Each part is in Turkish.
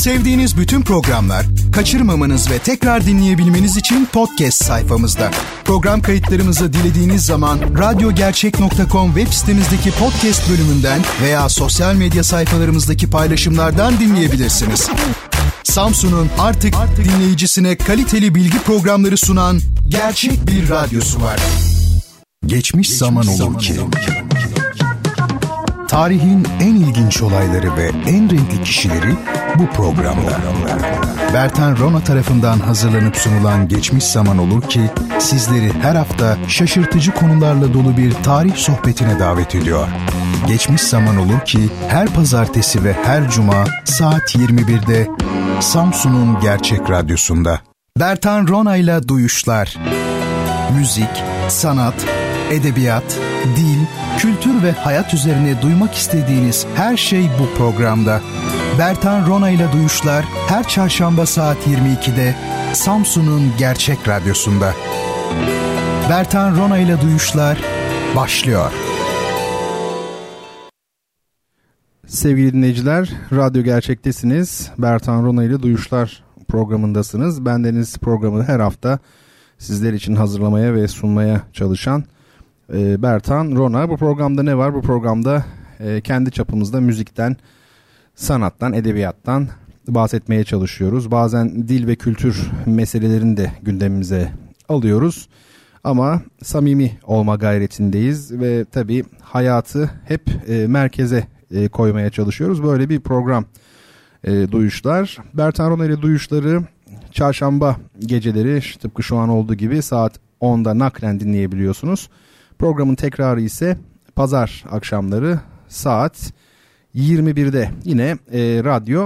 Sevdiğiniz bütün programlar kaçırmamanız ve tekrar dinleyebilmeniz için podcast sayfamızda. Program kayıtlarımızı dilediğiniz zaman radyogercek.com web sitemizdeki podcast bölümünden veya sosyal medya sayfalarımızdaki paylaşımlardan dinleyebilirsiniz. Samsun'un artık dinleyicisine kaliteli bilgi programları sunan gerçek bir radyosu var. Geçmiş zaman olur ki. Tarihin en ilginç olayları ve en renkli kişileri bu programda. Bertan Rona tarafından hazırlanıp sunulan Geçmiş Zaman Olur ki sizleri her hafta şaşırtıcı konularla dolu bir tarih sohbetine davet ediyor. Geçmiş Zaman Olur ki her pazartesi ve her cuma saat 21'de Samsun'un Gerçek Radyosu'nda. Bertan Rona ile Duyuşlar. Müzik, sanat, edebiyat, dil, kültür ve hayat üzerine duymak istediğiniz her şey bu programda. Bertan Rona ile Duyuşlar her çarşamba saat 22'de Samsun'un Gerçek Radyosu'nda. Bertan Rona ile Duyuşlar başlıyor. Sevgili dinleyiciler, Radyo Gerçek'tesiniz. Bertan Rona ile Duyuşlar programındasınız. Bendeniz programı her hafta sizler için hazırlamaya ve sunmaya çalışan Bertan Rona. Bu programda ne var? Bu programda kendi çapımızda müzikten, sanattan, edebiyattan bahsetmeye çalışıyoruz. Bazen dil ve kültür meselelerini de gündemimize alıyoruz. Ama samimi olma gayretindeyiz ve tabii hayatı hep merkeze koymaya çalışıyoruz. Böyle bir program Duyuşlar. Bertan Rona ile Duyuşları çarşamba geceleri tıpkı şu an olduğu gibi saat 10'da naklen dinleyebiliyorsunuz. Programın tekrarı ise pazar akşamları saat 21'de yine Radyo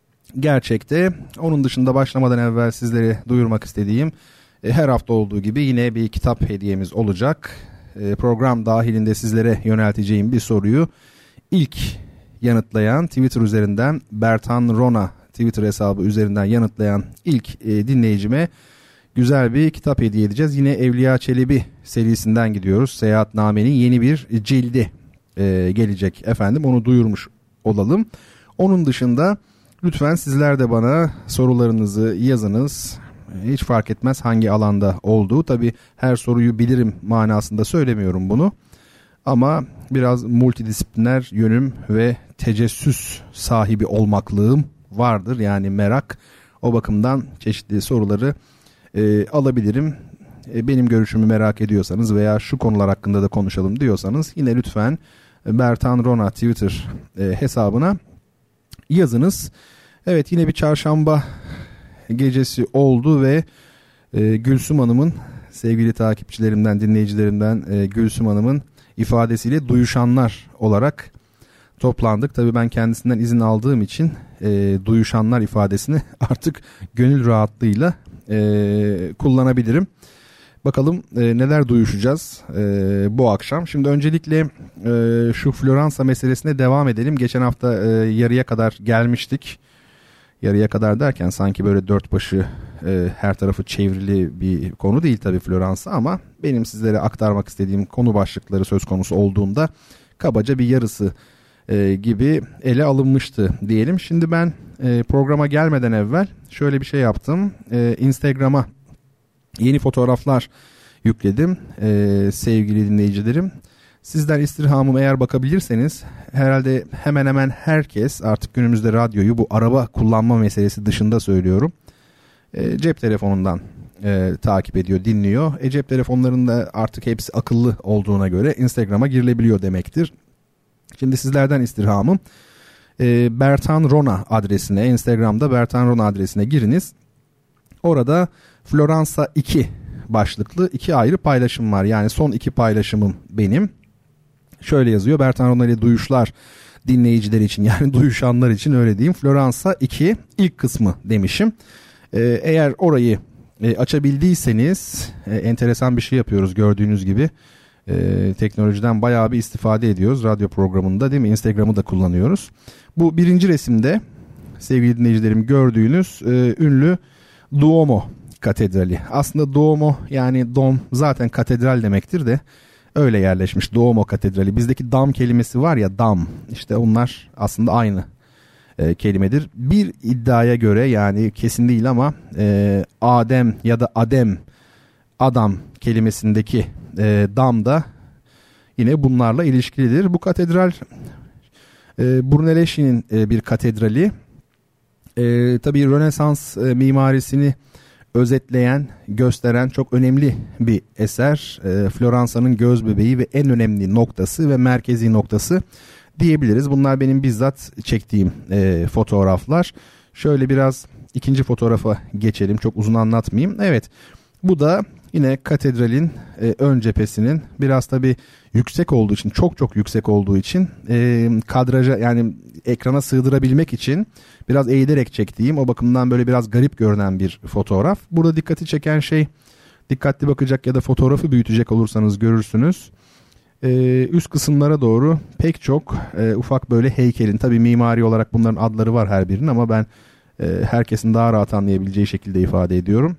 Gerçek'te. Onun dışında başlamadan evvel sizlere duyurmak istediğim her hafta olduğu gibi yine bir kitap hediyemiz olacak. Program dahilinde sizlere yönelteceğim bir soruyu ilk yanıtlayan, Twitter üzerinden Bertan Rona Twitter hesabı üzerinden yanıtlayan ilk dinleyicime güzel bir kitap hediye edeceğiz. Yine Evliya Çelebi serisinden gidiyoruz. Seyahatname'nin yeni bir cildi gelecek efendim. Onu duyurmuş olalım. Onun dışında lütfen sizler de bana sorularınızı yazınız. Hiç fark etmez hangi alanda olduğu. Tabii her soruyu bilirim manasında söylemiyorum bunu. Ama biraz multidisipliner yönüm ve tecessüs sahibi olmaklığım vardır. Yani merak. O bakımdan çeşitli soruları alabilirim. Benim görüşümü merak ediyorsanız veya şu konular hakkında da konuşalım diyorsanız yine lütfen Bertan Rona Twitter hesabına yazınız. Evet, yine bir çarşamba gecesi oldu ve Gülsüm Hanım'ın, sevgili takipçilerimden, dinleyicilerimden Gülsüm Hanım'ın ifadesiyle duyuşanlar olarak toplandık. Tabii ben kendisinden izin aldığım için duyuşanlar ifadesini artık gönül rahatlığıyla kullanabilirim. Bakalım neler duyuşacağız bu akşam. Şimdi öncelikle şu Floransa meselesine devam edelim. Geçen hafta yarıya kadar gelmiştik. Yarıya kadar derken sanki böyle dört başı her tarafı çevrili bir konu değil tabii Floransa, ama benim sizlere aktarmak istediğim konu başlıkları söz konusu olduğunda kabaca bir yarısı gibi ele alınmıştı diyelim. Şimdi ben programa gelmeden evvel şöyle bir şey yaptım. Instagram'a yeni fotoğraflar yükledim sevgili dinleyicilerim. Sizden istirhamım, eğer bakabilirseniz, herhalde hemen hemen herkes artık günümüzde radyoyu bu araba kullanma meselesi dışında söylüyorum, cep telefonundan takip ediyor, dinliyor. Cep telefonlarında artık hepsi akıllı olduğuna göre Instagram'a girilebiliyor demektir. Şimdi sizlerden istirhamım, Bertan Rona adresine, Instagram'da Bertan Rona adresine giriniz. Orada Floransa 2 başlıklı 2 ayrı paylaşım var. Yani son 2 paylaşımım benim. Şöyle yazıyor: Bertan Rona ile Duyuşlar dinleyiciler için, yani duyuşanlar için öyle diyeyim. Floransa 2 ilk kısmı demişim. Eğer orayı açabildiyseniz, enteresan bir şey yapıyoruz gördüğünüz gibi. Teknolojiden bayağı bir istifade ediyoruz radyo programında, değil mi? Instagram'ı da kullanıyoruz. Bu birinci resimde sevgili dinleyicilerim gördüğünüz ünlü Duomo Katedrali. Aslında Duomo, yani dom zaten katedral demektir de öyle yerleşmiş Duomo Katedrali. Bizdeki dam kelimesi var ya, dam, işte onlar aslında aynı kelimedir. Bir iddiaya göre, yani kesin değil ama Adem ya da adam kelimesindeki dam da yine bunlarla ilişkilidir. Bu katedral Brunelleschi'nin bir katedrali. Tabii Rönesans mimarisini özetleyen, gösteren çok önemli bir eser. Floransa'nın gözbebeği ve en önemli noktası ve merkezi noktası diyebiliriz. Bunlar benim bizzat çektiğim fotoğraflar. Şöyle biraz ikinci fotoğrafa geçelim, çok uzun anlatmayayım. Evet, bu da yine katedralin ön cephesinin biraz tabii yüksek olduğu için, çok yüksek olduğu için kadraja, yani ekrana sığdırabilmek için biraz eğilerek çektiğim, o bakımdan böyle biraz garip görünen bir fotoğraf. Burada dikkati çeken şey, dikkatli bakacak ya da fotoğrafı büyütecek olursanız görürsünüz. Üst kısımlara doğru pek çok ufak böyle heykelin, tabii mimari olarak bunların adları var her birinin ama ben herkesin daha rahat anlayabileceği şekilde ifade ediyorum.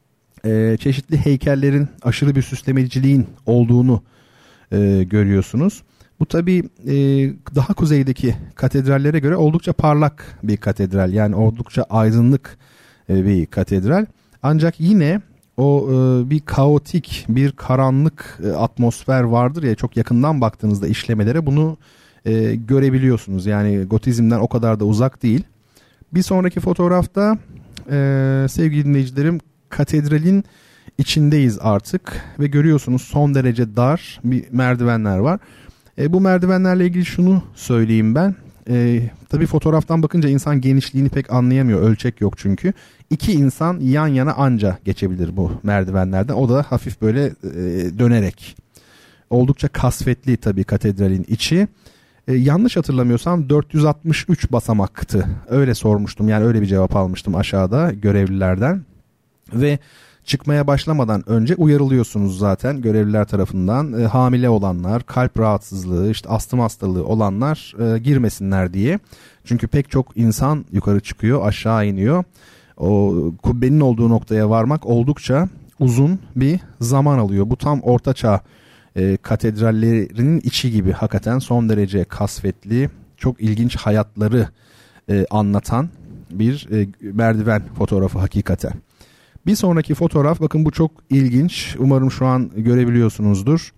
Çeşitli heykellerin, aşırı bir süslemeciliğin olduğunu görüyorsunuz. Bu tabii daha kuzeydeki katedrallere göre oldukça parlak bir katedral, yani oldukça aydınlık bir katedral. Ancak yine o bir kaotik, bir karanlık atmosfer vardır ya, çok yakından baktığınızda işlemelere bunu görebiliyorsunuz. Yani gotizmden o kadar da uzak değil. Bir sonraki fotoğrafta sevgili dinleyicilerim, katedralin içindeyiz artık ve görüyorsunuz son derece dar bir merdivenler var. Bu merdivenlerle ilgili şunu söyleyeyim ben. Tabii fotoğraftan bakınca insan genişliğini pek anlayamıyor. Ölçek yok çünkü. 2 insan yan yana anca geçebilir bu merdivenlerden. O da hafif böyle dönerek. Oldukça kasvetli tabii katedralin içi. Yanlış hatırlamıyorsam 463 basamaktı. Öyle sormuştum, yani öyle bir cevap almıştım aşağıda görevlilerden. Ve çıkmaya başlamadan önce uyarılıyorsunuz zaten görevliler tarafından. Hamile olanlar, kalp rahatsızlığı, işte astım hastalığı olanlar girmesinler diye. Çünkü pek çok insan yukarı çıkıyor, aşağı iniyor. O kubbenin olduğu noktaya varmak oldukça uzun bir zaman alıyor. Bu tam ortaçağ katedrallerinin içi gibi, hakikaten son derece kasvetli, çok ilginç hayatları anlatan bir merdiven fotoğrafı hakikaten. Bir sonraki fotoğraf, bakın bu çok ilginç. Umarım şu an görebiliyorsunuzdur.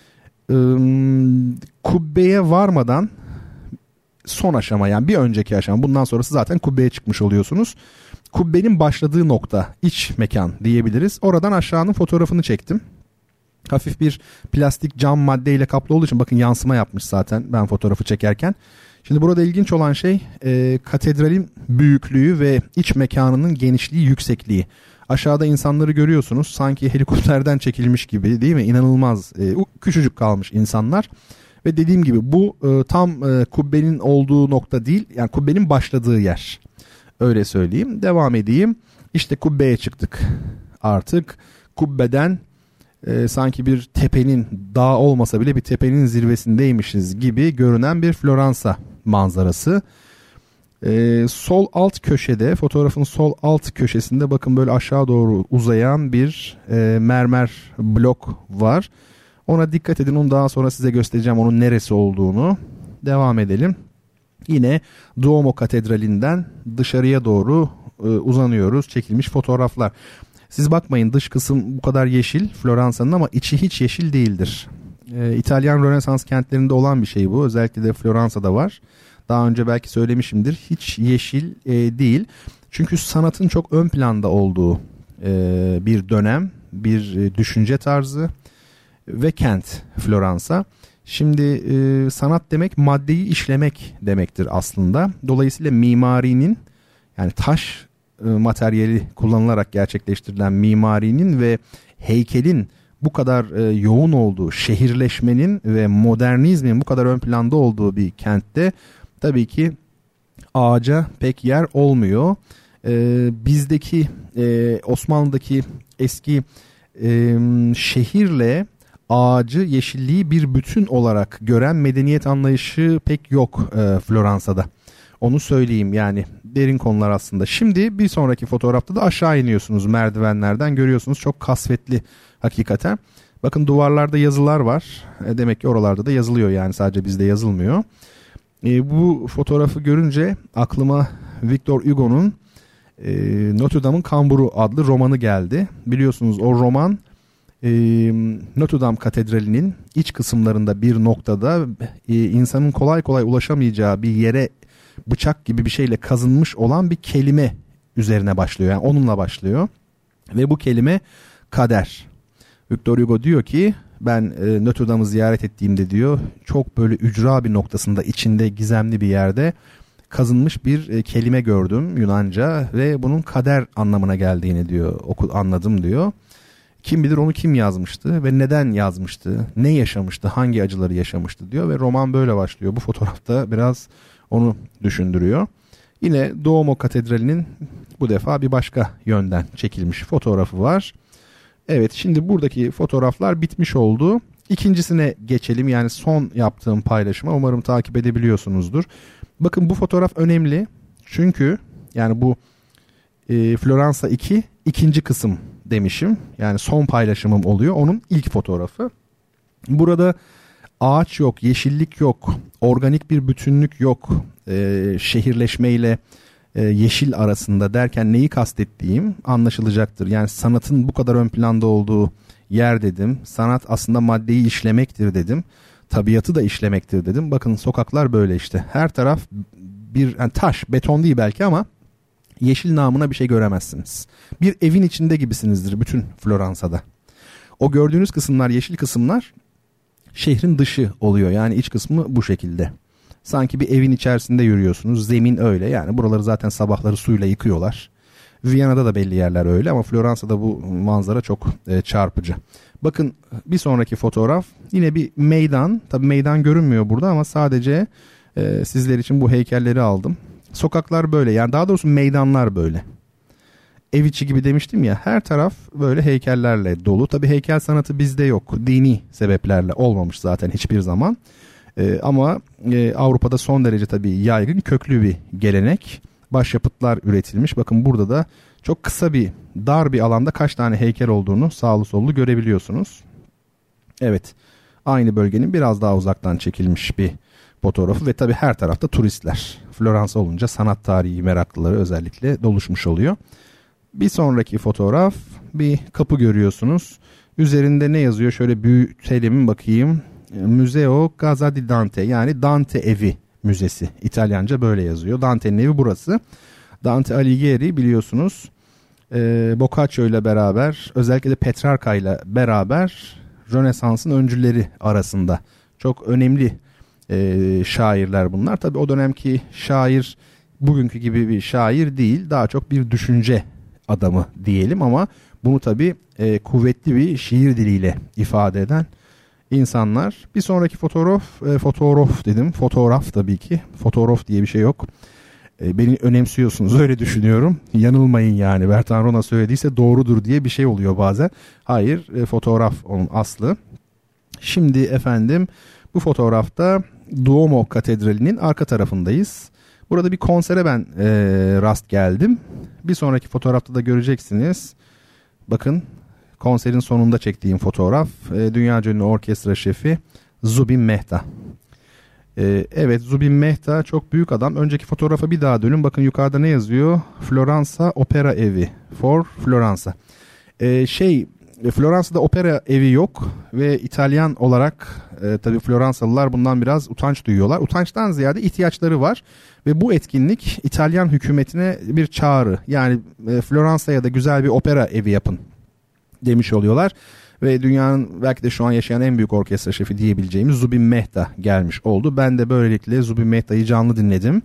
Kubbeye varmadan son aşama, yani bir önceki aşama, bundan sonrası zaten kubbeye çıkmış oluyorsunuz. Kubbenin başladığı nokta, iç mekan diyebiliriz. Oradan aşağının fotoğrafını çektim. Hafif bir plastik cam maddeyle kaplı olduğu için bakın yansıma yapmış zaten ben fotoğrafı çekerken. Şimdi burada ilginç olan şey katedralin büyüklüğü ve iç mekanının genişliği, yüksekliği. Aşağıda insanları görüyorsunuz, sanki helikopterden çekilmiş gibi, değil mi? İnanılmaz küçücük kalmış insanlar. Ve dediğim gibi bu tam kubbenin olduğu nokta değil, yani kubbenin başladığı yer. Öyle söyleyeyim. Devam edeyim. İşte kubbeye çıktık. Artık kubbeden sanki bir tepenin, dağ olmasa bile bir tepenin zirvesindeymişiz gibi görünen bir Floransa manzarası. Sol alt köşede, fotoğrafın sol alt köşesinde bakın böyle aşağı doğru uzayan bir mermer blok var. Ona dikkat edin, onu daha sonra size göstereceğim onun neresi olduğunu. Devam edelim. Yine Duomo Katedrali'nden dışarıya doğru uzanıyoruz. Çekilmiş fotoğraflar. Siz bakmayın, dış kısım bu kadar yeşil Floransa'nın ama içi hiç yeşil değildir. İtalyan Rönesans kentlerinde olan bir şey bu. Özellikle de Floransa'da var. Daha önce belki söylemişimdir. Hiç yeşil değil. Çünkü sanatın çok ön planda olduğu bir dönem, bir düşünce tarzı ve kent Floransa. Şimdi sanat demek maddeyi işlemek demektir aslında. Dolayısıyla mimarinin, yani taş materyali kullanılarak gerçekleştirilen mimarinin ve heykelin bu kadar yoğun olduğu, şehirleşmenin ve modernizmin bu kadar ön planda olduğu bir kentte tabii ki ağaca pek yer olmuyor. Bizdeki Osmanlı'daki eski şehirle ağacı, yeşilliği bir bütün olarak gören medeniyet anlayışı pek yok Floransa'da. Onu söyleyeyim, yani derin konular aslında. Şimdi bir sonraki fotoğrafta da aşağı iniyorsunuz merdivenlerden, görüyorsunuz çok kasvetli hakikaten. Bakın duvarlarda yazılar var. Demek ki oralarda da yazılıyor, yani sadece bizde yazılmıyor. Bu fotoğrafı görünce aklıma Victor Hugo'nun Notre Dame'ın Kamburu adlı romanı geldi. Biliyorsunuz o roman Notre Dame Katedrali'nin iç kısımlarında bir noktada insanın kolay kolay ulaşamayacağı bir yere bıçak gibi bir şeyle kazınmış olan bir kelime üzerine başlıyor. Yani onunla başlıyor ve bu kelime kader. Victor Hugo diyor ki ben Notre Dame'ı ziyaret ettiğimde diyor çok böyle ücra bir noktasında içinde gizemli bir yerde kazınmış bir kelime gördüm Yunanca ve bunun kader anlamına geldiğini diyor anladım diyor. Kim bilir onu kim yazmıştı ve neden yazmıştı, ne yaşamıştı, hangi acıları yaşamıştı diyor ve roman böyle başlıyor. Bu fotoğrafta biraz onu düşündürüyor. Yine Duomo Katedrali'nin bu defa bir başka yönden çekilmiş fotoğrafı var. Evet, şimdi buradaki fotoğraflar bitmiş oldu. İkincisine geçelim, yani son yaptığım paylaşıma. Umarım takip edebiliyorsunuzdur. Bakın bu fotoğraf önemli çünkü yani bu Floransa 2 ikinci kısım demişim. Yani son paylaşımım oluyor. Onun ilk fotoğrafı. Burada ağaç yok, yeşillik yok, organik bir bütünlük yok. Şehirleşmeyle yeşil arasında derken neyi kastettiğim anlaşılacaktır. Yani sanatın bu kadar ön planda olduğu yer dedim. Sanat aslında maddeyi işlemektir dedim. Tabiatı da işlemektir dedim. Bakın sokaklar böyle işte. Her taraf bir yani taş, beton değil belki ama yeşil namına bir şey göremezsiniz. Bir evin içinde gibisinizdir bütün Floransa'da. O gördüğünüz kısımlar, yeşil kısımlar şehrin dışı oluyor. Yani iç kısmı bu şekilde. Sanki bir evin içerisinde yürüyorsunuz. Zemin öyle. Yani buraları zaten sabahları suyla yıkıyorlar. Viyana'da da belli yerler öyle ama Floransa'da bu manzara çok çarpıcı. Bakın bir sonraki fotoğraf yine bir meydan. Tabii meydan görünmüyor burada ama sadece sizler için bu heykelleri aldım. Sokaklar böyle, yani daha doğrusu meydanlar böyle. Ev içi gibi demiştim ya, her taraf böyle heykellerle dolu. Tabii heykel sanatı bizde yok. Dini sebeplerle olmamış zaten hiçbir zaman. Ama Avrupa'da son derece tabii yaygın, köklü bir gelenek. Başyapıtlar üretilmiş. Bakın burada da çok kısa bir, dar bir alanda kaç tane heykel olduğunu sağlı sollu görebiliyorsunuz. Evet, aynı bölgenin biraz daha uzaktan çekilmiş bir fotoğrafı ve tabii her tarafta turistler. Floransa olunca sanat tarihi meraklıları özellikle doluşmuş oluyor. Bir sonraki fotoğraf, bir kapı görüyorsunuz. Üzerinde ne yazıyor? Şöyle büyütelim bakayım. Museo Casa di Dante, yani Dante Evi Müzesi. İtalyanca böyle yazıyor. Dante'nin evi burası. Dante Alighieri biliyorsunuz Boccaccio ile beraber, özellikle de Petrarca ile beraber Rönesans'ın öncüleri arasında çok önemli şairler bunlar. Tabii o dönemki şair bugünkü gibi bir şair değil, daha çok bir düşünce adamı diyelim ama bunu tabii kuvvetli bir şiir diliyle ifade eden insanlar. Bir sonraki fotoğraf tabii ki. Fotoğraf diye bir şey yok. Beni önemsiyorsunuz öyle düşünüyorum. Yanılmayın yani, Bertan Rona söylediyse doğrudur diye bir şey oluyor bazen. Hayır, fotoğraf onun aslı. Şimdi efendim bu fotoğrafta Duomo Katedrali'nin arka tarafındayız. Burada bir konsere ben rast geldim. Bir sonraki fotoğrafta da göreceksiniz. Bakın, konserin sonunda çektiğim fotoğraf. Dünyaca ünlü orkestra şefi Zubin Mehta. Evet, Zubin Mehta çok büyük adam. Önceki fotoğrafa bir daha dönün. Bakın yukarıda ne yazıyor? Floransa Opera Evi. For Floransa. Floransa'da opera evi yok ve İtalyan olarak tabii Floransalılar bundan biraz utanç duyuyorlar. Utançtan ziyade ihtiyaçları var ve bu etkinlik İtalyan hükümetine bir çağrı. Yani Floransa'ya da güzel bir opera evi yapın demiş oluyorlar. Ve dünyanın belki de şu an yaşayan en büyük orkestra şefi diyebileceğimiz Zubin Mehta gelmiş oldu. Ben de böylelikle Zubin Mehta'yı canlı dinledim.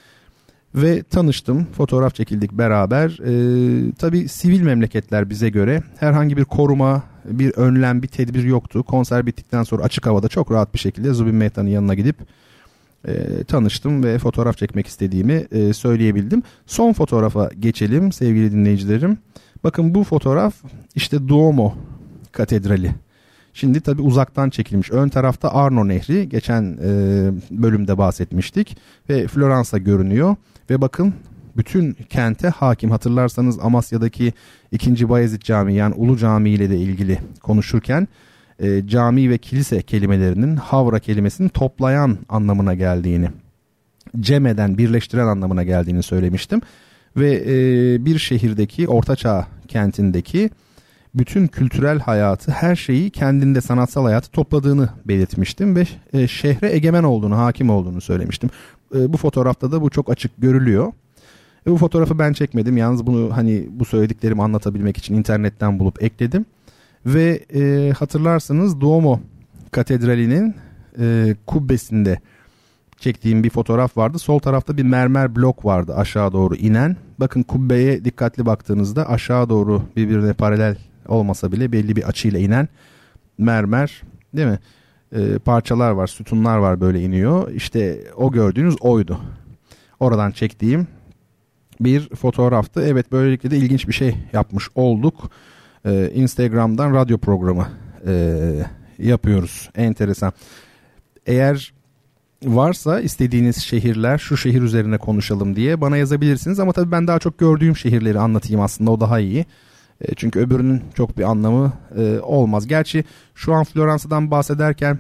Ve tanıştım, fotoğraf çekildik beraber. Tabii sivil memleketler bize göre. Herhangi bir koruma, bir önlem, bir tedbir yoktu. Konser bittikten sonra açık havada çok rahat bir şekilde Zubin Mehta'nın yanına gidip tanıştım ve fotoğraf çekmek istediğimi söyleyebildim. Son fotoğrafa geçelim sevgili dinleyicilerim. Bakın bu fotoğraf işte Duomo Katedrali. Şimdi tabii uzaktan çekilmiş. Ön tarafta Arno Nehri, geçen bölümde bahsetmiştik ve Floransa görünüyor. Ve bakın bütün kente hakim. Hatırlarsanız Amasya'daki 2. Bayezid Camii, yani Ulu Cami ile de ilgili konuşurken cami ve kilise kelimelerinin havra kelimesini toplayan anlamına geldiğini cemeden, birleştiren anlamına geldiğini söylemiştim. Ve bir şehirdeki, Ortaçağ kentindeki bütün kültürel hayatı, her şeyi kendinde, sanatsal hayatı topladığını belirtmiştim ve şehre egemen olduğunu, hakim olduğunu söylemiştim. Bu fotoğrafta da bu çok açık görülüyor. Bu fotoğrafı ben çekmedim. Yalnız bunu hani bu söylediklerimi anlatabilmek için internetten bulup ekledim. Ve hatırlarsınız Duomo Katedrali'nin kubbesinde çektiğim bir fotoğraf vardı. Sol tarafta bir mermer blok vardı aşağı doğru inen. Bakın kubbeye dikkatli baktığınızda aşağı doğru birbirine paralel olmasa bile belli bir açıyla inen mermer, değil mi? Parçalar var, sütunlar var, böyle iniyor. İşte o gördüğünüz oydu. Oradan çektiğim bir fotoğraftı. Evet, böylelikle de ilginç bir şey yapmış olduk. Instagram'dan radyo programı yapıyoruz. Enteresan. Eğer varsa istediğiniz şehirler, şu şehir üzerine konuşalım diye bana yazabilirsiniz. Ama tabii ben daha çok gördüğüm şehirleri anlatayım aslında, o daha iyi. Çünkü öbürünün çok bir anlamı olmaz. Gerçi şu an Floransa'dan bahsederken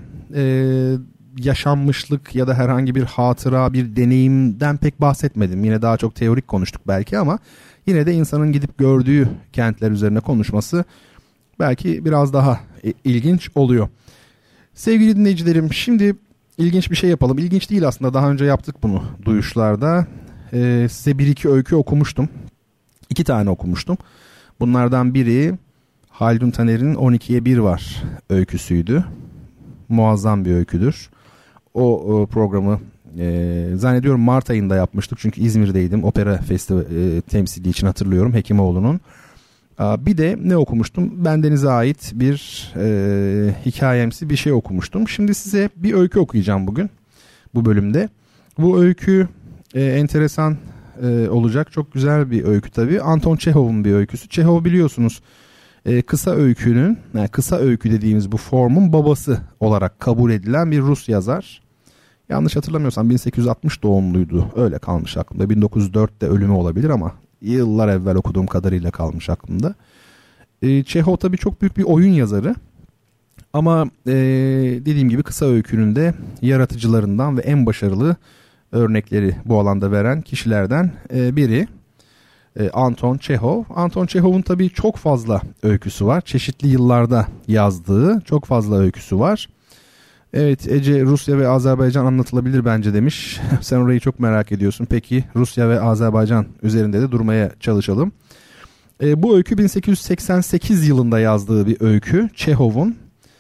yaşanmışlık ya da herhangi bir hatıra, bir deneyimden pek bahsetmedim. Yine daha çok teorik konuştuk belki ama yine de insanın gidip gördüğü kentler üzerine konuşması belki biraz daha ilginç oluyor. Sevgili dinleyicilerim, şimdi ilginç bir şey yapalım. İlginç değil aslında, daha önce yaptık bunu duyuşlarda. Size bir iki öykü okumuştum. 2 tane okumuştum. Bunlardan biri Haldun Taner'in 12'ye 1 var öyküsüydü. Muazzam bir öyküdür. O programı zannediyorum Mart ayında yapmıştık. Çünkü İzmir'deydim. Opera Festivali temsili için hatırlıyorum, Hekimoğlu'nun. Bir de ne okumuştum? Bendenize ait bir hikayemsi bir şey okumuştum. Şimdi size bir öykü okuyacağım bugün bu bölümde. Bu öykü enteresan olacak. Çok güzel bir öykü tabii. Anton Çehov'un bir öyküsü. Çehov biliyorsunuz kısa öykünün, yani kısa öykü dediğimiz bu formun babası olarak kabul edilen bir Rus yazar. Yanlış hatırlamıyorsam 1860 doğumluydu. Öyle kalmış aklımda. 1904'te ölümü olabilir ama yıllar evvel okuduğum kadarıyla kalmış aklımda. Çehov tabii çok büyük bir oyun yazarı. Ama dediğim gibi kısa öykünün de yaratıcılarından ve en başarılı örnekleri bu alanda veren kişilerden biri Anton Çehov. Anton Çehov'un tabii çok fazla öyküsü var. Çeşitli yıllarda yazdığı çok fazla öyküsü var. Evet Ece, Rusya ve Azerbaycan anlatılabilir bence demiş. Sen orayı çok merak ediyorsun. Peki Rusya ve Azerbaycan üzerinde de durmaya çalışalım. Bu öykü 1888 yılında yazdığı bir öykü. Çehov'un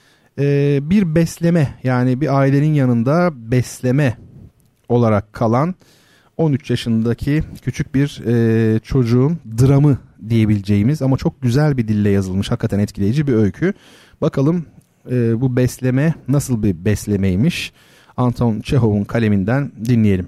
bir besleme, yani bir ailenin yanında besleme olarak kalan 13 yaşındaki küçük bir çocuğun dramı diyebileceğimiz ama çok güzel bir dille yazılmış, hakikaten etkileyici bir öykü. Bakalım bu besleme nasıl bir beslemeymiş? Anton Çehov'un kaleminden dinleyelim.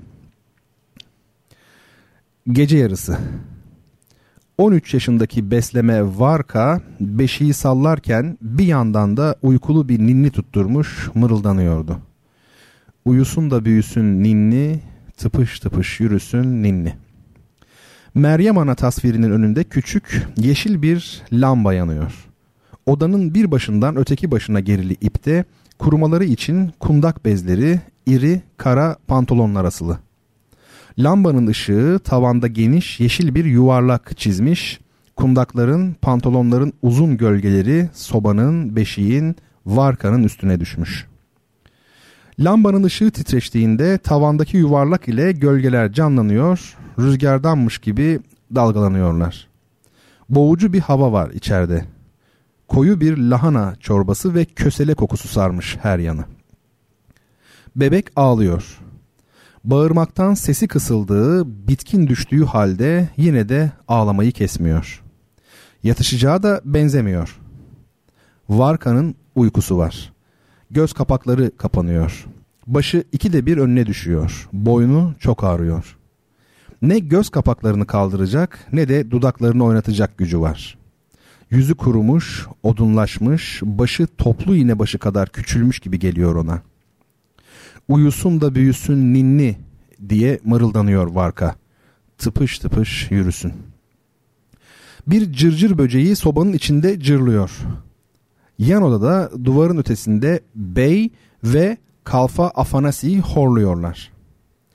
Gece yarısı. 13 yaşındaki besleme Varka beşiği sallarken bir yandan da uykulu bir ninni tutturmuş mırıldanıyordu. Uyusun da büyüsün ninni, tıpış tıpış yürüsün ninni. Meryem Ana tasvirinin önünde küçük yeşil bir lamba yanıyor. Odanın bir başından öteki başına gerili ipte kurumaları için kundak bezleri, iri kara pantolonlar asılı. Lambanın ışığı tavanda geniş yeşil bir yuvarlak çizmiş, kundakların, pantolonların uzun gölgeleri sobanın, beşiğin, Varka'nın üstüne düşmüş. Lambanın ışığı titreştiğinde tavandaki yuvarlak ile gölgeler canlanıyor, rüzgardanmış gibi dalgalanıyorlar. Boğucu bir hava var içeride. Koyu bir lahana çorbası ve kösele kokusu sarmış her yanı. Bebek ağlıyor. Bağırmaktan sesi kısıldığı, bitkin düştüğü halde yine de ağlamayı kesmiyor. Yatışacağı da benzemiyor. Varka'nın uykusu var. Göz kapakları kapanıyor. Başı 2'de 1 önüne düşüyor. Boynu çok ağrıyor. Ne göz kapaklarını kaldıracak ne de dudaklarını oynatacak gücü var. Yüzü kurumuş, odunlaşmış, başı toplu iğne başı kadar küçülmüş gibi geliyor ona. Uyusun da büyüsün ninni diye mırıldanıyor Varka. Tıpış tıpış yürüsün. Bir cırcır böceği sobanın içinde cırlıyor. Yan odada duvarın ötesinde Bey ve Kalfa Afanasi horluyorlar.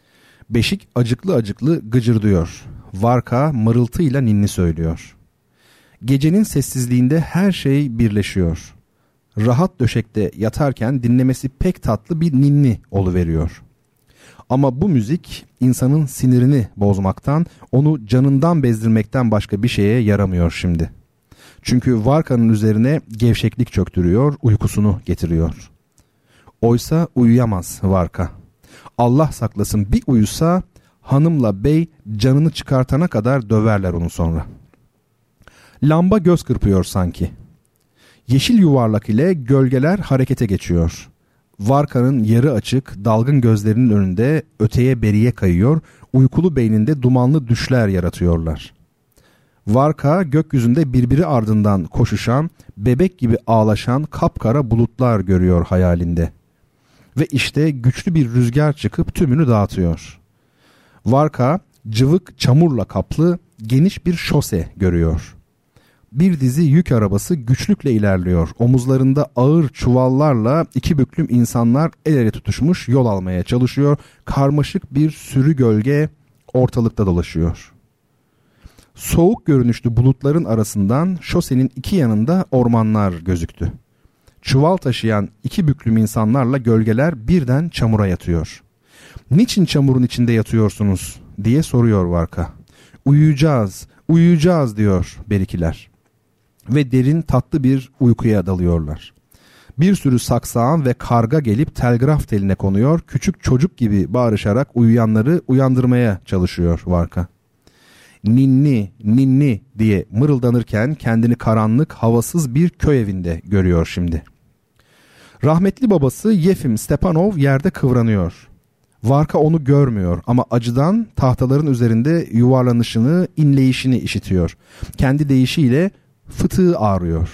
Beşik acıklı acıklı gıcırdıyor. Varka mırıltıyla ninni söylüyor. Gecenin sessizliğinde her şey birleşiyor. Rahat döşekte yatarken dinlemesi pek tatlı bir ninni oluveriyor. Ama bu müzik insanın sinirini bozmaktan, onu canından bezdirmekten başka bir şeye yaramıyor şimdi. Çünkü Varka'nın üzerine gevşeklik çöktürüyor, uykusunu getiriyor. Oysa uyuyamaz Varka. Allah saklasın, bir uyusa hanımla bey canını çıkartana kadar döverler onu sonra. Lamba göz kırpıyor sanki. Yeşil yuvarlak ile gölgeler harekete geçiyor. Varka'nın yarı açık, dalgın gözlerinin önünde öteye beriye kayıyor, uykulu beyninde dumanlı düşler yaratıyorlar. Varka gökyüzünde birbiri ardından koşuşan, bebek gibi ağlaşan kapkara bulutlar görüyor hayalinde. Ve işte güçlü bir rüzgar çıkıp tümünü dağıtıyor. Varka cıvık çamurla kaplı geniş bir şose görüyor. Bir dizi yük arabası güçlükle ilerliyor. Omuzlarında ağır çuvallarla iki büklüm insanlar el ele tutuşmuş yol almaya çalışıyor. Karmaşık bir sürü gölge ortalıkta dolaşıyor. Soğuk görünüşlü bulutların arasından şosenin iki yanında ormanlar gözüktü. Çuval taşıyan iki büklüm insanlarla gölgeler birden çamura yatıyor. "Niçin çamurun içinde yatıyorsunuz?" diye soruyor Varka. "Uyuyacağız, uyuyacağız," diyor berikiler. Ve derin tatlı bir uykuya dalıyorlar. Bir sürü saksağan ve karga gelip telgraf teline konuyor, küçük çocuk gibi bağırışarak uyuyanları uyandırmaya çalışıyor Varka. "Ninni, ninni," diye mırıldanırken kendini karanlık, havasız bir köy evinde görüyor şimdi. Rahmetli babası Yefim Stepanov yerde kıvranıyor. Varka onu görmüyor ama acıdan tahtaların üzerinde yuvarlanışını, inleyişini işitiyor. Kendi deyişiyle fıtığı ağrıyor.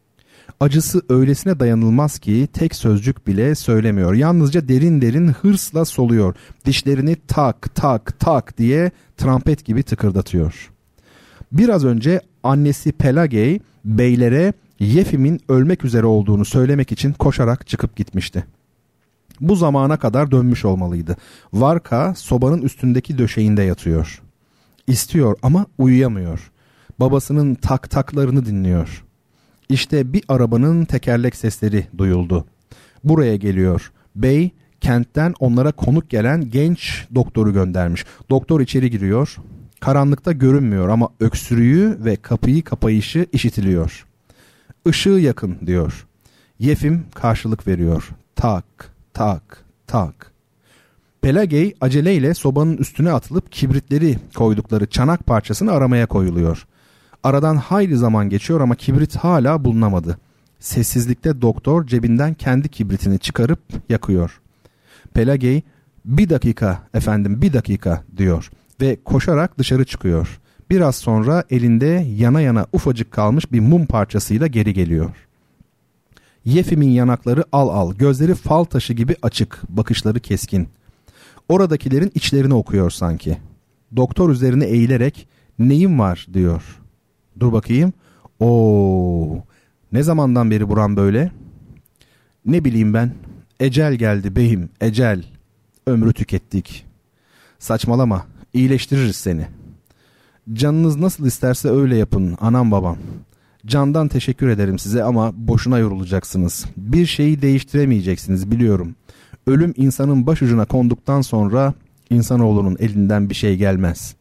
Acısı öylesine dayanılmaz ki tek sözcük bile söylemiyor. Yalnızca derin derin hırsla soluyor. Dişlerini tak tak tak diye trompet gibi tıkırdatıyor. Biraz önce annesi Pelagey beylere Yefim'in ölmek üzere olduğunu söylemek için koşarak çıkıp gitmişti. Bu zamana kadar dönmüş olmalıydı. Varka sobanın üstündeki döşeğinde yatıyor. İstiyor ama uyuyamıyor. Babasının tak taklarını dinliyor. İşte bir arabanın tekerlek sesleri duyuldu. Buraya geliyor. Bey kentten onlara konuk gelen genç doktoru göndermiş. Doktor içeri giriyor. Karanlıkta görünmüyor ama öksürüğü ve kapıyı kapayışı işitiliyor. "Işığı yakın," diyor. Yefim karşılık veriyor. Tak tak tak. Pelagey aceleyle sobanın üstüne atılıp kibritleri koydukları çanak parçasını aramaya koyuluyor. Aradan hayli zaman geçiyor ama kibrit hala bulunamadı. Sessizlikte doktor cebinden kendi kibritini çıkarıp yakıyor. Pelagey "Bir dakika efendim, bir dakika," diyor ve koşarak dışarı çıkıyor. Biraz sonra elinde yana yana ufacık kalmış bir mum parçasıyla geri geliyor. Yefim'in yanakları al al, gözleri fal taşı gibi açık, bakışları keskin. Oradakilerin içlerini okuyor sanki. Doktor üzerine eğilerek "Neyin var?" diyor. "Dur bakayım. Oo, ne zamandan beri buram böyle?" "Ne bileyim ben. Ecel geldi beyim, ecel. Ömrü tükettik." "Saçmalama, iyileştiririz seni." "Canınız nasıl isterse öyle yapın anam babam. Candan teşekkür ederim size ama boşuna yorulacaksınız. Bir şeyi değiştiremeyeceksiniz, biliyorum. Ölüm insanın başucuna konduktan sonra insanoğlunun elinden bir şey gelmez."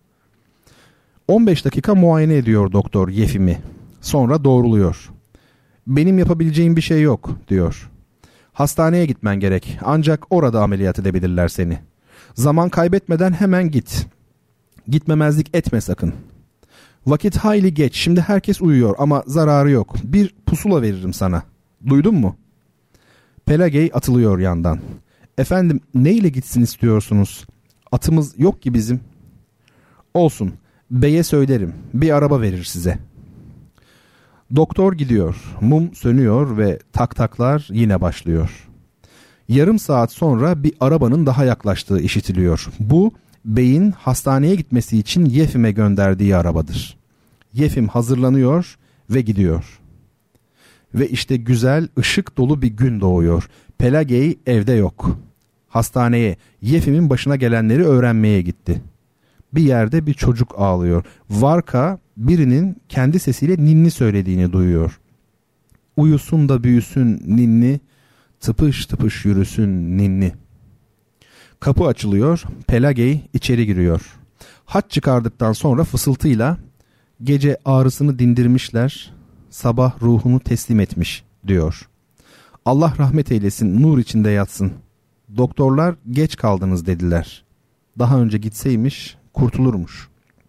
15 dakika muayene ediyor doktor Yefim'i. Sonra doğruluyor. "Benim yapabileceğim bir şey yok," diyor. "Hastaneye gitmen gerek. Ancak orada ameliyat edebilirler seni. Zaman kaybetmeden hemen git. Gitmemezlik etme sakın. Vakit hayli geç. Şimdi herkes uyuyor ama zararı yok. Bir pusula veririm sana. Duydun mu?" Pelagey atılıyor yandan. "Efendim, neyle gitsin istiyorsunuz? Atımız yok ki bizim." "Olsun. Beye söylerim. Bir araba verir size." Doktor gidiyor. Mum sönüyor ve taktaklar yine başlıyor. Yarım saat sonra bir arabanın daha yaklaştığı işitiliyor. Bu beyin hastaneye gitmesi için Yefim'e gönderdiği arabadır. Yefim hazırlanıyor ve gidiyor. Ve işte güzel, ışık dolu bir gün doğuyor. Pelagey evde yok. Hastaneye, Yefim'in başına gelenleri öğrenmeye gitti. Bir yerde bir çocuk ağlıyor. Varka birinin kendi sesiyle ninni söylediğini duyuyor. Uyusun da büyüsün ninni, tıpış tıpış yürüsün ninni. Kapı açılıyor, Pelagey içeri giriyor. Haç çıkardıktan sonra fısıltıyla gece ağrısını dindirmişler, sabah ruhunu teslim etmiş diyor. Allah rahmet eylesin, nur içinde yatsın. Doktorlar geç kaldınız dediler. Daha önce gitseymiş kurtulurmuş.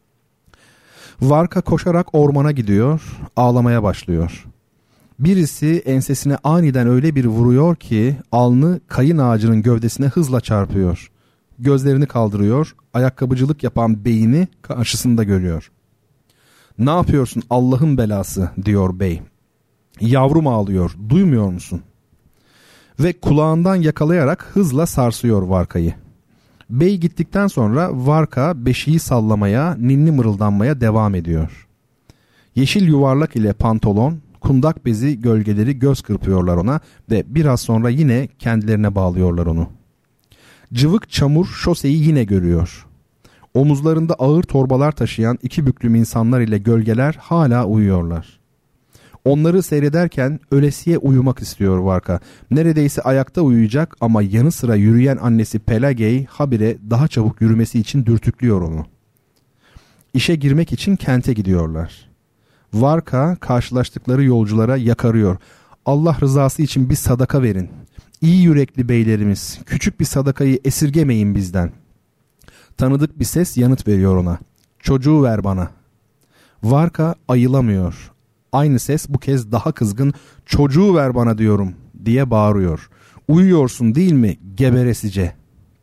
Varka koşarak ormana gidiyor, ağlamaya başlıyor. Birisi ensesine aniden öyle bir vuruyor ki alnı kayın ağacının gövdesine hızla çarpıyor. Gözlerini kaldırıyor, ayakkabıcılık yapan beyini karşısında görüyor. Ne yapıyorsun Allah'ın belası diyor bey. Yavrum ağlıyor, duymuyor musun? Ve kulağından yakalayarak hızla sarsıyor Varka'yı. Bey gittikten sonra Varka beşiği sallamaya, ninni mırıldanmaya devam ediyor. Yeşil yuvarlak ile pantolon, kundak bezi gölgeleri göz kırpıyorlar ona ve biraz sonra yine kendilerine bağlıyorlar onu. Cıvık çamur şoseyi yine görüyor. Omuzlarında ağır torbalar taşıyan iki büklüm insanlar ile gölgeler hala uyuyorlar. Onları seyrederken ölesiye uyumak istiyor Varka. Neredeyse ayakta uyuyacak ama yanı sıra yürüyen annesi Pelagey habire daha çabuk yürümesi için dürtüklüyor onu. İşe girmek için kente gidiyorlar. Varka karşılaştıkları yolculara yakarıyor. Allah rızası için bir sadaka verin. İyi yürekli beylerimiz, küçük bir sadakayı esirgemeyin bizden. Tanıdık bir ses yanıt veriyor ona. Çocuğu ver bana. Varka ayılamıyor. Aynı ses bu kez daha kızgın. Çocuğu ver bana diyorum diye bağırıyor. Uyuyorsun değil mi geberesice?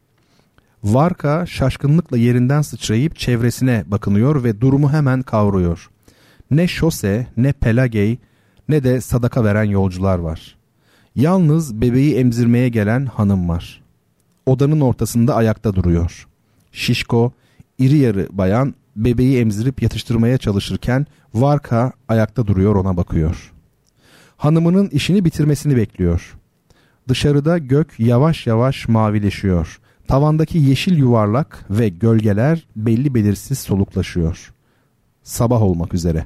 Varka şaşkınlıkla yerinden sıçrayıp çevresine bakınıyor ve durumu hemen kavruyor. Ne şose, ne Pelagey, ne de sadaka veren yolcular var. Yalnız bebeği emzirmeye gelen hanım var. Odanın ortasında ayakta duruyor. Şişko, iri yarı bayan bebeği emzirip yatıştırmaya çalışırken Varka ayakta duruyor, ona bakıyor. Hanımının işini bitirmesini bekliyor. Dışarıda gök yavaş yavaş mavileşiyor. Tavandaki yeşil yuvarlak ve gölgeler belli belirsiz soluklaşıyor. Sabah olmak üzere.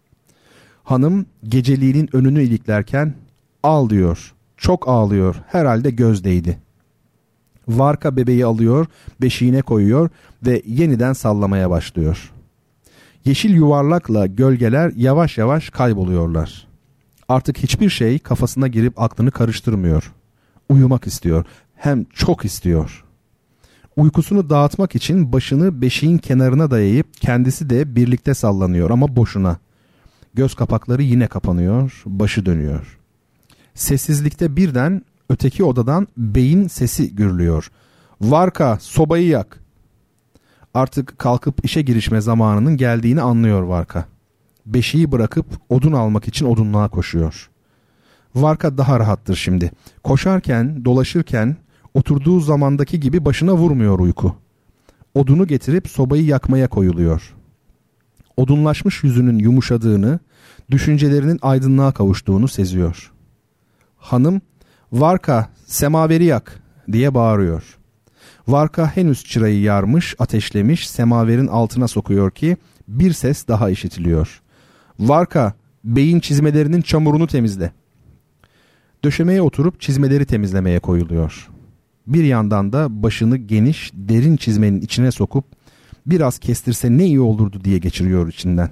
Hanım geceliğinin önünü iliklerken al diyor. Çok ağlıyor. Herhalde gözdeydi. Varka bebeği alıyor, beşiğine koyuyor ve yeniden sallamaya başlıyor. Yeşil yuvarlakla gölgeler yavaş yavaş kayboluyorlar. Artık hiçbir şey kafasına girip aklını karıştırmıyor. Uyumak istiyor. Hem çok istiyor. Uykusunu dağıtmak için başını beşiğin kenarına dayayıp kendisi de birlikte sallanıyor ama boşuna. Göz kapakları yine kapanıyor, başı dönüyor. Sessizlikte birden öteki odadan beyin sesi gürlüyor. Varka, sobayı yak. Artık kalkıp işe girişme zamanının geldiğini anlıyor Varka. Beşiği bırakıp odun almak için odunluğa koşuyor. Varka daha rahattır şimdi. Koşarken, dolaşırken oturduğu zamandaki gibi başına vurmuyor uyku. Odunu getirip sobayı yakmaya koyuluyor. Odunlaşmış yüzünün yumuşadığını, düşüncelerinin aydınlığa kavuştuğunu seziyor. Hanım, Varka, semaveri yak diye bağırıyor. Varka henüz çırayı yarmış, ateşlemiş, semaverin altına sokuyor ki bir ses daha işitiliyor. Varka, beyin çizmelerinin çamurunu temizle. Döşemeye oturup çizmeleri temizlemeye koyuluyor. Bir yandan da başını geniş, derin çizmenin içine sokup biraz kestirse ne iyi olurdu diye geçiriyor içinden.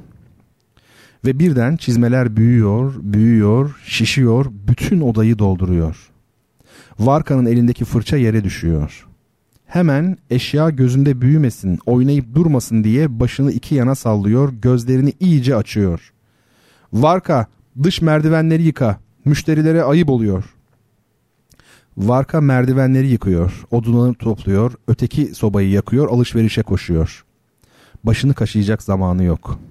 Ve birden çizmeler büyüyor, büyüyor, şişiyor, bütün odayı dolduruyor. Varka'nın elindeki fırça yere düşüyor. Hemen eşya gözünde büyümesin, oynayıp durmasın diye başını iki yana sallıyor, gözlerini iyice açıyor. Varka, dış merdivenleri yıka, müşterilere ayıp oluyor. Varka merdivenleri yıkıyor, odunları topluyor, öteki sobayı yakıyor, alışverişe koşuyor. Başını kaşıyacak zamanı yok.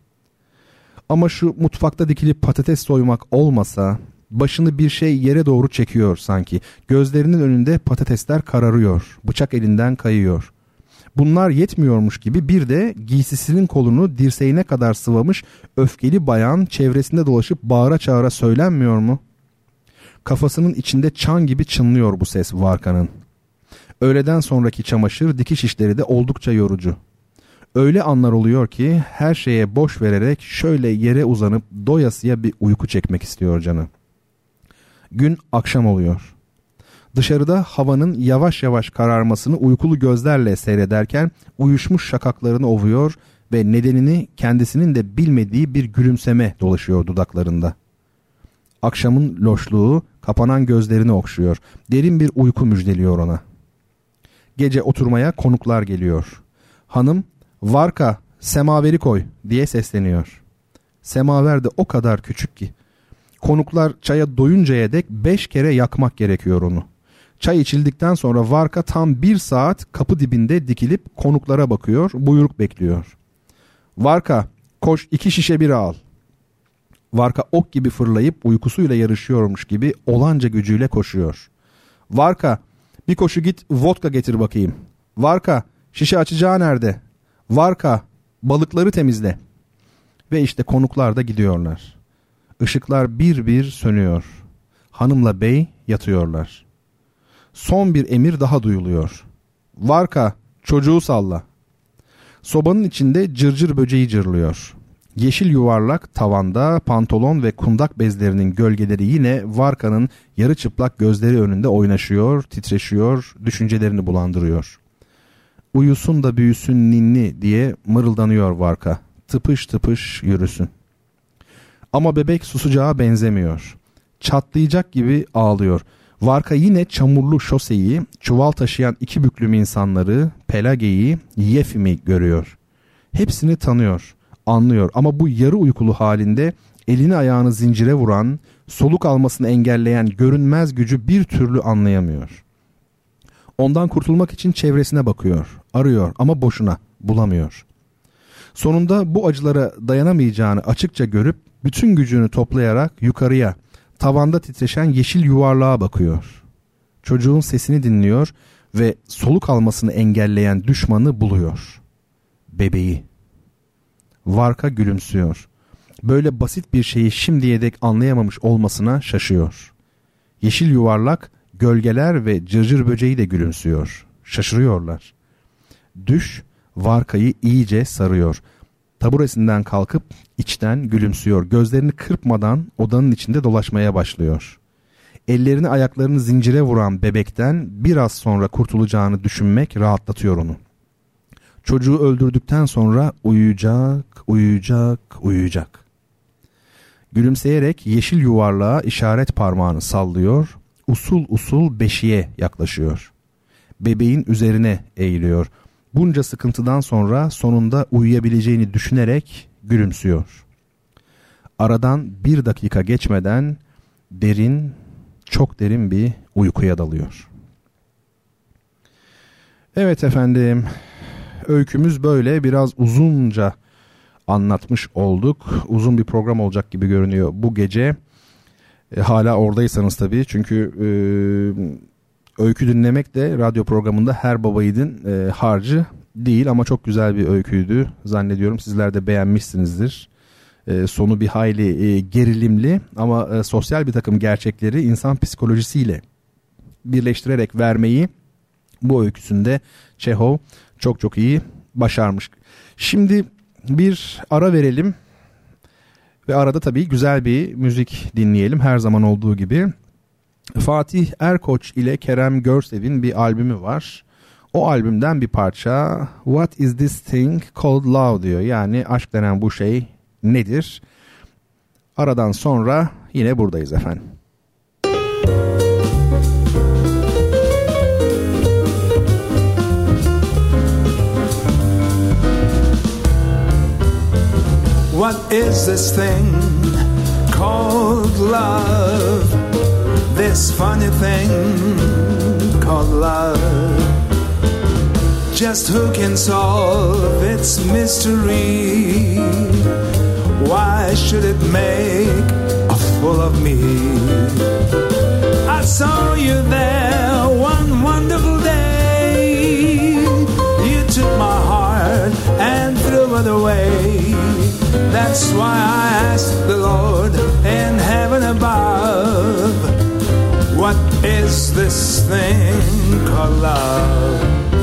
Ama şu mutfakta dikilip patates soymak olmasa, başını bir şey yere doğru çekiyor sanki. Gözlerinin önünde patatesler kararıyor, bıçak elinden kayıyor. Bunlar yetmiyormuş gibi bir de giysisinin kolunu dirseğine kadar sıvamış öfkeli bayan çevresinde dolaşıp bağıra çağıra söylenmiyor mu? Kafasının içinde çan gibi çınlıyor bu ses Varka'nın. Öğleden sonraki çamaşır, dikiş işleri de oldukça yorucu. Öyle anlar oluyor ki her şeye boş vererek şöyle yere uzanıp doyasıya bir uyku çekmek istiyor canı. Gün akşam oluyor. Dışarıda havanın yavaş yavaş kararmasını uykulu gözlerle seyrederken uyuşmuş şakaklarını ovuyor ve nedenini kendisinin de bilmediği bir gülümseme dolaşıyor dudaklarında. Akşamın loşluğu kapanan gözlerini okşuyor. Derin bir uyku müjdeliyor ona. Gece oturmaya konuklar geliyor. Hanım, "Varka, semaveri koy" diye sesleniyor. Semaver de o kadar küçük ki. Konuklar çaya doyuncaya dek 5 kere yakmak gerekiyor onu. Çay içildikten sonra Varka tam 1 saat kapı dibinde dikilip konuklara bakıyor, buyruk bekliyor. "Varka, koş 2 şişe bira al." Varka ok gibi fırlayıp uykusuyla yarışıyormuş gibi olanca gücüyle koşuyor. "Varka, bir koşu git vodka getir bakayım." "Varka, şişe açacağı nerede?" "Varka, balıkları temizle." Ve işte konuklar da gidiyorlar. Işıklar bir bir sönüyor. Hanımla bey yatıyorlar. Son bir emir daha duyuluyor. "Varka, çocuğu salla." Sobanın içinde cırcır böceği cırlıyor. Yeşil yuvarlak tavanda pantolon ve kundak bezlerinin gölgeleri yine Varka'nın yarı çıplak gözleri önünde oynaşıyor, titreşiyor, düşüncelerini bulandırıyor. "Uyusun da büyüsün ninni" diye mırıldanıyor Varka. "Tıpış tıpış yürüsün." Ama bebek susacağa benzemiyor. Çatlayacak gibi ağlıyor. Varka yine çamurlu şoseyi, çuval taşıyan 2 büklüm insanları, Pelage'yi, Yefim'i görüyor. Hepsini tanıyor, anlıyor ama bu yarı uykulu halinde elini ayağını zincire vuran, soluk almasını engelleyen görünmez gücü bir türlü anlayamıyor. Ondan kurtulmak için çevresine bakıyor, arıyor ama boşuna, bulamıyor. Sonunda bu acılara dayanamayacağını açıkça görüp bütün gücünü toplayarak yukarıya, tavanda titreşen yeşil yuvarlığa bakıyor. Çocuğun sesini dinliyor ve soluk almasını engelleyen düşmanı buluyor. Bebeği. Varka gülümsüyor. Böyle basit bir şeyi şimdiye dek anlayamamış olmasına şaşıyor. Yeşil yuvarlak, gölgeler ve cırcır böceği de gülümsüyor. Şaşırıyorlar. Düş Varka'yı iyice sarıyor. Taburesinden kalkıp içten gülümsüyor. Gözlerini kırpmadan odanın içinde dolaşmaya başlıyor. Ellerini ayaklarını zincire vuran bebekten biraz sonra kurtulacağını düşünmek rahatlatıyor onu. Çocuğu öldürdükten sonra uyuyacak, uyuyacak, uyuyacak. Gülümseyerek yeşil yuvarlığa işaret parmağını sallıyor, usul usul beşiğe yaklaşıyor. Bebeğin üzerine eğiliyor. Bunca sıkıntıdan sonra sonunda uyuyabileceğini düşünerek gülümsüyor. Aradan 1 dakika geçmeden derin, çok derin bir uykuya dalıyor. Evet efendim, öykümüz böyle, biraz uzunca anlatmış olduk. Uzun bir program olacak gibi görünüyor bu gece. Hala oradaysanız tabii, çünkü öykü dinlemek de radyo programında her babayiğidin harcı değil, ama çok güzel bir öyküydü. Zannediyorum sizler de beğenmişsinizdir. Sonu bir hayli gerilimli ama sosyal bir takım gerçekleri insan psikolojisiyle birleştirerek vermeyi bu öyküsünde Çehov çok çok iyi başarmış. Şimdi bir ara verelim ve arada tabii güzel bir müzik dinleyelim her zaman olduğu gibi. Fatih Erkoç ile Kerem Görsev'in bir albümü var. O albümden bir parça, "What is this thing called love" diyor. Yani aşk denen bu şey nedir? Aradan sonra yine buradayız efendim. What is this thing called love? This funny thing called love. Just who can solve its mystery? Why should it make a fool of me? I saw you there one wonderful day. You took my heart and threw it away. That's why I asked the Lord in heaven above, what is this thing called called love.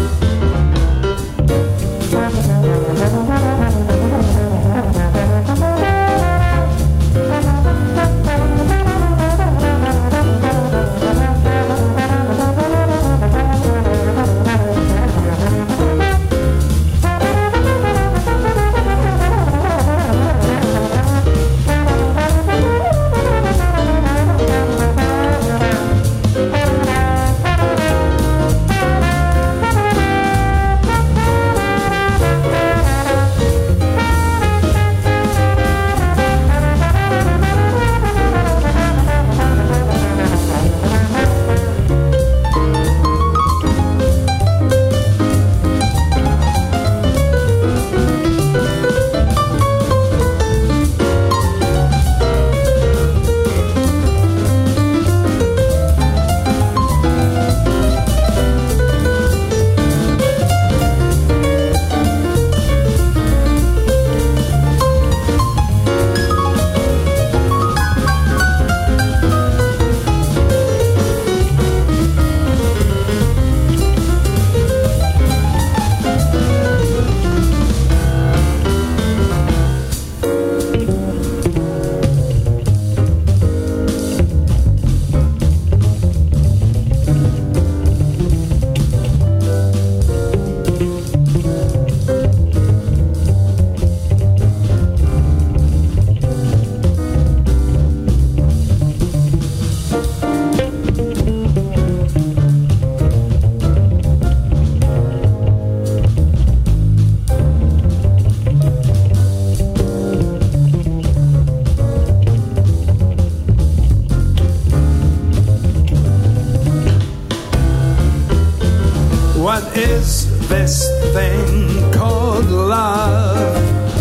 What is this thing called love?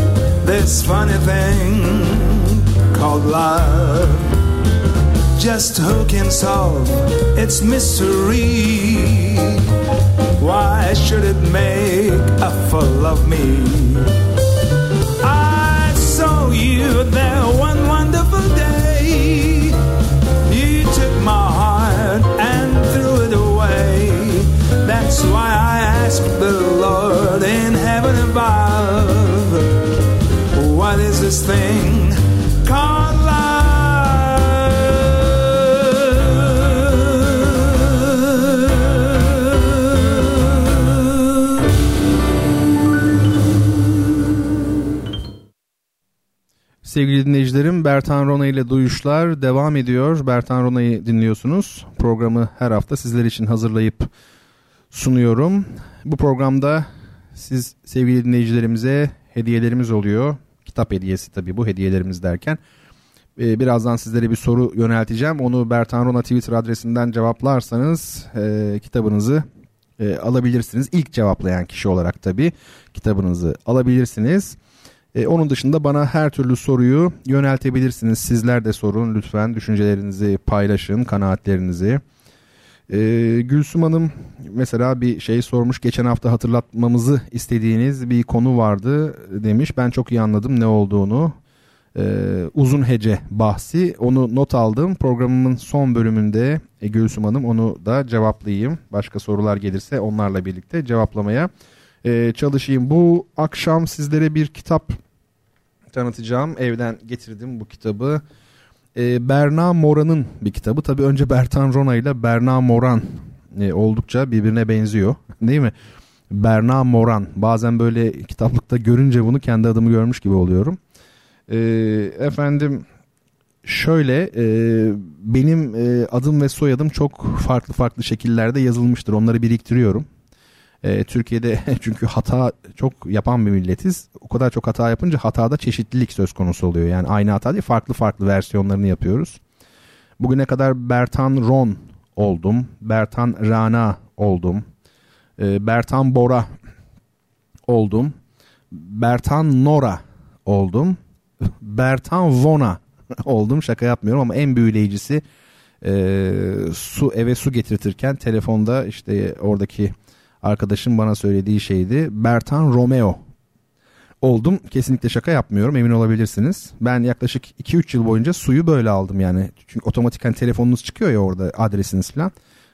This funny thing called love. Just who can solve its mystery? Why should it make a fool of me? I saw you there one wonderful day. You took my heart and threw it away. That's why I asked the Lord in heaven above, what is this thing called Sevgili dinleyicilerim, Bertan Rona ile Duyuşlar devam ediyor. Bertan Rona'yı dinliyorsunuz. Programı her hafta sizler için hazırlayıp sunuyorum. Bu programda siz sevgili dinleyicilerimize hediyelerimiz oluyor. Kitap hediyesi tabii bu, hediyelerimiz derken. Birazdan sizlere bir soru yönelteceğim. Onu Bertan Rona Twitter adresinden cevaplarsanız kitabınızı alabilirsiniz. İlk cevaplayan kişi olarak tabii kitabınızı alabilirsiniz. Onun dışında bana her türlü soruyu yöneltebilirsiniz. Sizler de sorun lütfen, düşüncelerinizi paylaşın, kanaatlerinizi. Gülsüm Hanım mesela bir şey sormuş, geçen hafta hatırlatmamızı istediğiniz bir konu vardı demiş. Ben çok iyi anladım ne olduğunu. Uzun hece bahsi, onu not aldım. Programımın son bölümünde Gülsüm Hanım onu da cevaplayayım. Başka sorular gelirse onlarla birlikte cevaplamaya çalışayım. Bu akşam sizlere bir kitap tanıtacağım. Evden getirdim bu kitabı. Berna Moran'ın bir kitabı. Tabii önce Bertan Rona ile Berna Moran oldukça birbirine benziyor. Değil mi? Berna Moran. Bazen böyle kitaplıkta görünce bunu kendi adımı görmüş gibi oluyorum. Efendim şöyle benim adım ve soyadım çok farklı şekillerde yazılmıştır. Onları biriktiriyorum. Türkiye'de çünkü hata çok yapan bir milletiz. O kadar çok hata yapınca hatada çeşitlilik söz konusu oluyor. Yani aynı hata değil, farklı versiyonlarını yapıyoruz. Bugüne kadar Bertan Ron oldum. Bertan Rana oldum. Bertan Bora oldum. Bertan Nora oldum. Bertan Vona oldum. Şaka yapmıyorum ama en büyüleyicisi eve su getirtirken telefonda işte oradaki arkadaşım bana söylediği şeydi. Bertan Romeo oldum. Kesinlikle şaka yapmıyorum, emin olabilirsiniz. Ben yaklaşık 2-3 yıl boyunca suyu böyle aldım yani. Çünkü otomatikten telefonunuz çıkıyor ya orada, adresiniz falan.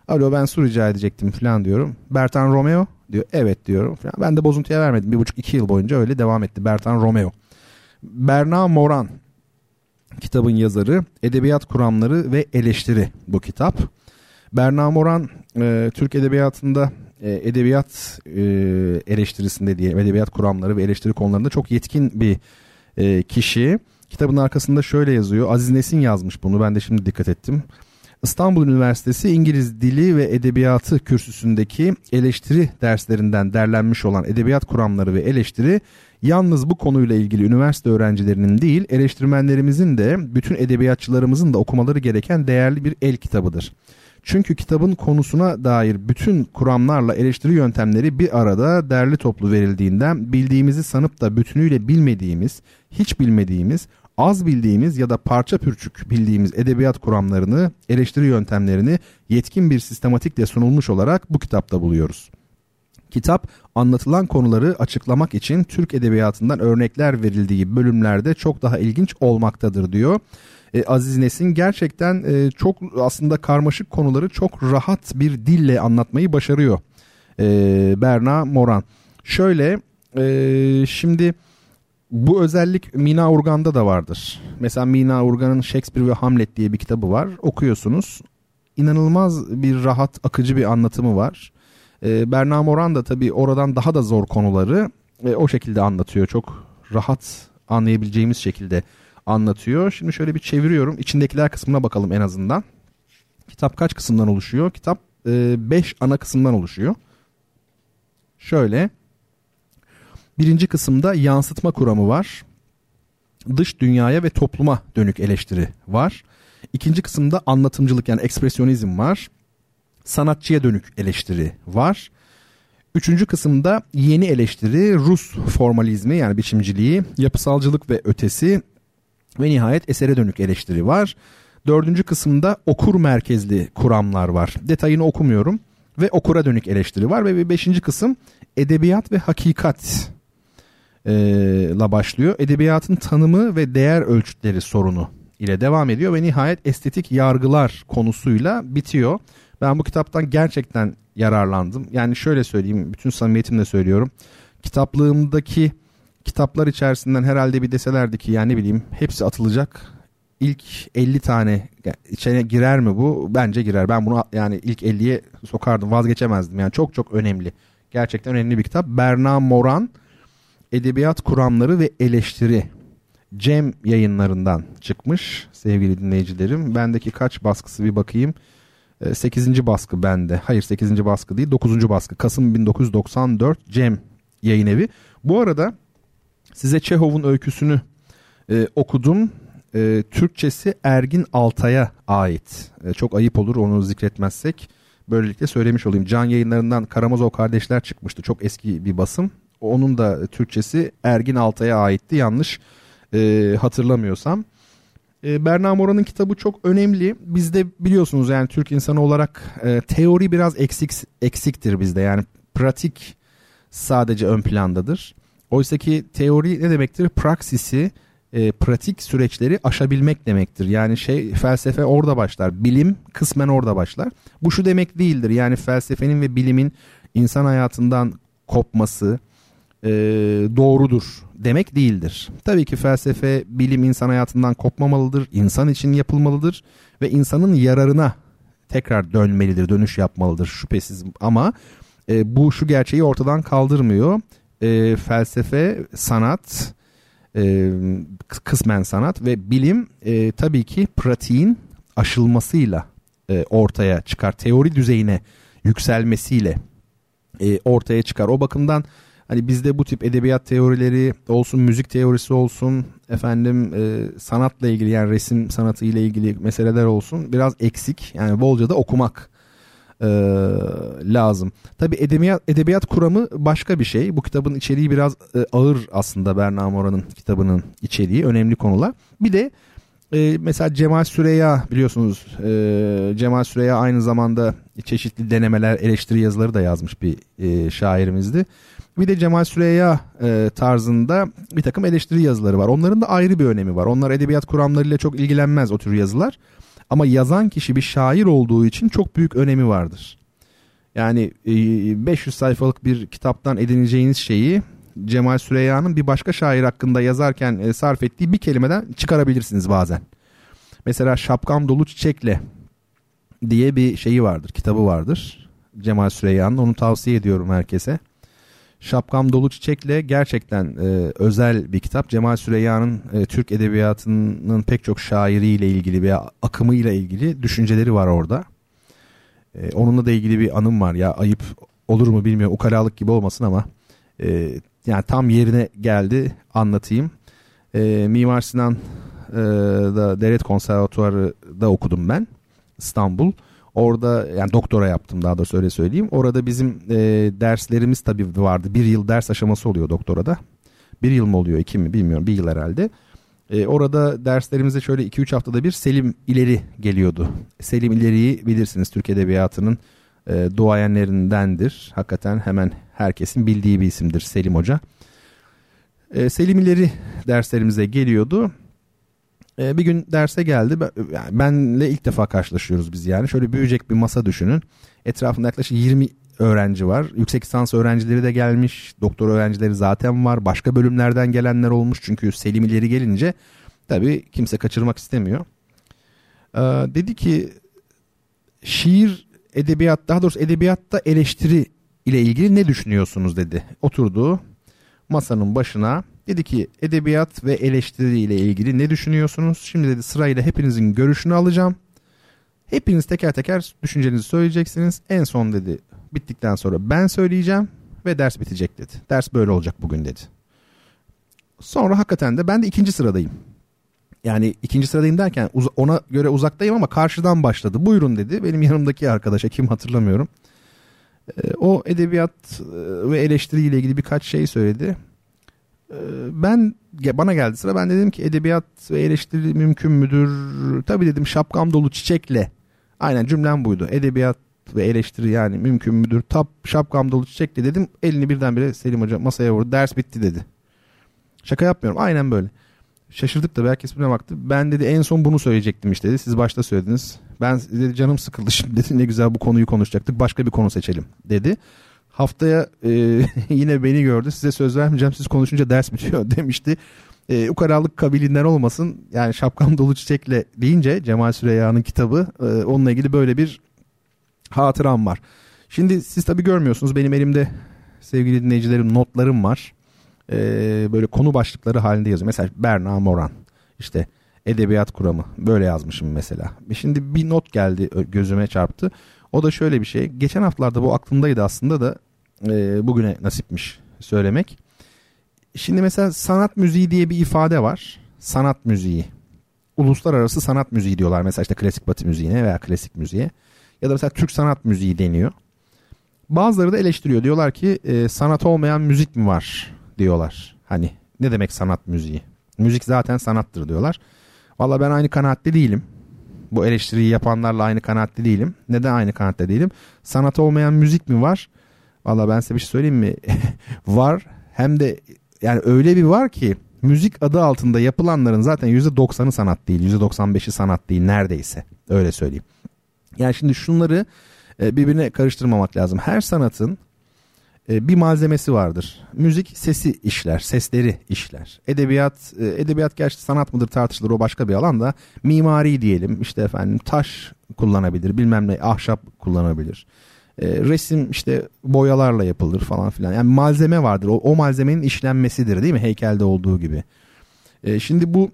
Alo, ben su rica edecektim falan diyorum. Bertan Romeo diyor. Evet diyorum falan. Ben de bozuntuya vermedim. 1,5-2 yıl boyunca öyle devam etti. Bertan Romeo. Berna Moran kitabın yazarı. Edebiyat Kuramları ve Eleştiri bu kitap. Berna Moran Türk edebiyatında edebiyat eleştirisinde diye, edebiyat kuramları ve eleştiri konularında çok yetkin bir kişi. Kitabın arkasında şöyle yazıyor. Aziz Nesin yazmış bunu, ben de şimdi dikkat ettim. İstanbul Üniversitesi İngiliz Dili ve Edebiyatı kürsüsündeki eleştiri derslerinden derlenmiş olan edebiyat kuramları ve eleştiri yalnız bu konuyla ilgili üniversite öğrencilerinin değil, eleştirmenlerimizin de bütün edebiyatçılarımızın da okumaları gereken değerli bir el kitabıdır. Çünkü kitabın konusuna dair bütün kuramlarla eleştiri yöntemleri bir arada derli toplu verildiğinden bildiğimizi sanıp da bütünüyle bilmediğimiz, hiç bilmediğimiz, az bildiğimiz ya da parça pürçük bildiğimiz edebiyat kuramlarını, eleştiri yöntemlerini yetkin bir sistematikle sunulmuş olarak bu kitapta buluyoruz. Kitap anlatılan konuları açıklamak için Türk edebiyatından örnekler verildiği bölümlerde çok daha ilginç olmaktadır diyor. Aziz Nesin gerçekten çok aslında karmaşık konuları çok rahat bir dille anlatmayı başarıyor. Berna Moran. Şöyle şimdi bu özellik Mina Urgan'da da vardır. Mesela Mina Urgan'ın Shakespeare ve Hamlet diye bir kitabı var. Okuyorsunuz. İnanılmaz bir rahat, akıcı bir anlatımı var. Berna Moran da tabii oradan daha da zor konuları o şekilde anlatıyor. Çok rahat anlayabileceğimiz şekilde anlatıyor. Şimdi şöyle bir çeviriyorum. İçindekiler kısmına bakalım en azından. Kitap kaç kısımdan oluşuyor? Kitap 5 ana kısımdan oluşuyor. Şöyle. Birinci kısımda yansıtma kuramı var. Dış dünyaya ve topluma dönük eleştiri var. İkinci kısımda anlatımcılık yani ekspresyonizm var. Sanatçıya dönük eleştiri var. Üçüncü kısımda yeni eleştiri, Rus formalizmi yani biçimciliği, yapısalcılık ve ötesi ve nihayet esere dönük eleştiri var. Dördüncü kısımda okur merkezli kuramlar var. Detayını okumuyorum. Ve okura dönük eleştiri var. Ve beşinci kısım edebiyat ve hakikat la başlıyor. Edebiyatın tanımı ve değer ölçütleri sorunu ile devam ediyor. Ve nihayet estetik yargılar konusuyla bitiyor. Ben bu kitaptan gerçekten yararlandım. Yani şöyle söyleyeyim, bütün samimiyetimle söylüyorum. Kitaplığımdaki kitaplar içerisinden herhalde bir deselerdi ki yani ne bileyim hepsi atılacak. İlk 50 tane içine girer mi bu? Bence girer. Ben bunu yani ilk 50'ye sokardım, vazgeçemezdim. Yani çok çok önemli. Gerçekten önemli bir kitap. Berna Moran, Edebiyat Kuramları ve Eleştiri. Cem Yayınlarından çıkmış sevgili dinleyicilerim. Bendeki kaç baskısı bir bakayım. 8. baskı bende. Hayır 8. baskı değil, 9. baskı. Kasım 1994 Cem Yayınevi. Bu arada size Çehov'un öyküsünü okudum. Türkçesi Ergin Altay'a ait. Çok ayıp olur onu zikretmezsek. Böylelikle söylemiş olayım. Can Yayınlarından Karamazov Kardeşler çıkmıştı. Çok eski bir basım. Onun da Türkçesi Ergin Altay'a aitti. Yanlış hatırlamıyorsam. Berna Moran'ın kitabı çok önemli. Bizde biliyorsunuz yani Türk insanı olarak teori biraz eksiktir bizde. Yani pratik sadece ön plandadır. Oysaki teori ne demektir? Praksisi, pratik süreçleri aşabilmek demektir. Yani felsefe orada başlar. Bilim kısmen orada başlar. Bu şu demek değildir. Yani felsefenin ve bilimin insan hayatından kopması doğrudur demek değildir. Tabii ki felsefe, bilim insan hayatından kopmamalıdır. İnsan için yapılmalıdır ve insanın yararına tekrar dönmelidir, dönüş yapmalıdır şüphesiz. Ama bu şu gerçeği ortadan kaldırmıyor. Felsefe, sanat, kısmen sanat ve bilim tabii ki pratiğin aşılmasıyla ortaya çıkar. Teori düzeyine yükselmesiyle ortaya çıkar. O bakımdan hani bizde bu tip edebiyat teorileri olsun, müzik teorisi olsun, sanatla ilgili yani resim sanatı ile ilgili meseleler olsun biraz eksik. Yani bolca da okumak lazım. Tabii edebiyat kuramı başka bir şey. Bu kitabın içeriği biraz ağır aslında. Berna Moran'ın kitabının içeriği, önemli konular. Bir de mesela Cemal Süreya biliyorsunuz. Cemal Süreya aynı zamanda çeşitli denemeler, eleştiri yazıları da yazmış bir şairimizdi. Bir de Cemal Süreya tarzında bir takım eleştiri yazıları var. Onların da ayrı bir önemi var. Onlar edebiyat kuramlarıyla çok ilgilenmez o tür yazılar. Ama yazan kişi bir şair olduğu için çok büyük önemi vardır. Yani 500 sayfalık bir kitaptan edineceğiniz şeyi Cemal Süreyya'nın bir başka şair hakkında yazarken sarf ettiği bir kelimeden çıkarabilirsiniz bazen. Mesela Şapkam Dolu Çiçekle diye bir şeyi vardır, kitabı vardır Cemal Süreyya'nın. Onu tavsiye ediyorum herkese. Şapkam Dolu Çiçekle gerçekten özel bir kitap. Cemal Süreyya'nın Türk edebiyatının pek çok şairiyle ilgili veya akımıyla ilgili düşünceleri var orada. Onunla da ilgili bir anım var ya, ayıp olur mu bilmiyorum, ukalalık gibi olmasın ama yani tam yerine geldi, anlatayım. Mimar Sinan da Devlet Konservatuvarı'da okudum ben, İstanbul. Orada yani doktora yaptım, daha doğrusu öyle söyleyeyim. Orada bizim derslerimiz tabii vardı. Bir yıl ders aşaması oluyor doktorada. Bir yıl mı oluyor, 2 mi bilmiyorum, bir yıl herhalde. Orada derslerimize şöyle 2-3 haftada bir Selim İleri geliyordu. Selim İleri'yi bilirsiniz, Türk Edebiyatı'nın duayenlerindendir. Hakikaten hemen herkesin bildiği bir isimdir Selim Hoca. Selim İleri derslerimize geliyordu. Bir gün derse geldi. Benle ilk defa karşılaşıyoruz biz yani. Şöyle büyüyecek bir masa düşünün. Etrafında yaklaşık 20 öğrenci var. Yüksek lisans öğrencileri de gelmiş. Doktor öğrencileri zaten var. Başka bölümlerden gelenler olmuş. Çünkü Selim İleri gelince tabii kimse kaçırmak istemiyor. Dedi ki şiir, edebiyat, daha doğrusu edebiyatta eleştiri ile ilgili ne düşünüyorsunuz dedi. Oturdu masanın başına. Dedi ki edebiyat ve eleştiri ile ilgili ne düşünüyorsunuz? Şimdi dedi sırayla hepinizin görüşünü alacağım. Hepiniz teker teker düşüncenizi söyleyeceksiniz. En son dedi bittikten sonra ben söyleyeceğim ve ders bitecek dedi. Ders böyle olacak bugün dedi. Sonra hakikaten de ben de 2. sıradayım. Yani 2. sıradayım derken ona göre uzaktayım ama karşıdan başladı. Buyurun dedi. Benim yanımdaki arkadaşa, kim hatırlamıyorum. O edebiyat ve eleştiri ile ilgili birkaç şey söyledi. Bana geldi sıra, ben dedim ki edebiyat ve eleştiri mümkün müdür? Tabii dedim, şapkam dolu çiçekle. Aynen cümlem buydu. Edebiyat ve eleştiri yani mümkün müdür? Şapkam dolu çiçekle dedim. Elini birdenbire Selim Hoca masaya vurdu. Ders bitti dedi. Şaka yapmıyorum. Aynen böyle. Şaşırdık da herkes birbirine baktı. Ben dedi en son bunu söyleyecektim işte dedi. Siz başta söylediniz. Ben dedi canım sıkıldı şimdi dedi. Ne güzel bu konuyu konuşacaktık. Başka bir konu seçelim dedi. Haftaya yine beni gördü. Size söz vermeyeceğim. Siz konuşunca ders bitiyor demişti. Ukalalık kabiliğinden olmasın. Yani şapkam dolu çiçekle deyince Cemal Süreyya'nın kitabı, onunla ilgili böyle bir hatıram var. Şimdi siz tabii görmüyorsunuz. Benim elimde sevgili dinleyicilerim notlarım var. Böyle konu başlıkları halinde yazıyor. Mesela Berna Moran, işte edebiyat kuramı, böyle yazmışım mesela. Şimdi bir not geldi, gözüme çarptı. O da şöyle bir şey. Geçen haftalarda bu aklımdaydı aslında da bugüne nasipmiş söylemek. Şimdi mesela sanat müziği diye bir ifade var. Sanat müziği. Uluslararası sanat müziği diyorlar. Mesela işte klasik batı müziğine veya klasik müziğe. Ya da mesela Türk sanat müziği deniyor. Bazıları da eleştiriyor. Diyorlar ki sanat olmayan müzik mi var diyorlar. Hani ne demek sanat müziği? Müzik zaten sanattır diyorlar. Vallahi ben aynı kanaatte değilim. Bu eleştiriyi yapanlarla aynı kanaatte değilim. Neden aynı kanaatte değilim? Sanat olmayan müzik mi var? Vallahi ben size bir şey söyleyeyim mi? Var. Hem de yani öyle bir var ki müzik adı altında yapılanların zaten %90'ı sanat değil. %95'i sanat değil neredeyse. Öyle söyleyeyim. Yani şimdi şunları birbirine karıştırmamak lazım. Her sanatın bir malzemesi vardır. Müzik sesi işler, sesleri işler. Edebiyat gerçi sanat mıdır tartışılır, o başka bir alan da. Mimari diyelim, işte efendim taş kullanabilir, bilmem ne, ahşap kullanabilir. Resim işte boyalarla yapılır falan filan. Yani malzeme vardır. O malzemenin işlenmesidir değil mi? Heykelde olduğu gibi. Şimdi bu,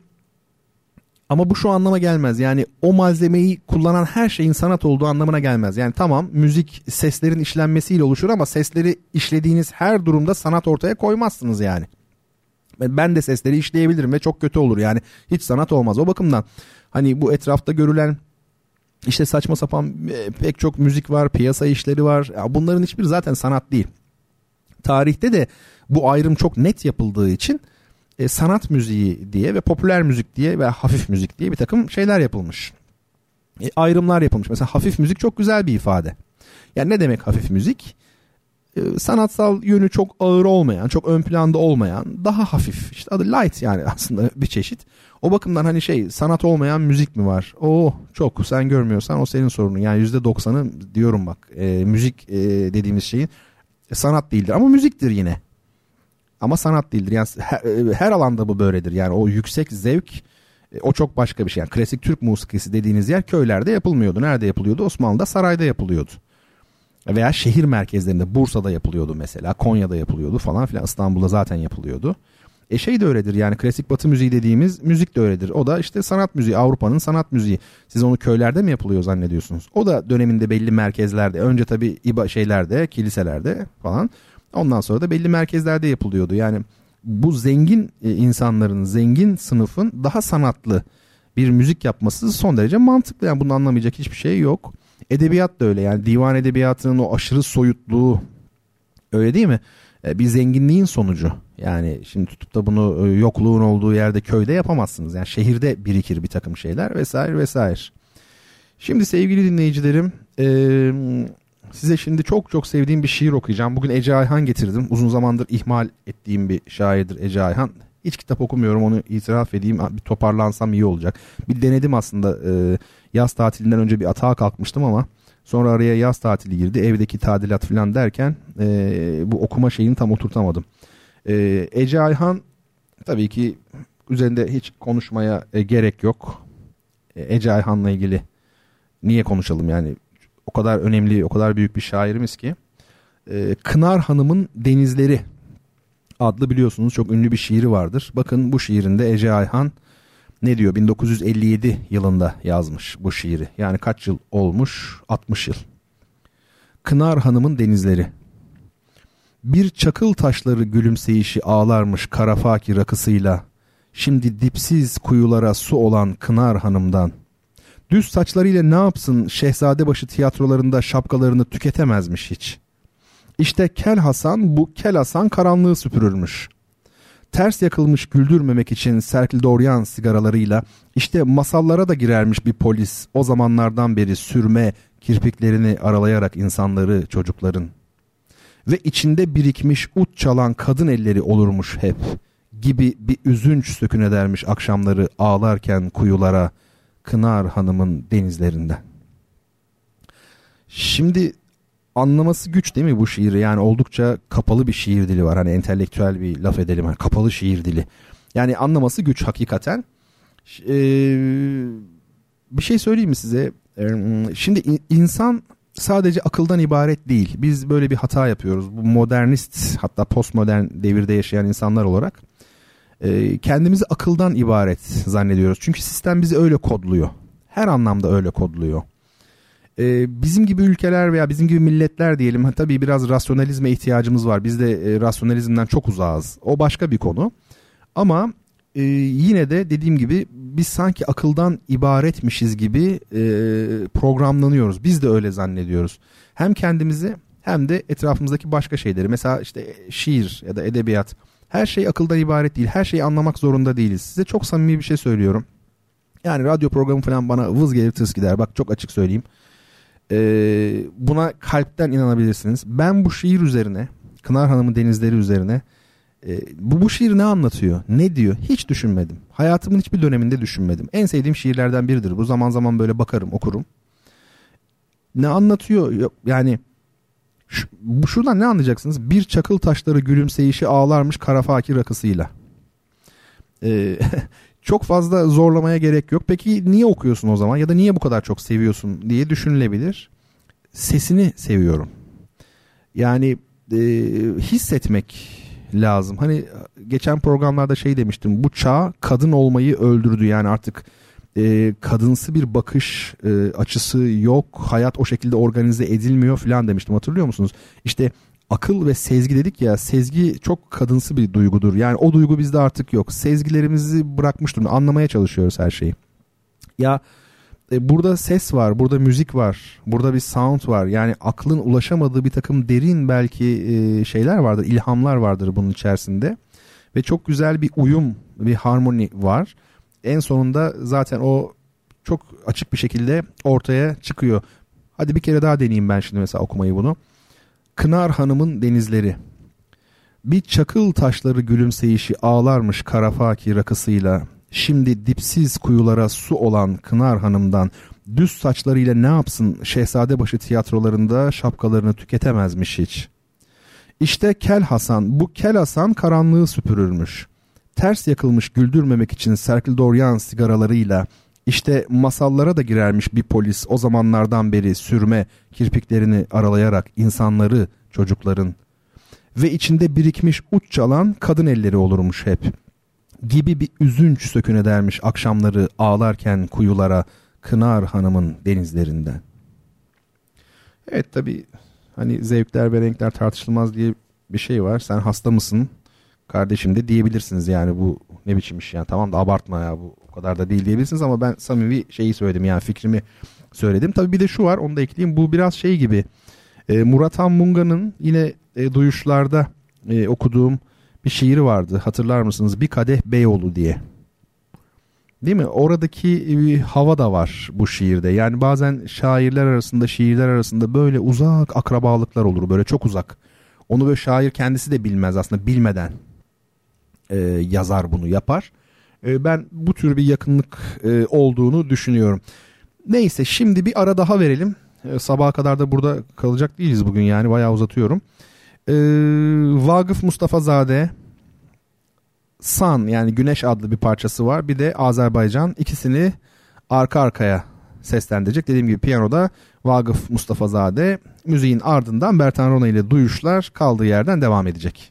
ama bu şu anlama gelmez. Yani o malzemeyi kullanan her şeyin sanat olduğu anlamına gelmez. Yani tamam, müzik seslerin işlenmesiyle oluşur ama sesleri işlediğiniz her durumda sanat ortaya koymazsınız yani. Ben de sesleri işleyebilirim ve çok kötü olur. Yani hiç sanat olmaz. O bakımdan hani bu etrafta görülen işte saçma sapan pek çok müzik var, piyasa işleri var. Ya bunların hiçbiri zaten sanat değil. Tarihte de bu ayrım çok net yapıldığı için sanat müziği diye ve popüler müzik diye ve hafif müzik diye bir takım şeyler yapılmış. Ayrımlar yapılmış. Mesela hafif müzik çok güzel bir ifade. Yani ne demek hafif müzik? sanatsal yönü çok ağır olmayan, çok ön planda olmayan, daha hafif. İşte adı light yani aslında bir çeşit. O bakımdan hani sanat olmayan müzik mi var? Çok, sen görmüyorsan o senin sorunun. Yani %90'ı diyorum bak, müzik dediğimiz şeyin sanat değildir ama müziktir yine. Ama sanat değildir. Yani her alanda bu böyledir. Yani o yüksek zevk, o çok başka bir şey. Yani klasik Türk musikisi dediğiniz yer köylerde yapılmıyordu. Nerede yapılıyordu? Osmanlı'da sarayda yapılıyordu. Veya şehir merkezlerinde, Bursa'da yapılıyordu mesela, Konya'da yapılıyordu falan filan, İstanbul'da zaten yapılıyordu. De öyledir yani, klasik Batı müziği dediğimiz müzik de öyledir. O da işte sanat müziği, Avrupa'nın sanat müziği. Siz onu köylerde mi yapılıyor zannediyorsunuz? O da döneminde belli merkezlerde, önce tabii kiliselerde falan, ondan sonra da belli merkezlerde yapılıyordu. Yani bu zengin insanların, zengin sınıfın daha sanatlı bir müzik yapması son derece mantıklı. Yani bunu anlamayacak hiçbir şey yok. Edebiyat da öyle yani, divan edebiyatının o aşırı soyutluğu, öyle değil mi? Bir zenginliğin sonucu. Yani şimdi tutup da bunu yokluğun olduğu yerde, köyde yapamazsınız. Yani şehirde birikir bir takım şeyler vesaire vesaire. Şimdi sevgili dinleyicilerim, size şimdi çok çok sevdiğim bir şiir okuyacağım. Bugün Ece Ayhan getirdim. Uzun zamandır ihmal ettiğim bir şairdir Ece Ayhan. Hiç kitap okumuyorum, onu itiraf edeyim. Bir toparlansam iyi olacak. Bir denedim aslında, yaz tatilinden önce bir atağa kalkmıştım ama sonra araya yaz tatili girdi. Evdeki tadilat falan derken bu okuma şeyini tam oturtamadım. Ece Ayhan, tabii ki üzerinde hiç konuşmaya gerek yok. Ece Ayhan'la ilgili niye konuşalım yani? O kadar önemli, o kadar büyük bir şairimiz ki. Kınar Hanım'ın Denizleri adlı, biliyorsunuz, çok ünlü bir şiiri vardır. Bakın bu şiirinde Ece Ayhan ne diyor? 1957 yılında yazmış bu şiiri. Yani kaç yıl olmuş? 60 yıl. Kınar Hanım'ın Denizleri. Bir çakıl taşları gülümseyişi ağlarmış karafaki rakısıyla. Şimdi dipsiz kuyulara su olan Kınar Hanım'dan. Düz saçlarıyla ne yapsın, Şehzadebaşı tiyatrolarında şapkalarını tüketemezmiş hiç. İşte Kel Hasan, bu Kel Hasan karanlığı süpürürmüş. Ters yakılmış güldürmemek için Serkildoryan sigaralarıyla işte masallara da girermiş bir polis, o zamanlardan beri sürme kirpiklerini aralayarak insanları, çocukların. Ve içinde birikmiş ut çalan kadın elleri olurmuş hep gibi bir üzünç sökün edermiş akşamları ağlarken kuyulara Kınar Hanım'ın denizlerinden. Şimdi anlaması güç değil mi bu şiiri? Yani oldukça kapalı bir şiir dili var. Hani entelektüel bir laf edelim. Hani kapalı şiir dili. Yani anlaması güç hakikaten. Bir şey söyleyeyim mi size? Şimdi insan sadece akıldan ibaret değil. Biz böyle bir hata yapıyoruz. Bu modernist, hatta postmodern devirde yaşayan insanlar olarak kendimizi akıldan ibaret zannediyoruz. Çünkü sistem bizi öyle kodluyor. Her anlamda öyle kodluyor. Bizim gibi ülkeler veya bizim gibi milletler diyelim, tabii biraz rasyonalizme ihtiyacımız var. Biz de rasyonalizmden çok uzağız. O başka bir konu. Ama yine de dediğim gibi biz sanki akıldan ibaretmişiz gibi programlanıyoruz. Biz de öyle zannediyoruz. Hem kendimizi hem de etrafımızdaki başka şeyleri. Mesela işte şiir ya da edebiyat. Her şey akıldan ibaret değil. Her şeyi anlamak zorunda değiliz. Size çok samimi bir şey söylüyorum. Yani radyo programı falan bana vız gelir tız gider. Bak çok açık söyleyeyim. Buna kalpten inanabilirsiniz. Ben bu şiir üzerine, Kınar Hanım'ın Denizleri üzerine, bu şiir ne anlatıyor, ne diyor hiç düşünmedim. Hayatımın hiçbir döneminde düşünmedim. En sevdiğim şiirlerden biridir. Bu zaman zaman böyle bakarım, okurum. Ne anlatıyor? Yani şuradan ne anlayacaksınız? Bir çakıl taşları gülümseyişi ağlarmış karafaki rakısıyla. Çok fazla zorlamaya gerek yok. Peki niye okuyorsun o zaman? Ya da niye bu kadar çok seviyorsun diye düşünülebilir. Sesini seviyorum. Yani hissetmek lazım. Hani geçen programlarda şey demiştim. Bu çağ kadın olmayı öldürdü. Yani artık kadınsı bir bakış açısı yok. Hayat o şekilde organize edilmiyor falan demiştim. Hatırlıyor musunuz? İşte akıl ve sezgi dedik ya, sezgi çok kadınsı bir duygudur. Yani o duygu bizde artık yok. Sezgilerimizi bırakmış durumda. Anlamaya çalışıyoruz her şeyi. Ya burada ses var, burada müzik var, burada bir sound var. Yani aklın ulaşamadığı bir takım derin belki şeyler vardır, ilhamlar vardır bunun içerisinde. Ve çok güzel bir uyum, bir harmoni var. En sonunda zaten o çok açık bir şekilde ortaya çıkıyor. Hadi bir kere daha deneyeyim ben şimdi mesela okumayı bunu. Kınar Hanım'ın denizleri. Bir çakıl taşları gülümseyişi ağlarmış karafaki rakısıyla. Şimdi dipsiz kuyulara su olan Kınar Hanım'dan düz saçlarıyla ne yapsın Şehzadebaşı tiyatrolarında şapkalarını tüketemezmiş hiç. İşte Kel Hasan, bu Kel Hasan karanlığı süpürürmüş. Ters yakılmış güldürmemek için Serkil Doryan sigaralarıyla, işte masallara da girermiş bir polis o zamanlardan beri sürme kirpiklerini aralayarak insanları, çocukların ve içinde birikmiş uç çalan kadın elleri olurmuş hep. Gibi bir üzünç sökün edermiş akşamları ağlarken kuyulara Kınar Hanım'ın denizlerinden. Evet tabii hani zevkler ve renkler tartışılmaz diye bir şey var. Sen hasta mısın kardeşim de diyebilirsiniz yani, bu ne biçim iş yani, tamam da abartma ya, bu o kadar da değil diyebilirsiniz ama ben samimi şeyi söyledim yani, fikrimi söyledim. Tabii bir de şu var, onu da ekleyeyim, bu biraz şey gibi Murat Han Munga'nın yine Duyuşlar'da okuduğum bir şiiri vardı, hatırlar mısınız? Bir Kadeh Beyoğlu diye. Değil mi? Oradaki hava da var bu şiirde. Yani bazen şairler arasında, şiirler arasında böyle uzak akrabalıklar olur. Böyle çok uzak. Onu böyle şair kendisi de bilmez aslında, bilmeden yazar bunu, yapar. Ben bu tür bir yakınlık olduğunu düşünüyorum. Neyse, şimdi bir ara daha verelim. Sabaha kadar da burada kalacak değiliz bugün yani, bayağı uzatıyorum. Vagıf Mustafazade San, yani Güneş adlı bir parçası var. Bir de Azerbaycan, ikisini arka arkaya seslendirecek. Dediğim gibi piyanoda Vagıf Mustafazade, müziğin ardından Bertan Rona ile Duyuşlar kaldığı yerden devam edecek.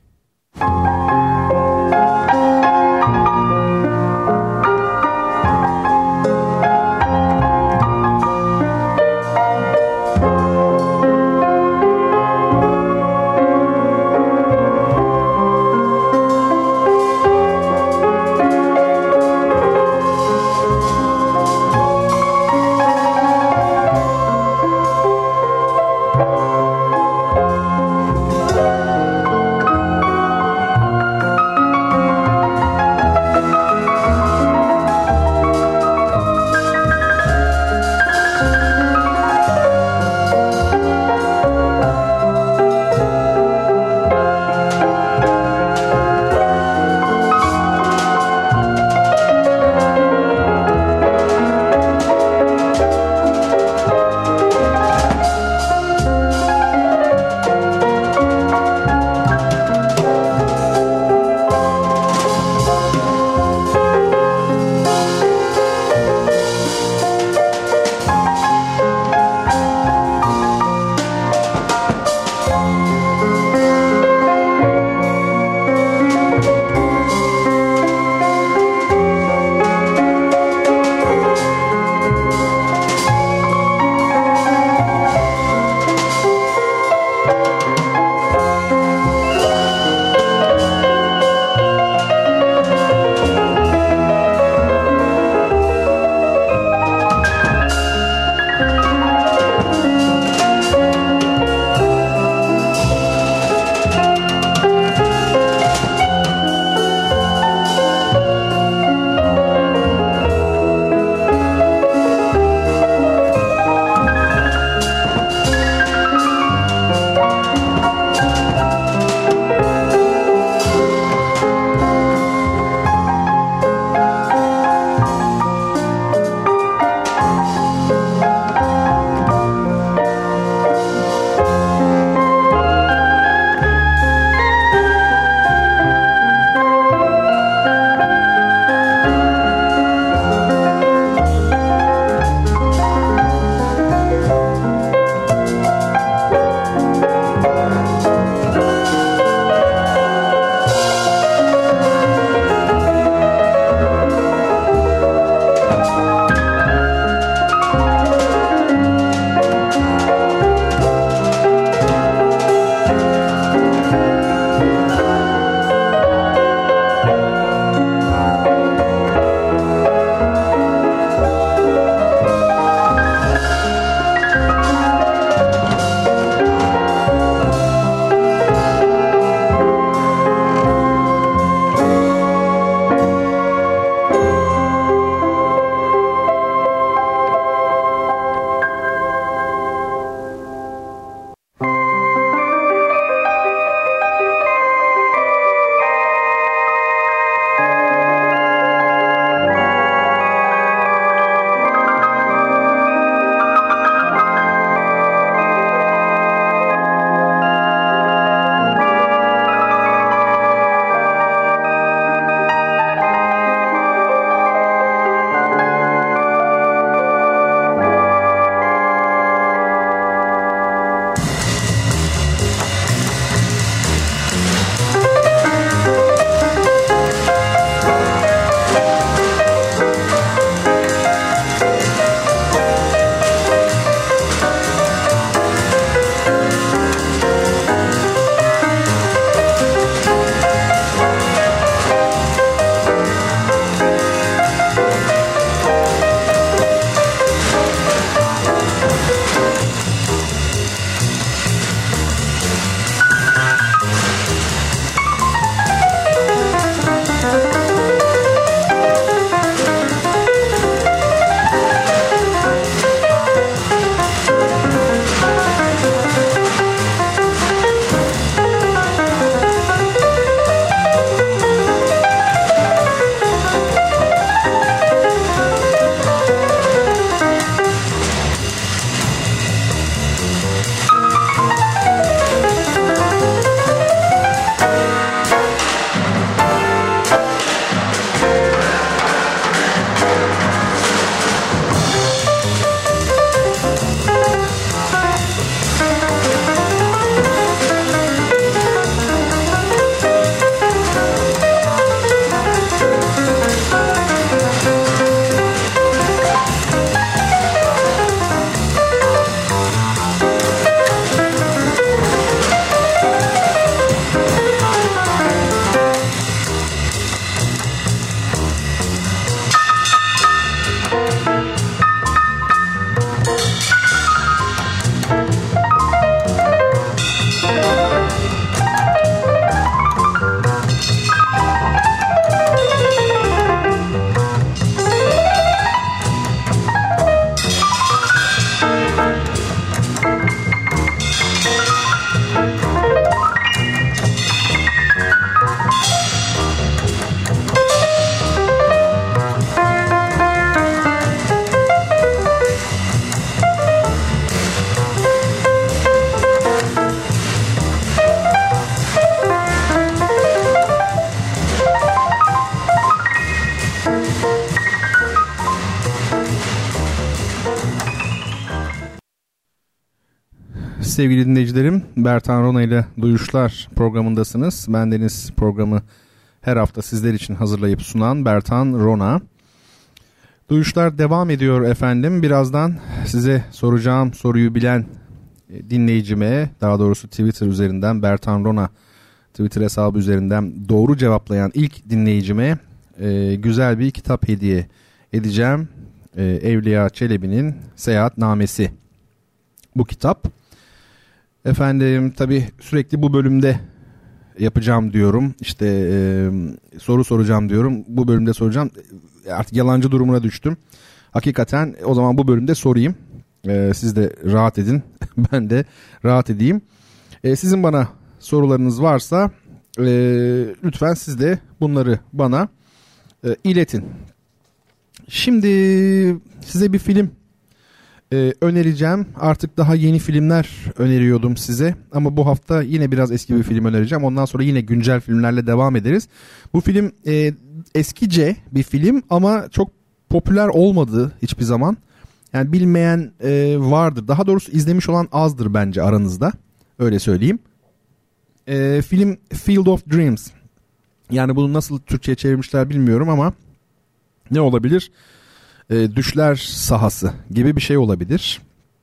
sevgili dinleyicilerim. Bertan Rona ile Duyuşlar programındasınız. Bendeniz programı her hafta sizler için hazırlayıp sunan Bertan Rona. Duyuşlar devam ediyor efendim. Birazdan size soracağım soruyu bilen dinleyicime, daha doğrusu Twitter üzerinden Bertan Rona Twitter hesabı üzerinden doğru cevaplayan ilk dinleyicime güzel bir kitap hediye edeceğim. Evliya Çelebi'nin Seyahatnamesi. Bu kitap. Efendim tabii sürekli bu bölümde yapacağım diyorum. İşte soru soracağım diyorum. Bu bölümde soracağım. Artık yalancı durumuna düştüm. Hakikaten o zaman bu bölümde sorayım. Siz de rahat edin. Ben de rahat edeyim. Sizin bana sorularınız varsa lütfen siz de bunları bana iletin. Şimdi size bir film önereceğim. Artık daha yeni filmler öneriyordum size. Ama bu hafta yine biraz eski bir film önereceğim. Ondan sonra yine güncel filmlerle devam ederiz. Bu film eskice bir film ama çok popüler olmadı hiçbir zaman. Yani bilmeyen vardır. Daha doğrusu izlemiş olan azdır bence aranızda. Öyle söyleyeyim. Film Field of Dreams. Yani bunu nasıl Türkçe'ye çevirmişler bilmiyorum ama ne olabilir? Düşler sahası gibi bir şey olabilir.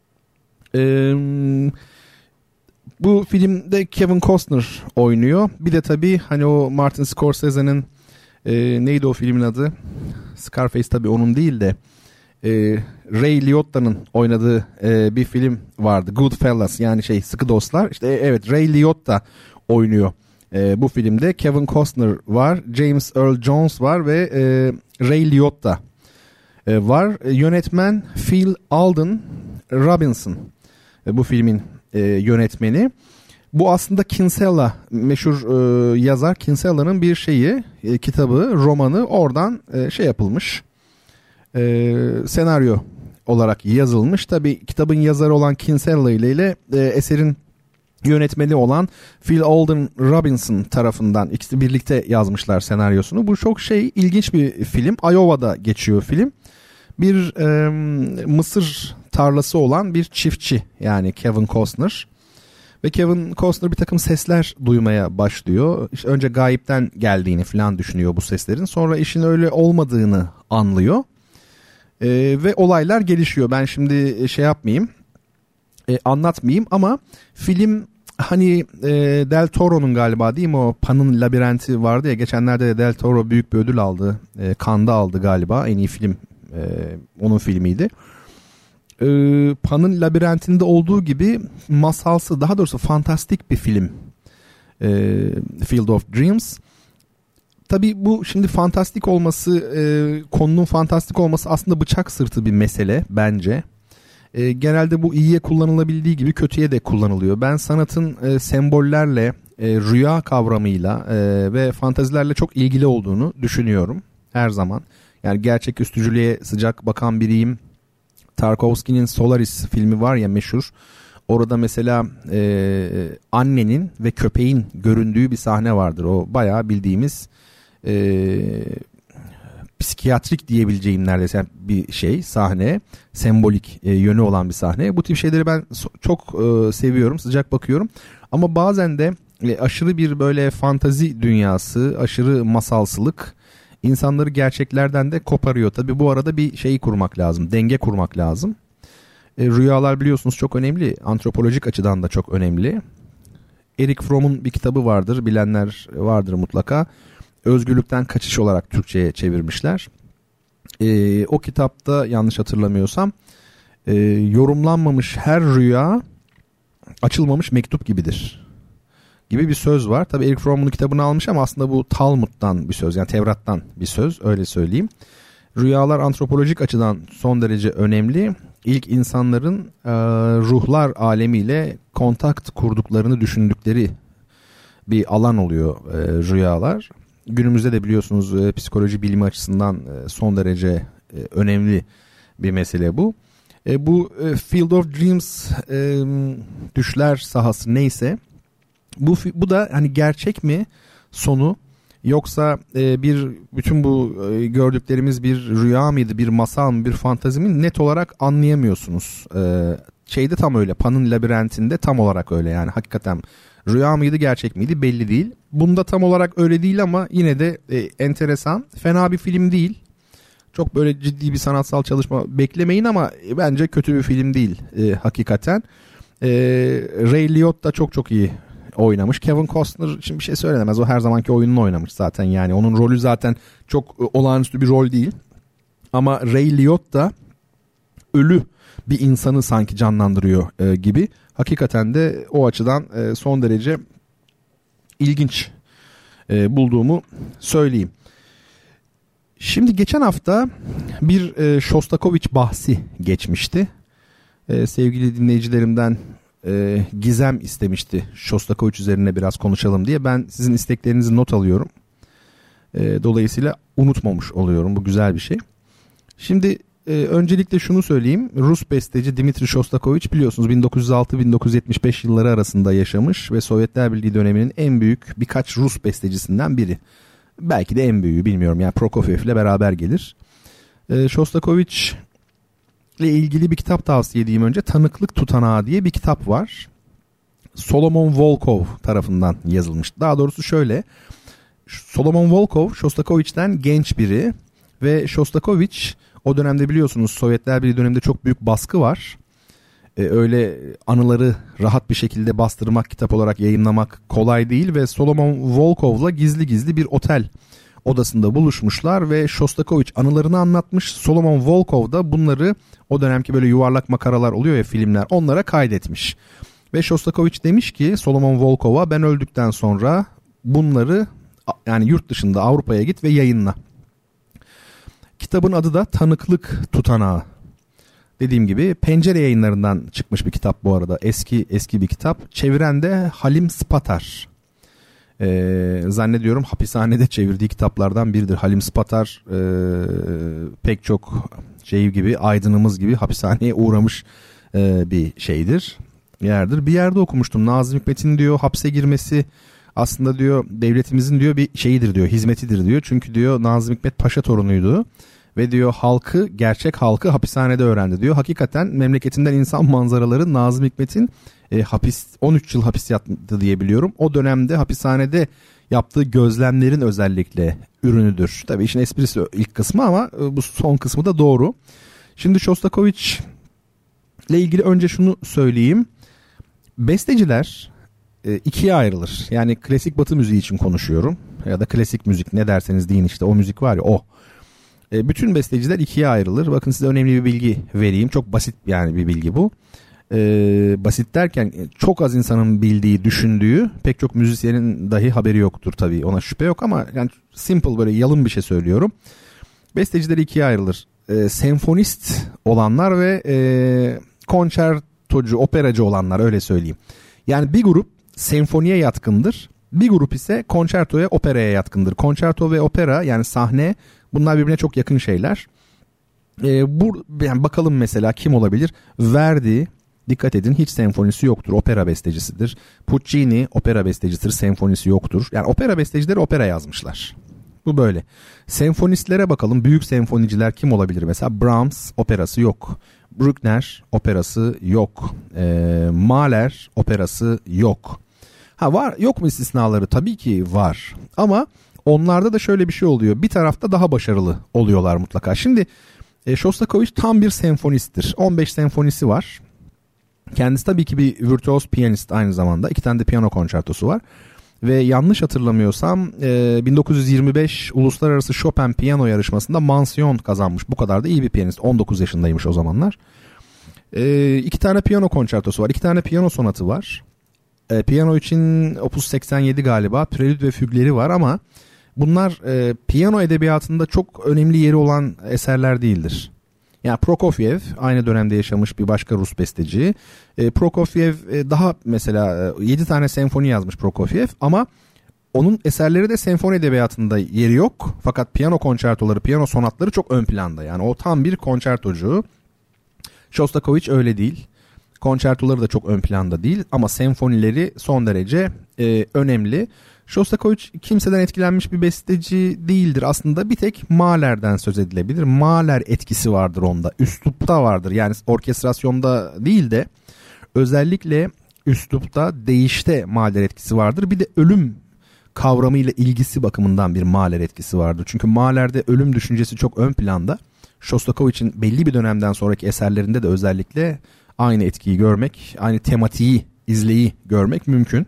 Bu filmde Kevin Costner oynuyor. Bir de tabii hani o Martin Scorsese'nin neydi o filmin adı? Scarface tabii onun değil de Ray Liotta'nın oynadığı bir film vardı. Goodfellas, yani Sıkı Dostlar. İşte evet, Ray Liotta oynuyor bu filmde. Kevin Costner var, James Earl Jones var ve Ray Liotta var. Yönetmen Phil Alden Robinson bu filmin yönetmeni. Bu aslında Kinsella, meşhur yazar Kinsella'nın bir kitabı, romanı oradan yapılmış. Senaryo olarak yazılmış. Tabii kitabın yazarı olan Kinsella ile eserin yönetmeni olan Phil Alden Robinson tarafından ikisi birlikte yazmışlar senaryosunu. Bu çok ilginç bir film. Iowa'da geçiyor film. Bir mısır tarlası olan bir çiftçi, yani Kevin Costner. Ve Kevin Costner bir takım sesler duymaya başlıyor. İşte önce gayipten geldiğini falan düşünüyor bu seslerin. Sonra işin öyle olmadığını anlıyor. Ve olaylar gelişiyor. Ben şimdi yapmayayım, anlatmayayım ama film hani Del Toro'nun galiba, değil mi, o Pan'ın Labirenti vardı ya, geçenlerde de Del Toro büyük bir ödül aldı. Cannes'da aldı galiba, en iyi film onun filmiydi. Pan'ın Labirentinde olduğu gibi masalsı, daha doğrusu fantastik bir film Field of Dreams. Tabii bu şimdi fantastik olması, konunun fantastik olması aslında bıçak sırtı bir mesele bence. Genelde bu iyiye kullanılabildiği gibi kötüye de kullanılıyor. Ben sanatın sembollerle, rüya kavramıyla ve fantazilerle çok ilgili olduğunu düşünüyorum her zaman. Yani gerçeküstücülüğe sıcak bakan biriyim. Tarkovski'nin Solaris filmi var ya, meşhur. Orada mesela annenin ve köpeğin göründüğü bir sahne vardır. O bayağı bildiğimiz psikiyatrik diyebileceğim neredeyse bir sahne. Sembolik yönü olan bir sahne. Bu tip şeyleri ben çok seviyorum, sıcak bakıyorum. Ama bazen de aşırı bir böyle fantazi dünyası, aşırı masalsılık insanları gerçeklerden de koparıyor. Tabii bu arada bir kurmak lazım, denge kurmak lazım. Rüyalar biliyorsunuz çok önemli, antropolojik açıdan da çok önemli. Erich Fromm'un bir kitabı vardır, bilenler vardır mutlaka. Özgürlükten Kaçış olarak Türkçe'ye çevirmişler. O kitapta yanlış hatırlamıyorsam yorumlanmamış her rüya açılmamış mektup gibidir gibi bir söz var. Tabii Erich Fromm'un kitabını almış ama aslında bu Talmud'dan bir söz, yani Tevrat'tan bir söz, öyle söyleyeyim. Rüyalar antropolojik açıdan son derece önemli. İlk insanların ruhlar alemiyle kontakt kurduklarını düşündükleri bir alan oluyor rüyalar. Günümüzde de biliyorsunuz psikoloji bilimi açısından son derece önemli bir mesele bu. Bu Field of Dreams, düşler sahası neyse, bu da hani gerçek mi sonu, yoksa bütün bu gördüklerimiz bir rüya mıydı, bir masal mı, bir fantazi mi, net olarak anlayamıyorsunuz. şeyde tam öyle. Pan'ın Labirentinde tam olarak öyle yani. Hakikaten rüya mıydı gerçek miydi belli değil. Bunda tam olarak öyle değil ama yine de enteresan. Fena bir film değil. Çok böyle ciddi bir sanatsal çalışma beklemeyin ama bence kötü bir film değil hakikaten. Ray Liotta çok çok iyi oynamış. Kevin Costner için bir şey söylenemez. O her zamanki oyununu oynamış zaten yani. Onun rolü zaten çok olağanüstü bir rol değil. Ama Ray Liotta ölü bir insanı sanki canlandırıyor gibi. Hakikaten de o açıdan son derece ilginç bulduğumu söyleyeyim. Şimdi geçen hafta bir Shostakovich bahsi geçmişti. Sevgili dinleyicilerimden Gizem istemişti Shostakovich üzerine biraz konuşalım diye. Ben sizin isteklerinizi not alıyorum. Dolayısıyla unutmamış oluyorum. Bu güzel bir şey. Şimdi öncelikle şunu söyleyeyim. Rus besteci Dmitri Shostakovich biliyorsunuz 1906-1975 yılları arasında yaşamış ve Sovyetler Birliği döneminin en büyük birkaç Rus bestecisinden biri. Belki de en büyüğü bilmiyorum. Yani Prokofiev ile beraber gelir. Shostakovich ile ilgili bir kitap tavsiye edeyim önce. Tanıklık Tutanağı diye bir kitap var. Solomon Volkov tarafından yazılmış. Daha doğrusu şöyle. Solomon Volkov Shostakovich'ten genç biri ve Shostakovich o dönemde biliyorsunuz Sovyetler Birliği döneminde çok büyük baskı var. Öyle anıları rahat bir şekilde bastırmak, kitap olarak yayınlamak kolay değil ve Solomon Volkov'la gizli gizli bir otel odasında buluşmuşlar ve Shostakovich anılarını anlatmış. Solomon Volkov da bunları o dönemki böyle yuvarlak makaralar oluyor ya filmler, onlara kaydetmiş. Ve Shostakovich demiş ki Solomon Volkov'a ben öldükten sonra bunları yani yurt dışında Avrupa'ya git ve yayınla. Kitabın adı da Tanıklık Tutanağı. Dediğim gibi Pencere Yayınlarından çıkmış bir kitap bu arada. Eski bir kitap. Çeviren de Halim Spatar. Zannediyorum hapishanede çevirdiği kitaplardan biridir. Halim Spatar pek çok şey gibi, aydınımız gibi hapishaneye uğramış bir şeydir. Yerdir. Bir yerde okumuştum. Nazım Hikmet'in diyor hapse girmesi aslında diyor devletimizin diyor bir şeyidir diyor, hizmetidir diyor. Çünkü diyor Nazım Hikmet paşa torunuydu. Ve diyor gerçek halkı hapishanede öğrendi diyor. Hakikaten memleketinden insan manzaraları Nazım Hikmet'in 13 yıl hapis yattı diye biliyorum. O dönemde hapishanede yaptığı gözlemlerin özellikle ürünüdür. Tabii işin esprisi ilk kısmı ama bu son kısmı da doğru. Şimdi Shostakovich ile ilgili önce şunu söyleyeyim. Besteciler ikiye ayrılır. Yani klasik batı müziği için konuşuyorum. Ya da klasik müzik ne derseniz deyin işte o müzik var ya o. Bütün besteciler ikiye ayrılır. Bakın size önemli bir bilgi vereyim. Çok basit yani bir bilgi bu. Basit derken çok az insanın bildiği, düşündüğü, pek çok müzisyenin dahi haberi yoktur tabii. Ona şüphe yok ama yani simple böyle yalın bir şey söylüyorum. Besteciler ikiye ayrılır. Senfonist olanlar ve konçertocu, operacı olanlar öyle söyleyeyim. Yani bir grup senfoniye yatkındır. Bir grup ise konçertoya, operaya yatkındır. Konçerto ve opera yani sahne bunlar birbirine çok yakın şeyler. Yani bakalım mesela kim olabilir? Verdi, dikkat edin hiç senfonisi yoktur. Opera bestecisidir. Puccini opera bestecisidir. Senfonisi yoktur. Yani opera bestecileri opera yazmışlar. Bu böyle. Senfonistlere bakalım. Büyük senfoniciler kim olabilir? Mesela Brahms operası yok. Bruckner operası yok. Mahler operası yok. Var yok mu istisnaları? Tabii ki var. Ama onlarda da şöyle bir şey oluyor. Bir tarafta daha başarılı oluyorlar mutlaka. Şimdi Shostakovich tam bir senfonisttir. 15 senfonisi var. Kendisi tabii ki bir virtüöz piyanist aynı zamanda. 2 tane de piyano konçertosu var. Ve yanlış hatırlamıyorsam 1925 Uluslararası Chopin Piyano Yarışması'nda mansiyon kazanmış. Bu kadar da iyi bir piyanist. 19 yaşındaymış o zamanlar. 2 tane piyano konçertosu var. 2 tane piyano sonatı var. Piyano için Opus 87 galiba. Prelüt ve fügleri var ama bunlar piyano edebiyatında çok önemli yeri olan eserler değildir. Yani Prokofiev aynı dönemde yaşamış bir başka Rus besteci. Prokofiev daha mesela 7 tane senfoni yazmış Prokofiev ama onun eserleri de senfoni edebiyatında yeri yok. Fakat piyano konçertoları, piyano sonatları çok ön planda. Yani o tam bir konçertocu. Shostakovich öyle değil. Konçertoları da çok ön planda değil ama senfonileri son derece önemli. Shostakovich kimseden etkilenmiş bir besteci değildir. Aslında bir tek Mahler'den söz edilebilir. Mahler etkisi vardır onda. Üslupta vardır. Yani orkestrasyonda değil de Özellikle üslupta, değişte Mahler etkisi vardır. Bir de ölüm kavramıyla ilgisi bakımından bir Mahler etkisi vardır. Çünkü Mahler'de ölüm düşüncesi çok ön planda. Shostakovich'in belli bir dönemden sonraki eserlerinde de özellikle aynı etkiyi görmek, aynı tematiği, izleyi görmek mümkün.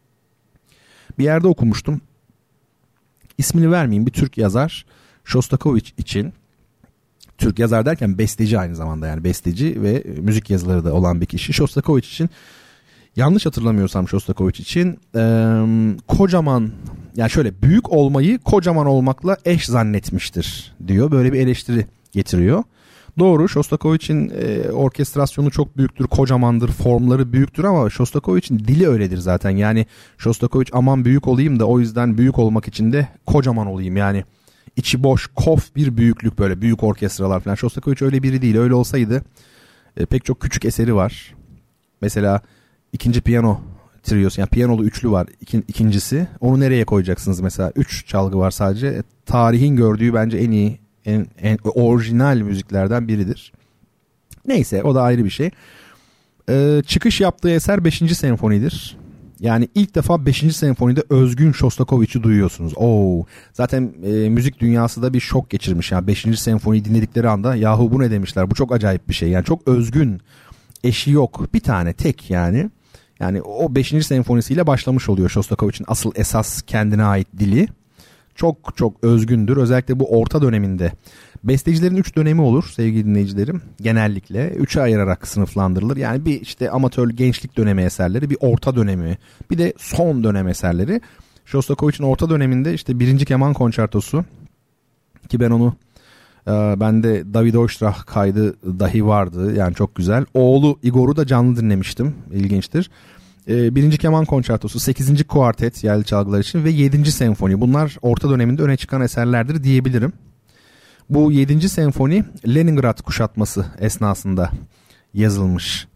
Bir yerde okumuştum. İsmini vermeyeyim, bir Türk yazar Shostakovich için, Türk yazar derken besteci aynı zamanda, yani besteci ve müzik yazıları da olan bir kişi. Shostakovich için, yanlış hatırlamıyorsam Shostakovich için kocaman, yani şöyle, büyük olmayı kocaman olmakla eş zannetmiştir diyor. Böyle bir eleştiri getiriyor. Doğru, Shostakovich'in orkestrasyonu çok büyüktür, kocamandır, formları büyüktür ama Shostakovich'in dili öyledir zaten. Yani Shostakovich aman büyük olayım da o yüzden büyük olmak için de kocaman olayım. Yani içi boş, kof bir büyüklük, böyle büyük orkestralar falan. Shostakovich öyle biri değil. Öyle olsaydı pek çok küçük eseri var. Mesela ikinci piyano triosu, yani piyanolu üçlü var ikincisi. Onu nereye koyacaksınız mesela? 3 çalgı var sadece. Tarihin gördüğü bence en iyi, en orijinal müziklerden biridir. Neyse, o da ayrı bir şey. Çıkış yaptığı eser 5. senfonidir. Yani ilk defa 5. senfonide özgün Shostakovich'i duyuyorsunuz. Zaten müzik dünyası da bir şok geçirmiş. Yani 5. senfoniyi dinledikleri anda yahu bu ne demişler, bu çok acayip bir şey. Yani çok özgün, eşi yok, bir tane tek yani. Yani o 5. senfonisiyle başlamış oluyor Shostakovich'in asıl esas kendine ait dili. Çok çok özgündür. Özellikle bu orta döneminde. Bestecilerin 3 dönemi olur sevgili dinleyicilerim. Genellikle 3'e ayırarak sınıflandırılır. Yani bir işte amatör gençlik dönemi eserleri, bir orta dönemi, bir de son dönem eserleri. Shostakovich'in orta döneminde işte 1. Keman Konçertosu, ki ben onu bende David Oistrakh kaydı dahi vardı. Yani çok güzel. Oğlu Igor'u da canlı dinlemiştim. İlginçtir. 1. Keman Konçertosu, 8. Kuartet yaylı çalgılar için ve 7. senfoni. Bunlar orta döneminde öne çıkan eserlerdir diyebilirim. Bu 7. senfoni Leningrad kuşatması esnasında yazılmış.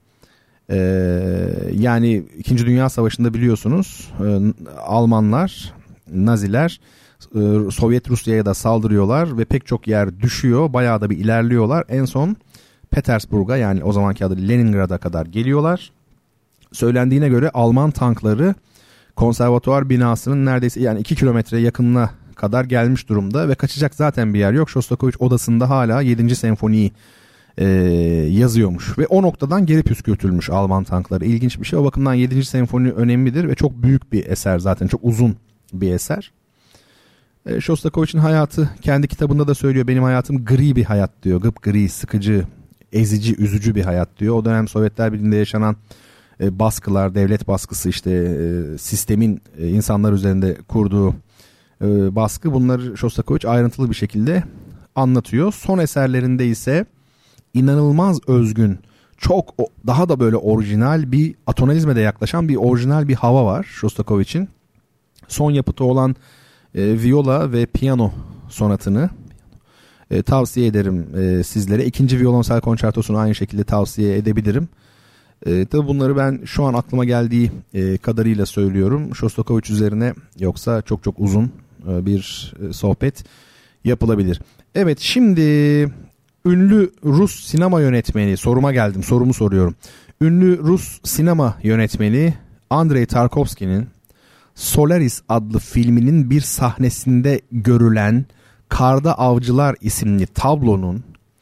Yani 2. Dünya Savaşı'nda biliyorsunuz Almanlar, Naziler Sovyet Rusya'ya da saldırıyorlar ve pek çok yer düşüyor. Bayağı da bir ilerliyorlar. En son Petersburg'a, yani o zamanki adı Leningrad'a kadar geliyorlar. Söylendiğine göre Alman tankları konservatuvar binasının neredeyse yani 2 kilometre yakınına kadar gelmiş durumda ve kaçacak zaten bir yer yok. Shostakovich odasında hala 7. senfoniyi yazıyormuş ve o noktadan geri püskürtülmüş Alman tankları. İlginç bir şey. O bakımdan 7. senfoni önemlidir ve çok büyük bir eser zaten. Çok uzun bir eser. Shostakovich'in hayatı, kendi kitabında da söylüyor. Benim hayatım gri bir hayat diyor. Gıpgri, sıkıcı, ezici, üzücü bir hayat diyor. O dönem Sovyetler Birliği'nde yaşanan baskılar, devlet baskısı, işte sistemin insanlar üzerinde kurduğu baskı, bunları Shostakovich ayrıntılı bir şekilde anlatıyor. Son eserlerinde ise inanılmaz özgün, çok daha da böyle orijinal bir, atonalizme de yaklaşan bir orijinal bir hava var Shostakovich'in. Son yapıtı olan viola ve piyano sonatını tavsiye ederim sizlere. 2. violonsel konçertosunu aynı şekilde tavsiye edebilirim. Tabii bunları ben şu an aklıma geldiği kadarıyla söylüyorum. Shostakovich üzerine yoksa çok çok uzun bir sohbet yapılabilir. Evet, şimdi ünlü Rus sinema yönetmeni, soruma geldim, sorumu soruyorum. Ünlü Rus sinema yönetmeni Andrei Tarkovski'nin Solaris adlı filminin bir sahnesinde görülen Karda Avcılar isimli tablonun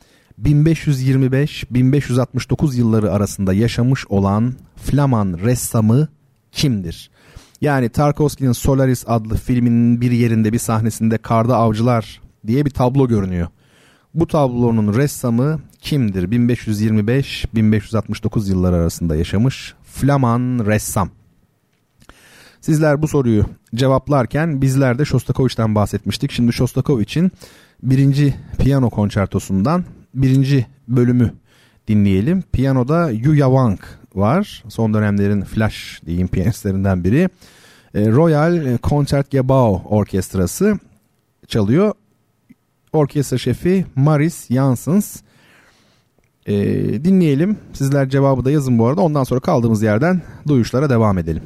1525-1569 yılları arasında yaşamış olan Flaman ressamı kimdir? Yani Tarkovski'nin Solaris adlı filminin bir yerinde, bir sahnesinde Karda Avcılar diye bir tablo görünüyor. Bu tablonun ressamı kimdir? 1525-1569 yılları arasında yaşamış Flaman ressam. Sizler bu soruyu cevaplarken bizler de Shostakovich'ten bahsetmiştik. Şimdi Shostakovich'in 1. piyano konçertosundan 1. bölümü dinleyelim. Piyanoda Yuya Wang var. Son dönemlerin flash diyeyim piyanistlerinden biri. Royal Concertgebouw Orkestrası çalıyor. Orkestra şefi Maris Janssens. Dinleyelim. Sizler cevabı da yazın bu arada. Ondan sonra kaldığımız yerden duyuşlara devam edelim.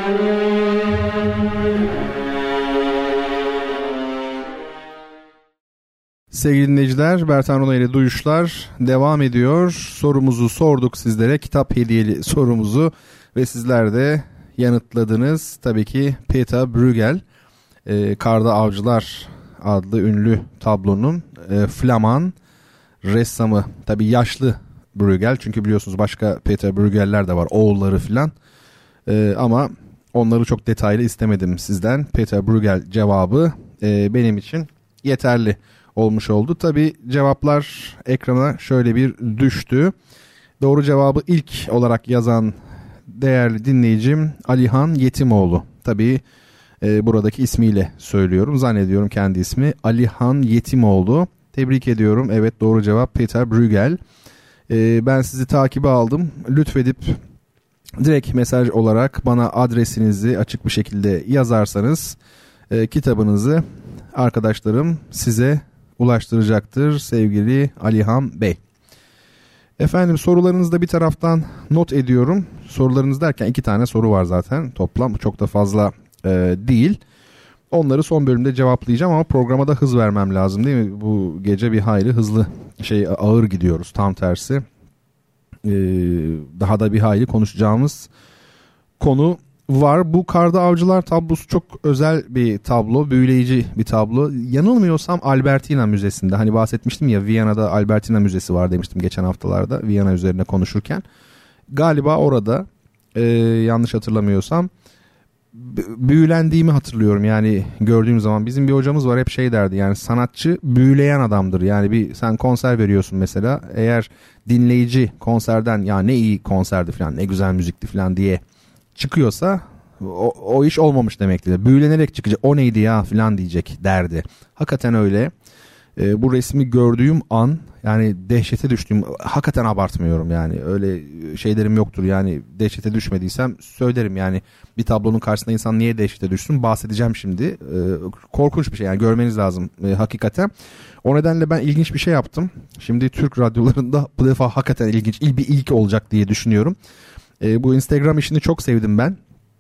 Sevgili dinleyiciler, Bertan Rona ile Duyuşlar devam ediyor. Sorumuzu sorduk sizlere, kitap hediyeli sorumuzu ve sizler de yanıtladınız. Tabii ki Peter Bruegel, Karda Avcılar adlı ünlü tablonun Flaman ressamı. Tabii yaşlı Bruegel, çünkü biliyorsunuz başka Peter Bruegel'ler de var, oğulları filan. Ama onları çok detaylı istemedim sizden. Peter Bruegel cevabı benim için yeterli olmuş oldu. Tabii cevaplar ekrana şöyle bir düştü. Doğru cevabı ilk olarak yazan değerli dinleyicim Alihan Yetimoğlu. Tabii buradaki ismiyle söylüyorum. Zannediyorum kendi ismi Alihan Yetimoğlu. Tebrik ediyorum. Evet, doğru cevap Peter Bruegel. Ben sizi takibe aldım. Lütfedip direkt mesaj olarak bana adresinizi açık bir şekilde yazarsanız kitabınızı arkadaşlarım size ulaştıracaktır sevgili Alihan Bey. Efendim, sorularınızı da bir taraftan not ediyorum. Sorularınız derken 2 tane soru var zaten toplam, çok da fazla değil. Onları son bölümde cevaplayacağım ama programa da hız vermem lazım değil mi? Bu gece bir hayli hızlı ağır gidiyoruz, tam tersi. Daha da bir hayli konuşacağımız konu var. Bu Karda Avcılar tablosu çok özel bir tablo, büyüleyici bir tablo. Yanılmıyorsam Albertina Müzesi'nde, hani bahsetmiştim ya, Viyana'da Albertina Müzesi var demiştim geçen haftalarda Viyana üzerine konuşurken. Galiba orada yanlış hatırlamıyorsam büyülendiğimi hatırlıyorum. Yani gördüğüm zaman bizim bir hocamız var, hep derdi, yani sanatçı büyüleyen adamdır. Yani sen konser veriyorsun mesela, eğer dinleyici konserden ya ne iyi konserdi falan, ne güzel müzikti falan diye çıkıyorsa o iş olmamış demektir. Büyülenerek çıkacak, o neydi ya falan diyecek derdi. Hakikaten öyle. Bu resmi gördüğüm an yani dehşete düştüm. Hakikaten abartmıyorum yani. Öyle şeylerim yoktur yani, dehşete düşmediysem söylerim yani. Bir tablonun karşısında insan niye dehşete düşsün bahsedeceğim şimdi. Korkunç bir şey yani, görmeniz lazım hakikaten. O nedenle ben ilginç bir şey yaptım. Şimdi Türk radyolarında bu defa hakikaten ilginç bir ilk olacak diye düşünüyorum. Bu Instagram işini çok sevdim ben.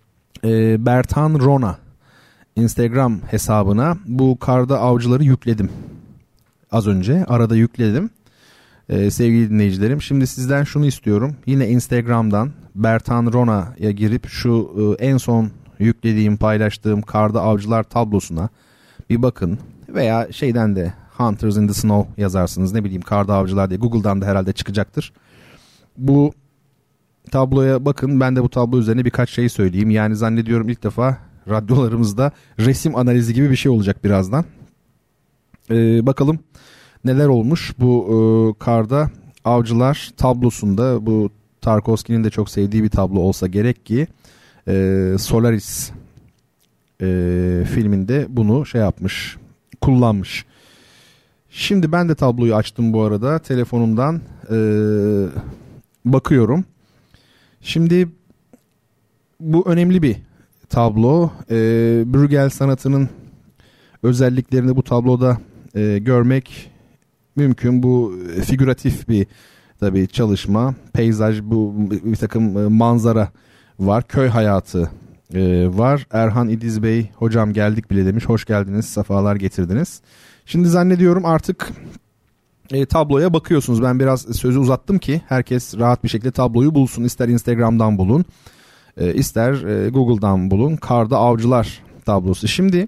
Bertan Rona Instagram hesabına bu Karda Avcıları yükledim. Az önce arada yükledim. Sevgili dinleyicilerim, şimdi sizden şunu istiyorum. Yine Instagram'dan Bertan Rona'ya girip şu en son yüklediğim, paylaştığım Karda Avcılar tablosuna bir bakın. Veya de Hunters in the Snow yazarsınız, ne bileyim Karda Avcılar diye Google'dan da herhalde çıkacaktır. Bu tabloya bakın. Ben de bu tablo üzerine birkaç şey söyleyeyim. Yani zannediyorum ilk defa radyolarımızda resim analizi gibi bir şey olacak birazdan. Bakalım neler olmuş bu Karda Avcılar tablosunda. Bu Tarkovski'nin de çok sevdiği bir tablo olsa gerek ki Solaris filminde bunu yapmış, kullanmış. Şimdi ben de tabloyu açtım bu arada telefonumdan, bakıyorum. Şimdi bu önemli bir tablo. Bruegel sanatının özelliklerini bu tabloda görmek mümkün. Bu figüratif bir tabii çalışma. Peyzaj, bu bir takım manzara var. Köy hayatı var. Erhan İdiz Bey hocam geldik bile demiş. Hoş geldiniz, sefalar getirdiniz. Şimdi zannediyorum artık tabloya bakıyorsunuz. Ben biraz sözü uzattım ki herkes rahat bir şekilde tabloyu bulsun. İster Instagram'dan bulun, ister Google'dan bulun. Karda Avcılar tablosu. Şimdi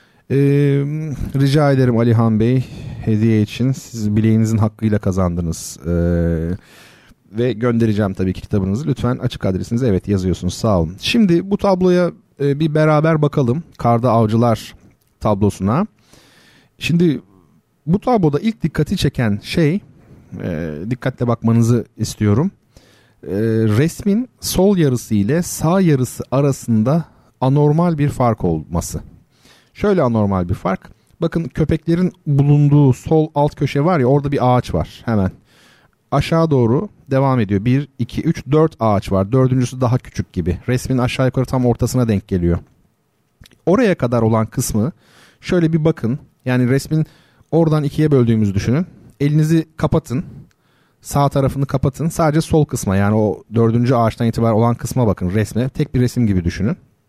rica ederim Alihan Bey, hediye için siz bileğinizin hakkıyla kazandınız. Ve göndereceğim tabii ki kitabınızı. Lütfen açık adresinize evet yazıyorsunuz. Sağ olun. Şimdi bu tabloya bir beraber bakalım. Karda Avcılar tablosuna. Şimdi bu tabloda ilk dikkati çeken şey, dikkatle bakmanızı istiyorum. Resmin sol yarısı ile sağ yarısı arasında anormal bir fark olması. Şöyle anormal bir fark. Bakın, köpeklerin bulunduğu sol alt köşe var ya, orada bir ağaç var hemen. Aşağı doğru devam ediyor. 1, 2, 3, 4 ağaç var. Dördüncüsü daha küçük gibi. Resmin aşağı yukarı tam ortasına denk geliyor. Oraya kadar olan kısmı şöyle bir bakın. Yani resmin oradan ikiye böldüğümüzü düşünün. Elinizi kapatın. Sağ tarafını kapatın. Sadece sol kısma, yani o dördüncü ağaçtan itibaren olan kısma bakın, resme. Tek bir resim gibi düşünün.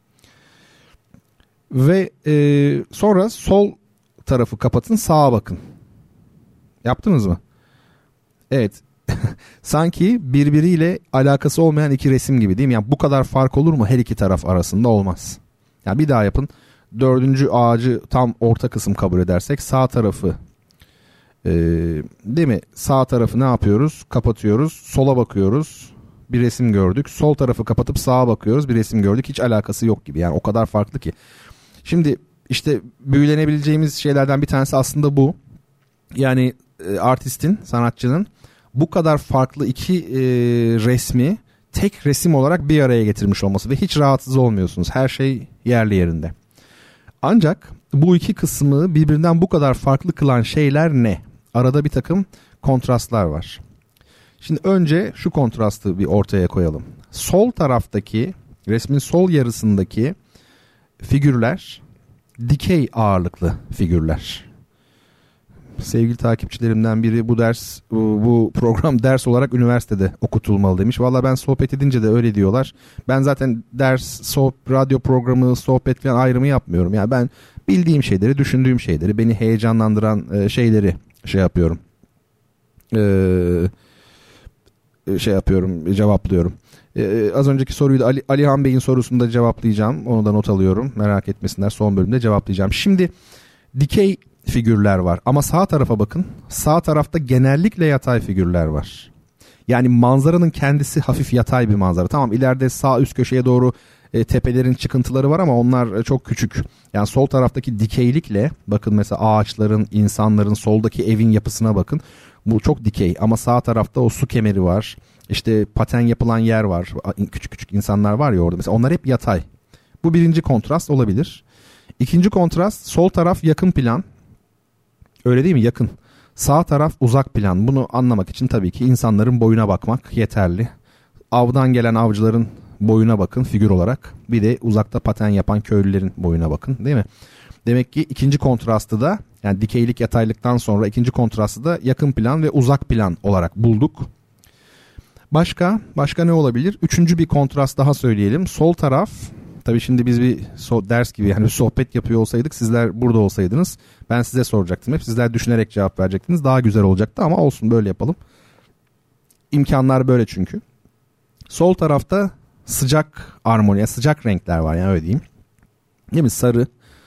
Ve sonra sol tarafı kapatın, sağa bakın. Yaptınız mı? Evet. Sanki birbiriyle alakası olmayan iki resim gibi değil mi? Yani bu kadar fark olur mu her iki taraf arasında? Olmaz. Yani bir daha yapın. 4. ağacı tam orta kısım kabul edersek sağ tarafı değil mi? Sağ tarafı ne yapıyoruz? Kapatıyoruz. Sola bakıyoruz. Bir resim gördük. Sol tarafı kapatıp sağa bakıyoruz. Bir resim gördük. Hiç alakası yok gibi. Yani o kadar farklı ki. Şimdi işte büyülenebileceğimiz şeylerden bir tanesi aslında bu. Yani artistin, sanatçının bu kadar farklı iki resmi tek resim olarak bir araya getirmiş olması ve hiç rahatsız olmuyorsunuz. Her şey yerli yerinde. Ancak bu iki kısmı birbirinden bu kadar farklı kılan şeyler ne? Arada bir takım kontrastlar var. Şimdi önce şu kontrastı bir ortaya koyalım. Sol taraftaki, resmin sol yarısındaki figürler dikey ağırlıklı figürler. Sevgili takipçilerimden biri bu program ders olarak üniversitede okutulmalı demiş. Valla ben sohbet edince de öyle diyorlar. Ben zaten radyo programı, sohbet falan ayrımı yapmıyorum. Yani ben bildiğim şeyleri, düşündüğüm şeyleri, beni heyecanlandıran şeyleri yapıyorum. Cevaplıyorum. Az önceki soruyu da Alihan Bey'in sorusunu da cevaplayacağım. Onu da not alıyorum. Merak etmesinler, son bölümde cevaplayacağım. Şimdi dikey figürler var ama sağ tarafa bakın. Sağ tarafta genellikle yatay figürler var. Yani manzaranın kendisi hafif yatay bir manzara. Tamam, ileride sağ üst köşeye doğru tepelerin çıkıntıları var ama onlar çok küçük. Yani sol taraftaki dikeylikle bakın, mesela ağaçların, insanların, soldaki evin yapısına bakın. Bu çok dikey ama sağ tarafta o su kemeri var. İşte paten yapılan yer var. Küçük küçük insanlar var ya orada. Mesela onlar hep yatay. Bu birinci kontrast olabilir. İkinci kontrast, sol taraf yakın plan. Öyle değil mi? Yakın. Sağ taraf uzak plan. Bunu anlamak için tabii ki insanların boyuna bakmak yeterli. Avdan gelen avcıların boyuna bakın figür olarak. Bir de uzakta paten yapan köylülerin boyuna bakın, değil mi? Demek ki ikinci kontrastı da, yani dikeylik yataylıktan sonra ikinci kontrastı da yakın plan ve uzak plan olarak bulduk. Başka ne olabilir? Üçüncü bir kontrast daha söyleyelim. Sol taraf, tabii şimdi biz bir ders gibi, yani bir sohbet yapıyor olsaydık, sizler burada olsaydınız ben size soracaktım. Hep sizler düşünerek cevap verecektiniz. Daha güzel olacaktı ama olsun, böyle yapalım. İmkanlar böyle çünkü. Sol tarafta sıcak armoni, sıcak renkler var, yani öyle diyeyim. Değil mi? Sarı,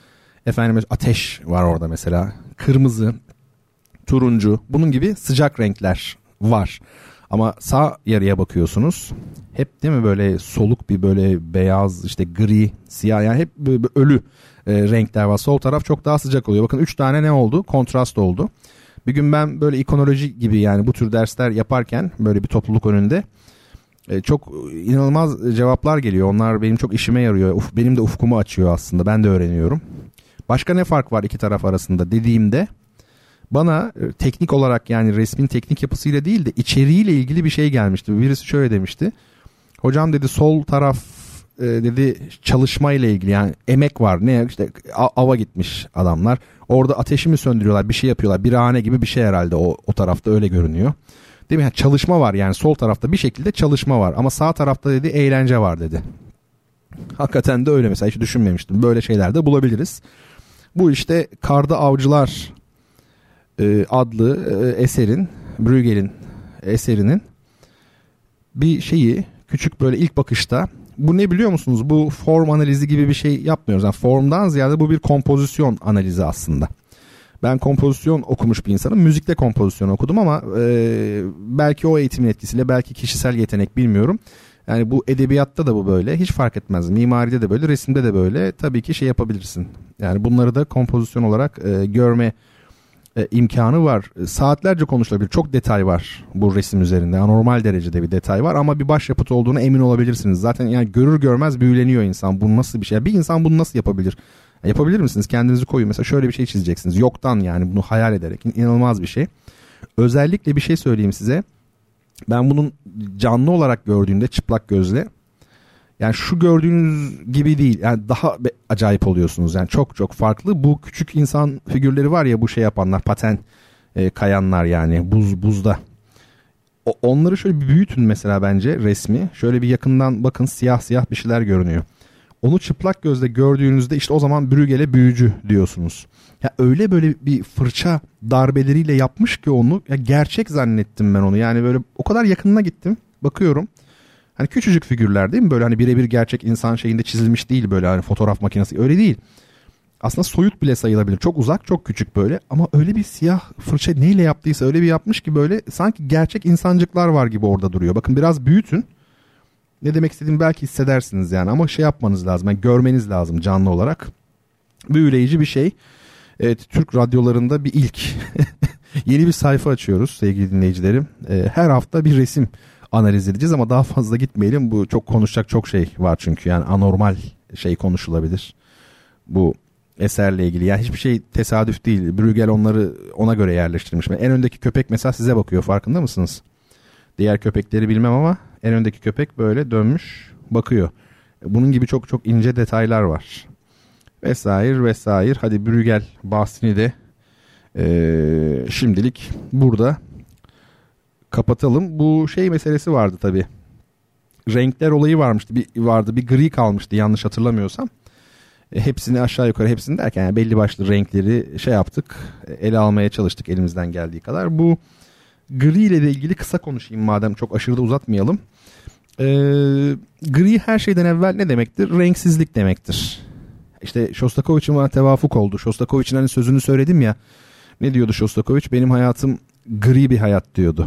ateş var orada mesela. Kırmızı, turuncu, bunun gibi sıcak renkler var. Ama sağ yarıya bakıyorsunuz. Hep değil mi böyle soluk bir böyle beyaz, işte gri, siyah, yani hep böyle ölü renkler var. Sol taraf çok daha sıcak oluyor. Bakın 3 tane ne oldu? Kontrast oldu. Bir gün ben böyle ikonoloji gibi, yani bu tür dersler yaparken böyle bir topluluk önünde çok inanılmaz cevaplar geliyor. Onlar benim çok işime yarıyor. Benim de ufkumu açıyor aslında. Ben de öğreniyorum. Başka ne fark var iki taraf arasında dediğimde, bana teknik olarak, yani resmin teknik yapısıyla değil de içeriğiyle ilgili bir şey gelmişti. Birisi şöyle demişti. Hocam dedi, sol taraf dedi çalışmayla ilgili, yani emek var. Ne işte ava gitmiş adamlar. Orada ateşi mi söndürüyorlar, bir şey yapıyorlar. Birahane gibi bir şey herhalde o tarafta, öyle görünüyor. Değil mi? Yani çalışma var, yani sol tarafta bir şekilde çalışma var. Ama sağ tarafta dedi eğlence var dedi. Hakikaten de öyle, mesela hiç düşünmemiştim. Böyle şeyler de bulabiliriz. Bu işte Karda Avcılar adlı eserin, Bruegel'in eserinin bir şeyi, küçük böyle ilk bakışta, bu ne biliyor musunuz? Bu form analizi gibi bir şey yapmıyoruz. Yani formdan ziyade bu bir kompozisyon analizi aslında. Ben kompozisyon okumuş bir insanım. Müzikte kompozisyon okudum ama belki o eğitimin etkisiyle, belki kişisel yetenek, bilmiyorum. Yani bu edebiyatta da bu böyle. Hiç fark etmez. Mimaride de böyle, resimde de böyle. Tabii ki şey yapabilirsin. Yani bunları da kompozisyon olarak görme imkanı var. Saatlerce konuşulabilir. Çok detay var bu resim üzerinde. Anormal derecede bir detay var ama bir başyapıt olduğuna emin olabilirsiniz. Zaten yani görür görmez büyüleniyor insan. Bu nasıl bir şey? Bir insan bunu nasıl yapabilir? Yapabilir misiniz? Kendinizi koyun. Mesela şöyle bir şey çizeceksiniz. Yoktan, yani bunu hayal ederek. İnanılmaz bir şey. Özellikle bir şey söyleyeyim size. Ben bunun canlı olarak gördüğümde, çıplak gözle, yani şu gördüğünüz gibi değil. Yani daha acayip oluyorsunuz. Yani çok çok farklı. Bu küçük insan figürleri var ya, bu şey yapanlar, paten kayanlar, yani buzda. Onları şöyle bir büyütün mesela bence resmi. Şöyle bir yakından bakın, siyah siyah bir şeyler görünüyor. onu çıplak gözle gördüğünüzde işte o zaman Bruegel'e büyücü diyorsunuz. Ya öyle böyle bir fırça darbeleriyle yapmış ki onu, ya gerçek zannettim ben onu. Yani böyle o kadar yakınına gittim, bakıyorum. Hani küçücük figürler değil mi? Böyle hani birebir gerçek insan şeyinde çizilmiş değil, böyle hani fotoğraf makinesi, öyle değil. Aslında soyut bile sayılabilir. Çok uzak, çok küçük böyle. Ama öyle bir siyah fırça neyle yaptıysa öyle bir yapmış ki böyle sanki gerçek insancıklar var gibi orada duruyor. Bakın biraz büyütün. Ne demek istediğimi belki hissedersiniz yani. Ama şey yapmanız lazım. Yani görmeniz lazım canlı olarak. Büyüleyici bir şey. Evet, Türk radyolarında bir ilk. Yeni bir sayfa açıyoruz sevgili dinleyicilerim. Her hafta bir resim analiz edeceğiz ama daha fazla gitmeyelim. Bu çok konuşacak çok şey var çünkü. Yani anormal şey konuşulabilir. Bu eserle ilgili. Yani hiçbir şey tesadüf değil. Bruegel onları ona göre yerleştirmiş. En öndeki köpek mesela size bakıyor, farkında mısınız? Diğer köpekleri bilmem ama en öndeki köpek böyle dönmüş bakıyor. Bunun gibi çok çok ince detaylar var. Vesaire vesaire. Hadi Bruegel bahsini de şimdilik burada kapatalım. Bu şey meselesi vardı tabii. Renkler olayı varmıştı. Bir gri kalmıştı yanlış hatırlamıyorsam. Hepsini aşağı yukarı hepsini derken yani belli başlı renkleri şey yaptık. Ele almaya çalıştık elimizden geldiği kadar. Bu gri ile de ilgili kısa konuşayım madem, çok aşırı da uzatmayalım. Gri her şeyden evvel ne demektir? Renksizlik demektir. İşte Shostakovich'in bana tevafuk oldu. Shostakovich'in hani sözünü söyledim ya. Ne diyordu Shostakovich? Benim hayatım gri bir hayat diyordu.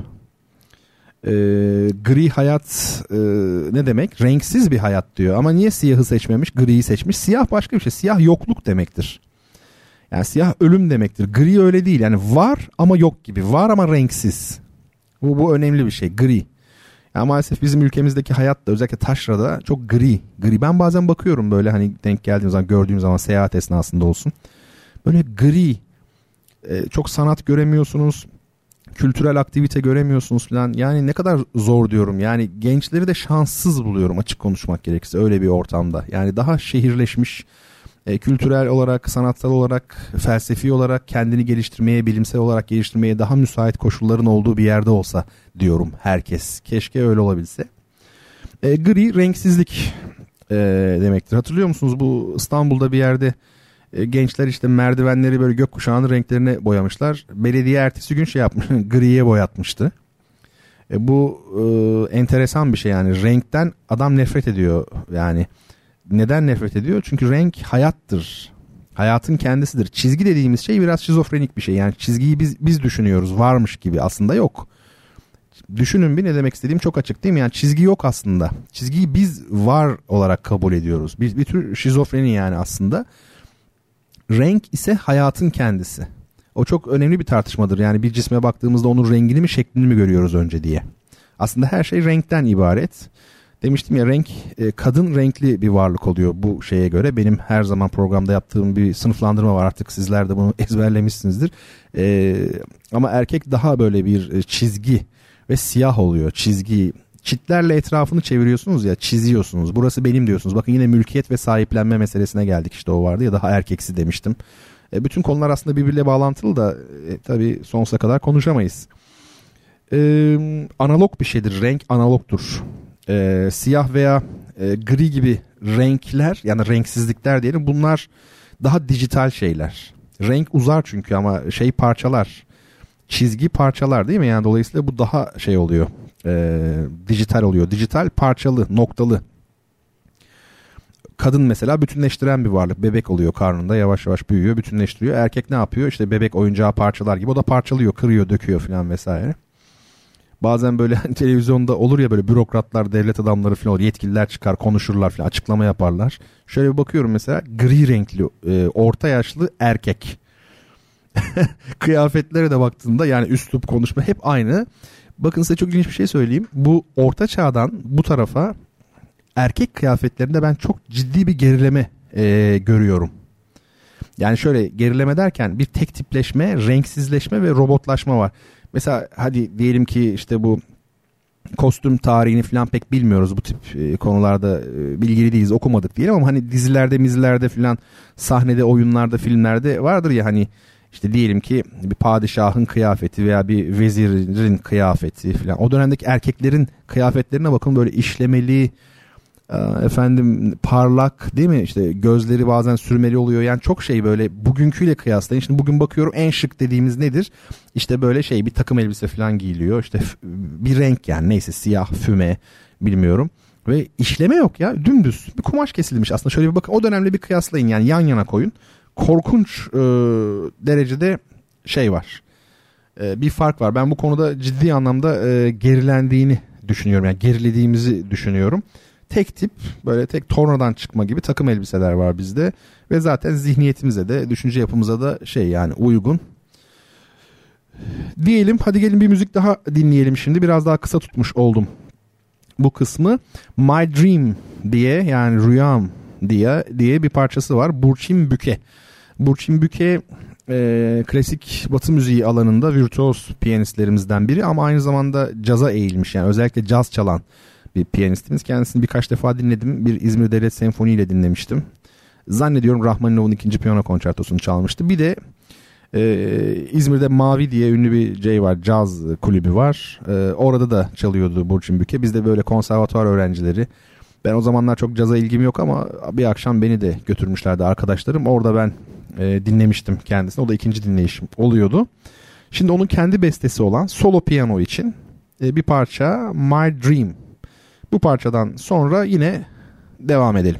Gri hayat ne demek? Renksiz bir hayat diyor. Ama niye siyahı seçmemiş, griyi seçmiş? Siyah başka bir şey. Siyah yokluk demektir. Yani siyah ölüm demektir. Gri öyle değil. Yani var ama yok gibi. Var ama renksiz. Bu önemli bir şey. Gri. Yani maalesef bizim ülkemizdeki hayat da özellikle taşrada çok gri. Gri. Ben bazen bakıyorum böyle hani denk geldiğim zaman, gördüğüm zaman, seyahat esnasında olsun. Böyle gri. Çok sanat göremiyorsunuz. Kültürel aktivite göremiyorsunuz falan. Yani ne kadar zor diyorum. Yani gençleri de şanssız buluyorum açık konuşmak gerekirse öyle bir ortamda. Yani daha şehirleşmiş, kültürel olarak, sanatsal olarak, felsefi olarak kendini geliştirmeye, bilimsel olarak geliştirmeye daha müsait koşulların olduğu bir yerde olsa diyorum herkes. Keşke öyle olabilse. Gri renksizlik demektir. Hatırlıyor musunuz bu İstanbul'da bir yerde gençler işte merdivenleri böyle gökkuşağının renklerine boyamışlar. Belediye ertesi gün şey yapmış, griye boyatmıştı. Bu enteresan bir şey yani. Renkten adam nefret ediyor yani. Neden nefret ediyor? Çünkü renk hayattır. Hayatın kendisidir. Çizgi dediğimiz şey biraz şizofrenik bir şey. Yani çizgiyi biz düşünüyoruz varmış gibi, aslında yok. Düşünün bir, ne demek istediğim çok açık değil mi? Yani çizgi yok aslında. Çizgiyi biz var olarak kabul ediyoruz. Bir tür şizofreni yani aslında. Renk ise hayatın kendisi. O çok önemli bir tartışmadır. Yani bir cisme baktığımızda onun rengini mi şeklini mi görüyoruz önce diye. Aslında her şey renkten ibaret. Demiştim ya, renk kadın renkli bir varlık oluyor bu şeye göre. Benim her zaman programda yaptığım bir sınıflandırma var, artık sizler de bunu ezberlemişsinizdir. Ama erkek daha böyle bir çizgi ve siyah oluyor. Çizgi, çitlerle etrafını çeviriyorsunuz ya, çiziyorsunuz. Burası benim diyorsunuz. Bakın yine mülkiyet ve sahiplenme meselesine geldik, işte o vardı ya, daha erkeksi demiştim. Bütün konular aslında birbiriyle bağlantılı da tabii sonsuza kadar konuşamayız. Analog bir şeydir, renk analogtur. Siyah veya gri gibi renkler, yani renksizlikler diyelim, bunlar daha dijital şeyler. Renk uzar çünkü ama şey parçalar, çizgi parçalar değil mi? Yani dolayısıyla bu daha şey oluyor, dijital oluyor. Dijital, parçalı, noktalı. Kadın mesela bütünleştiren bir varlık. Bebek oluyor karnında, yavaş yavaş büyüyor, bütünleştiriyor. Erkek ne yapıyor? İşte bebek oyuncağı parçalar gibi, o da parçalıyor, kırıyor, döküyor falan vesaire. Bazen böyle televizyonda olur ya, böyle bürokratlar, devlet adamları falan olur, yetkililer çıkar, konuşurlar falan, açıklama yaparlar. Şöyle bir bakıyorum mesela, gri renkli, orta yaşlı erkek. Kıyafetlere de baktığında yani üslup, konuşma hep aynı. Bakın size çok ilginç bir şey söyleyeyim. Bu orta çağdan bu tarafa erkek kıyafetlerinde ben çok ciddi bir gerileme görüyorum. Yani şöyle gerileme derken bir tek tipleşme, renksizleşme ve robotlaşma var. Mesela hadi diyelim ki işte bu kostüm tarihini falan pek bilmiyoruz, bu tip konularda bilgili değiliz, okumadık diyelim ama hani dizilerde falan, sahnede, oyunlarda, filmlerde vardır ya, hani işte diyelim ki bir padişahın kıyafeti veya bir vezirin kıyafeti falan. O dönemdeki erkeklerin kıyafetlerine bakın, böyle işlemeli, efendim parlak değil mi, işte gözleri bazen sürmeli oluyor, yani çok şey böyle bugünküyle kıyaslayın. Şimdi bugün bakıyorum en şık dediğimiz nedir, işte böyle şey bir takım elbise falan giyiliyor, işte bir renk, yani neyse siyah, füme, bilmiyorum, ve işleme yok ya, dümdüz bir kumaş kesilmiş. Aslında şöyle bir bakın, o dönemle bir kıyaslayın, yani yan yana koyun, korkunç derecede şey var, bir fark var. Ben bu konuda ciddi anlamda gerilendiğini düşünüyorum, yani gerilediğimizi düşünüyorum. Tek tip, böyle tek tornadan çıkma gibi takım elbiseler var bizde ve zaten zihniyetimize de, düşünce yapımıza da şey, yani uygun. Diyelim, hadi gelin bir müzik daha dinleyelim şimdi. Biraz daha kısa tutmuş oldum bu kısmı. My Dream diye, yani rüyam diye bir parçası var. Burçin Büke. Burçin Büke klasik batı müziği alanında virtüöz piyanistlerimizden biri ama aynı zamanda caza eğilmiş, yani özellikle caz çalan bir piyanistimiz. Kendisini birkaç defa dinledim. Bir İzmir Devlet Senfoni ile dinlemiştim. Zannediyorum Rahmaninov'un 2. piyano konçertosunu çalmıştı. Bir de İzmir'de Mavi diye ünlü bir şey var, caz kulübü var. Orada da çalıyordu Burçin Büke. Biz de böyle konservatuvar öğrencileri. Ben o zamanlar çok caza ilgim yok ama bir akşam beni de götürmüşlerdi arkadaşlarım. Orada ben dinlemiştim kendisini. O da ikinci dinleyişim oluyordu. Şimdi onun kendi bestesi olan solo piyano için bir parça, My Dream. Bu parçadan sonra yine devam edelim.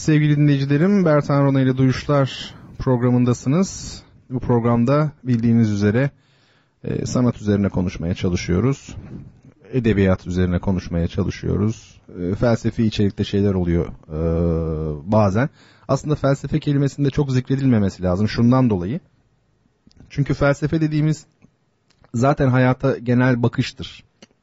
sevgili dinleyicilerim, Bertan Rona ile Duyuşlar programındasınız. Bu programda bildiğiniz üzere sanat üzerine konuşmaya çalışıyoruz. Edebiyat üzerine konuşmaya çalışıyoruz. Felsefi içerikte şeyler oluyor bazen. Aslında felsefe kelimesinde çok zikredilmemesi lazım şundan dolayı. Çünkü felsefe dediğimiz zaten hayata genel bakıştır.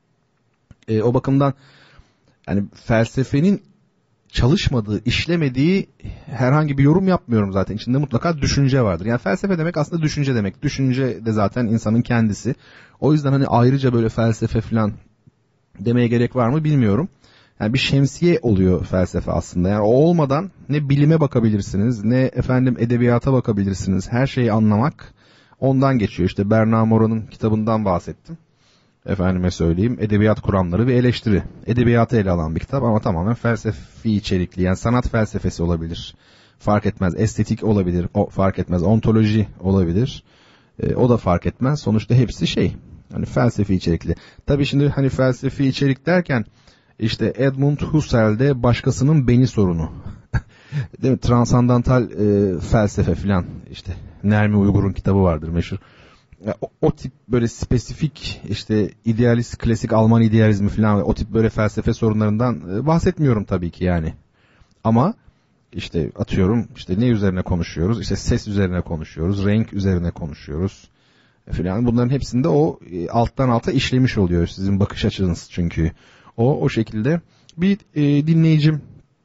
O bakımdan yani felsefenin çalışmadığı, işlemediği herhangi bir yorum yapmıyorum zaten. İçinde mutlaka düşünce vardır. Yani felsefe demek aslında düşünce demek. Düşünce de zaten insanın kendisi. O yüzden hani ayrıca böyle felsefe falan demeye gerek var mı bilmiyorum. Yani bir şemsiye oluyor felsefe aslında. Yani o olmadan ne bilime bakabilirsiniz, ne efendim edebiyata bakabilirsiniz. Her şeyi anlamak ondan geçiyor. İşte Bernard Moreau'nun kitabından bahsettim. Efendime söyleyeyim, edebiyat kuramları ve eleştiri. Edebiyatı ele alan bir kitap ama tamamen felsefi içerikli. Yani sanat felsefesi olabilir. Fark etmez. Estetik olabilir. O fark etmez. Ontoloji olabilir. O da fark etmez. Sonuçta hepsi şey. Hani felsefi içerikli. Tabii şimdi hani felsefi içerik derken işte Edmund Husserl'de başkasının beni sorunu. Değil mi? Transandantal felsefe filan. İşte Nermi Uygur'un kitabı vardır meşhur. O tip böyle spesifik işte idealist, klasik Alman idealizmi falan o tip böyle felsefe sorunlarından bahsetmiyorum tabii ki yani. Ama işte atıyorum işte ne üzerine konuşuyoruz? İşte ses üzerine konuşuyoruz, renk üzerine konuşuyoruz falan. Bunların hepsinde o alttan alta işlemiş oluyor sizin bakış açınız çünkü. O şekilde bir dinleyicim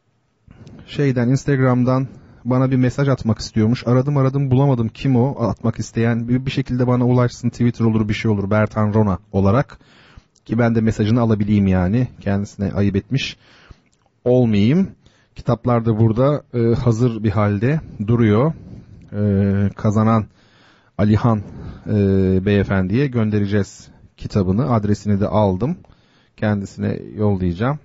şeyden Instagram'dan bana bir mesaj atmak istiyormuş. Aradım bulamadım. Kim o atmak isteyen? Bir şekilde bana ulaşsın. Twitter olur bir şey olur. Bertan Rona olarak. Ki ben de mesajını alabileyim yani. Kendisine ayıp etmiş olmayayım. Kitaplar da burada hazır bir halde duruyor. Kazanan Alihan beyefendiye göndereceğiz kitabını. Adresini de aldım. Kendisine yollayacağım.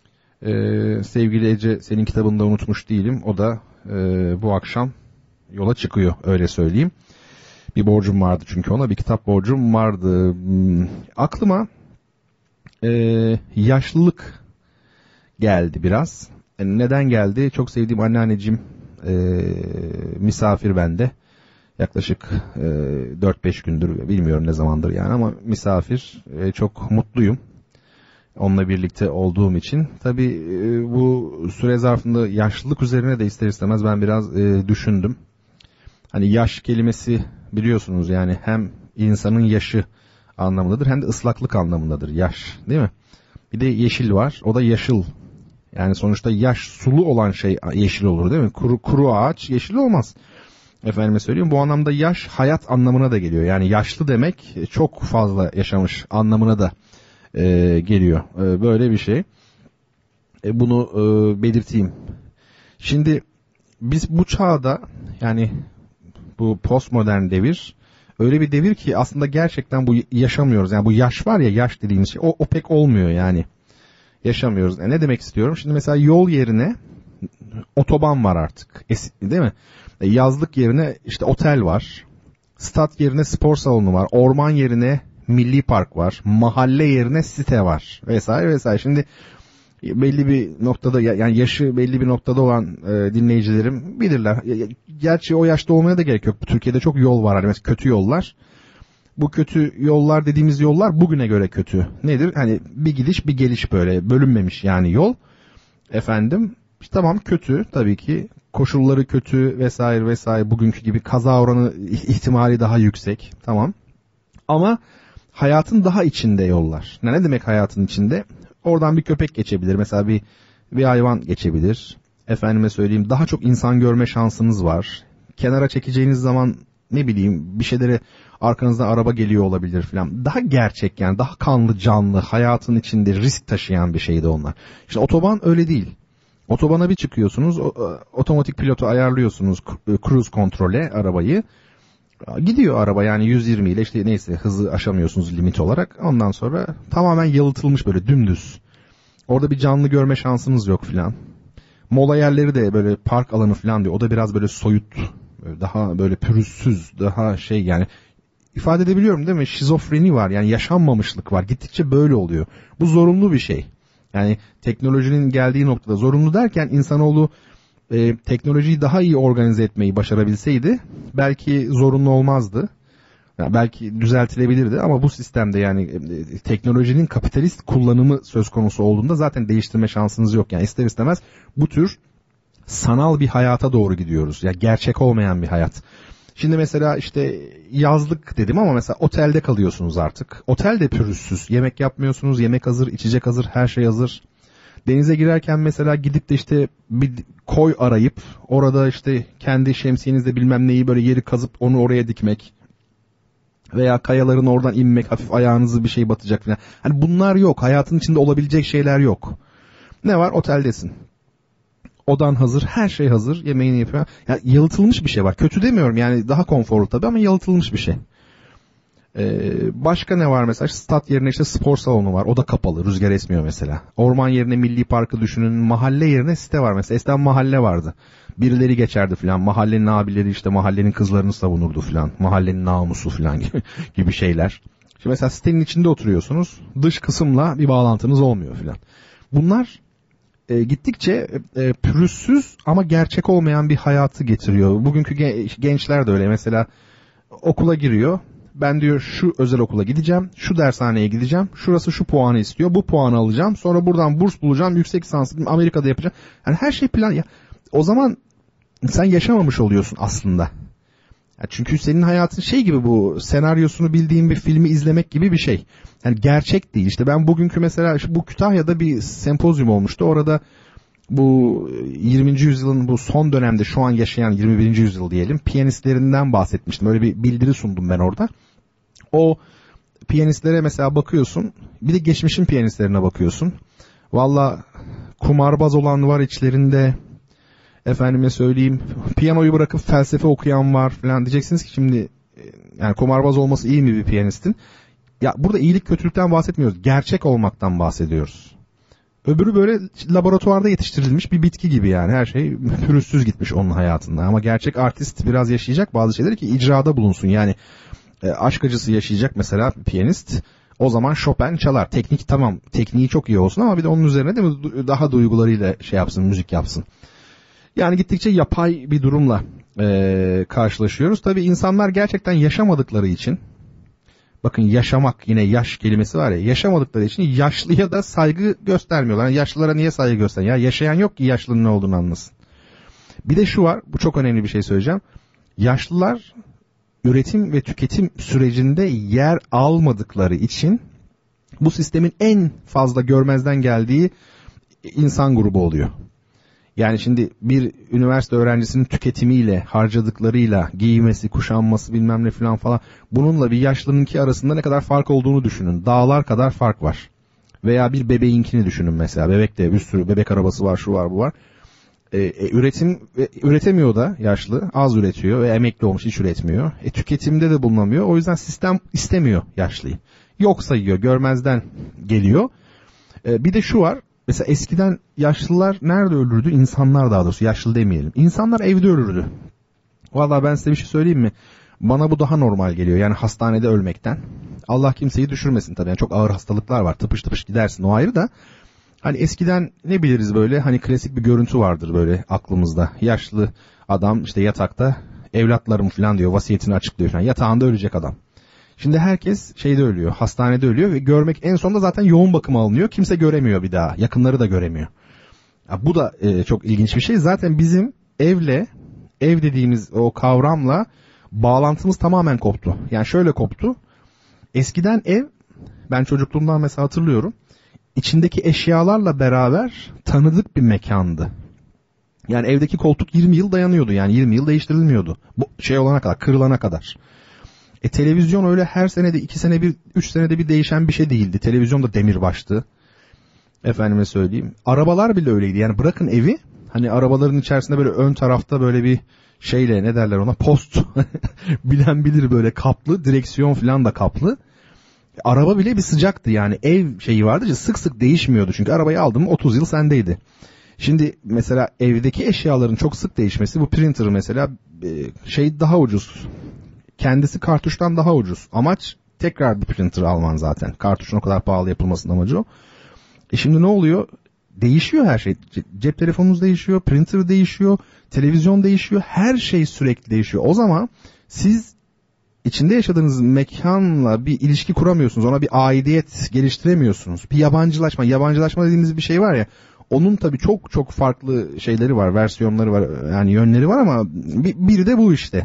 Sevgili Ece senin kitabını da unutmuş değilim. O da bu akşam yola çıkıyor öyle söyleyeyim. Bir borcum vardı çünkü ona bir kitap borcum vardı. Aklıma yaşlılık geldi biraz. Neden geldi? Çok sevdiğim anneanneciğim misafir bende. Yaklaşık 4-5 gündür bilmiyorum ne zamandır yani ama misafir çok mutluyum. Onunla birlikte olduğum için. Tabii bu süre zarfında yaşlılık üzerine de ister istemez ben biraz düşündüm. Hani yaş kelimesi biliyorsunuz yani hem insanın yaşı anlamındadır hem de ıslaklık anlamındadır yaş değil mi? Bir de yeşil var o da yaşıl. Yani sonuçta yaş sulu olan şey yeşil olur değil mi? Kuru ağaç yeşil olmaz. Efendime söyleyeyim bu anlamda yaş hayat anlamına da geliyor. Yani yaşlı demek çok fazla yaşamış anlamına da geliyor. Böyle bir şey. Bunu belirteyim. Şimdi biz bu çağda yani bu postmodern devir öyle bir devir ki aslında gerçekten bu yaşamıyoruz. Yani bu yaş var ya yaş dediğimiz şey o pek olmuyor yani. Yaşamıyoruz. Ne demek istiyorum? Şimdi mesela yol yerine otoban var artık. Değil mi? Yazlık yerine işte otel var. Stat yerine spor salonu var. Orman yerine milli park var. Mahalle yerine site var. Vesaire vesaire. Şimdi belli bir noktada yani yaşı belli bir noktada olan dinleyicilerim bilirler. Gerçi o yaşta olmaya da gerek yok. Türkiye'de çok yol var. Hani mesela kötü yollar. Bu kötü yollar dediğimiz yollar bugüne göre kötü. Nedir? Hani bir gidiş bir geliş böyle bölünmemiş yani yol. Efendim tamam kötü tabii ki. Koşulları kötü vesaire vesaire bugünkü gibi kaza oranı ihtimali daha yüksek. Tamam. Ama hayatın daha içinde yollar. Ne demek hayatın içinde? Oradan bir köpek geçebilir. Mesela bir hayvan geçebilir. Efendime söyleyeyim daha çok insan görme şansınız var. Kenara çekeceğiniz zaman ne bileyim bir şeylere arkanızdan araba geliyor olabilir falan. Daha gerçek yani daha kanlı canlı hayatın içinde risk taşıyan bir şeydi onlar. İşte otoban öyle değil. Otobana bir çıkıyorsunuz otomatik pilotu ayarlıyorsunuz cruise kontrole arabayı. Gidiyor araba yani 120 ile işte neyse hızı aşamıyorsunuz limit olarak. Ondan sonra tamamen yalıtılmış böyle dümdüz. Orada bir canlı görme şansınız yok filan. Mola yerleri de böyle park alanı filan diyor. O da biraz böyle soyut, daha böyle pürüzsüz, daha şey yani ifade edebiliyorum değil mi? Şizofreni var yani yaşanmamışlık var. Gittikçe böyle oluyor. Bu zorunlu bir şey. Yani teknolojinin geldiği noktada zorunlu derken insanoğlu teknolojiyi daha iyi organize etmeyi başarabilseydi belki zorunlu olmazdı. Yani belki düzeltilebilirdi ama bu sistemde yani teknolojinin kapitalist kullanımı söz konusu olduğunda zaten değiştirme şansınız yok. Yani ister istemez bu tür sanal bir hayata doğru gidiyoruz. Ya gerçek olmayan bir hayat. Şimdi mesela işte yazlık dedim ama mesela otelde kalıyorsunuz artık. Otel de pürüzsüz. Yemek yapmıyorsunuz. Yemek hazır, içecek hazır, her şey hazır. Denize girerken mesela gidip de işte bir koy arayıp orada işte kendi şemsiyenizle bilmem neyi böyle yeri kazıp onu oraya dikmek. Veya kayaların oradan inmek, hafif ayağınızı bir şey batacak falan. Hani bunlar yok. Hayatın içinde olabilecek şeyler yok. Ne var? Oteldesin. Odan hazır, her şey hazır. Yemeğini yapıyor. Yani yalıtılmış bir şey var. Kötü demiyorum yani daha konforlu tabii ama yalıtılmış bir şey. Başka ne var mesela? Stat yerine işte spor salonu var. O da kapalı. Rüzgar esmiyor mesela. Orman yerine milli parkı düşünün. Mahalle yerine site var mesela. Eskiden mahalle vardı. Birileri geçerdi filan. Mahallenin abileri işte mahallenin kızlarını savunurdu filan. Mahallenin namusu filan gibi şeyler. Şimdi mesela sitenin içinde oturuyorsunuz. Dış kısımla bir bağlantınız olmuyor filan. Bunlar gittikçe pürüzsüz ama gerçek olmayan bir hayatı getiriyor. Bugünkü gençler de öyle. Mesela okula giriyor. Ben diyor şu özel okula gideceğim, şu dershaneye gideceğim, şurası şu puanı istiyor, bu puanı alacağım, sonra buradan burs bulacağım, yüksek lisans Amerika'da yapacağım. Yani her şey plan. Ya, o zaman sen yaşamamış oluyorsun aslında. Ya çünkü senin hayatın şey gibi bu senaryosunu bildiğin bir filmi izlemek gibi bir şey. Yani gerçek değil. İşte ben bugünkü mesela bu Kütahya'da bir sempozyum olmuştu. Orada bu 20. yüzyılın bu son dönemde şu an yaşayan 21. yüzyıl diyelim piyanistlerinden bahsetmiştim. Öyle bir bildiri sundum ben orada. O piyanistlere mesela bakıyorsun. Bir de geçmişin piyanistlerine bakıyorsun. Valla kumarbaz olan var içlerinde. Efendime söyleyeyim piyanoyu bırakıp felsefe okuyan var falan. Diyeceksiniz ki şimdi yani kumarbaz olması iyi mi bir piyanistin? Ya burada iyilik kötülükten bahsetmiyoruz. Gerçek olmaktan bahsediyoruz. Öbürü böyle laboratuvarda yetiştirilmiş bir bitki gibi yani. Her şey pürüzsüz gitmiş onun hayatında. Ama gerçek artist biraz yaşayacak bazı şeyleri ki icrada bulunsun. Yani aşk acısı yaşayacak mesela piyanist. O zaman Chopin çalar. Teknik tamam. Tekniği çok iyi olsun ama bir de onun üzerine de daha duygularıyla şey yapsın, müzik yapsın. Yani gittikçe yapay bir durumla karşılaşıyoruz. Tabii insanlar gerçekten yaşamadıkları için, bakın yaşamak yine yaş kelimesi var ya, yaşamadıkları için yaşlıya da saygı göstermiyorlar. Yani yaşlılara niye saygı gösteriyor? Ya yaşayan yok ki yaşlının ne olduğunu anlasın. Bir de şu var, bu çok önemli bir şey söyleyeceğim. Yaşlılar üretim ve tüketim sürecinde yer almadıkları için bu sistemin en fazla görmezden geldiği insan grubu oluyor. Yani şimdi bir üniversite öğrencisinin tüketimiyle, harcadıklarıyla, giymesi, kuşanması bilmem ne falan bununla bir yaşlınınki arasında ne kadar fark olduğunu düşünün. Dağlar kadar fark var. Veya bir bebeğinkini düşünün mesela. Bebekte bir sürü bebek arabası var, şu var, bu var. Üretemiyor da yaşlı, az üretiyor ve emekli olmuş hiç üretmiyor. Tüketimde de bulunamıyor. O yüzden sistem istemiyor yaşlıyı. Yok sayıyor, görmezden geliyor. Bir de şu var. Mesela eskiden yaşlılar nerede ölürdü? İnsanlar daha doğrusu, yaşlı demeyelim. İnsanlar evde ölürdü. Vallahi ben size bir şey söyleyeyim mi? Bana bu daha normal geliyor. Yani hastanede ölmekten. Allah kimseyi düşürmesin tabii. Yani çok ağır hastalıklar var. Tıpış tıpış gidersin, o ayrı da. Hani eskiden ne biliriz böyle? Hani klasik bir görüntü vardır böyle aklımızda. Yaşlı adam işte yatakta evlatlarım falan diyor. Vasiyetini açıklıyor falan. Yatağında ölecek adam. Şimdi herkes şeyde ölüyor, hastanede ölüyor ve görmek en sonunda zaten yoğun bakıma alınıyor. Kimse göremiyor bir daha, yakınları da göremiyor. Ya bu da çok ilginç bir şey. Zaten bizim ev dediğimiz o kavramla bağlantımız tamamen koptu. Yani şöyle koptu. Eskiden ev, ben çocukluğumdan mesela hatırlıyorum, içindeki eşyalarla beraber tanıdık bir mekandı. Yani evdeki koltuk 20 yıl dayanıyordu. Yani 20 yıl değiştirilmiyordu. Bu şey olana kadar, kırılana kadar. Televizyon öyle her senede 2 sene bir 3 senede bir değişen bir şey değildi. Televizyon da demirbaştı. Efendime söyleyeyim. Arabalar bile öyleydi. Yani bırakın evi. Hani arabaların içerisinde böyle ön tarafta böyle bir şeyle ne derler ona, post bilen bilir, böyle kaplı, direksiyon falan da kaplı. Araba bile bir sıcaktı yani, ev şeyi vardı ya, sık sık değişmiyordu çünkü arabayı aldım 30 yıl sendeydi. Şimdi mesela evdeki eşyaların çok sık değişmesi, bu printer mesela şey daha ucuz. Kendisi kartuştan daha ucuz. Amaç tekrar bir printer alman zaten. Kartuşun o kadar pahalı yapılmasının amacı o. Şimdi ne oluyor? değişiyor her şey. Cep telefonunuz değişiyor, printer değişiyor, televizyon değişiyor, her şey sürekli değişiyor. O zaman siz içinde yaşadığınız mekanla bir ilişki kuramıyorsunuz. Ona bir aidiyet geliştiremiyorsunuz. Bir yabancılaşma dediğimiz bir şey var ya. Onun tabii çok çok farklı şeyleri var, versiyonları var, yani yönleri var ama biri de bu işte.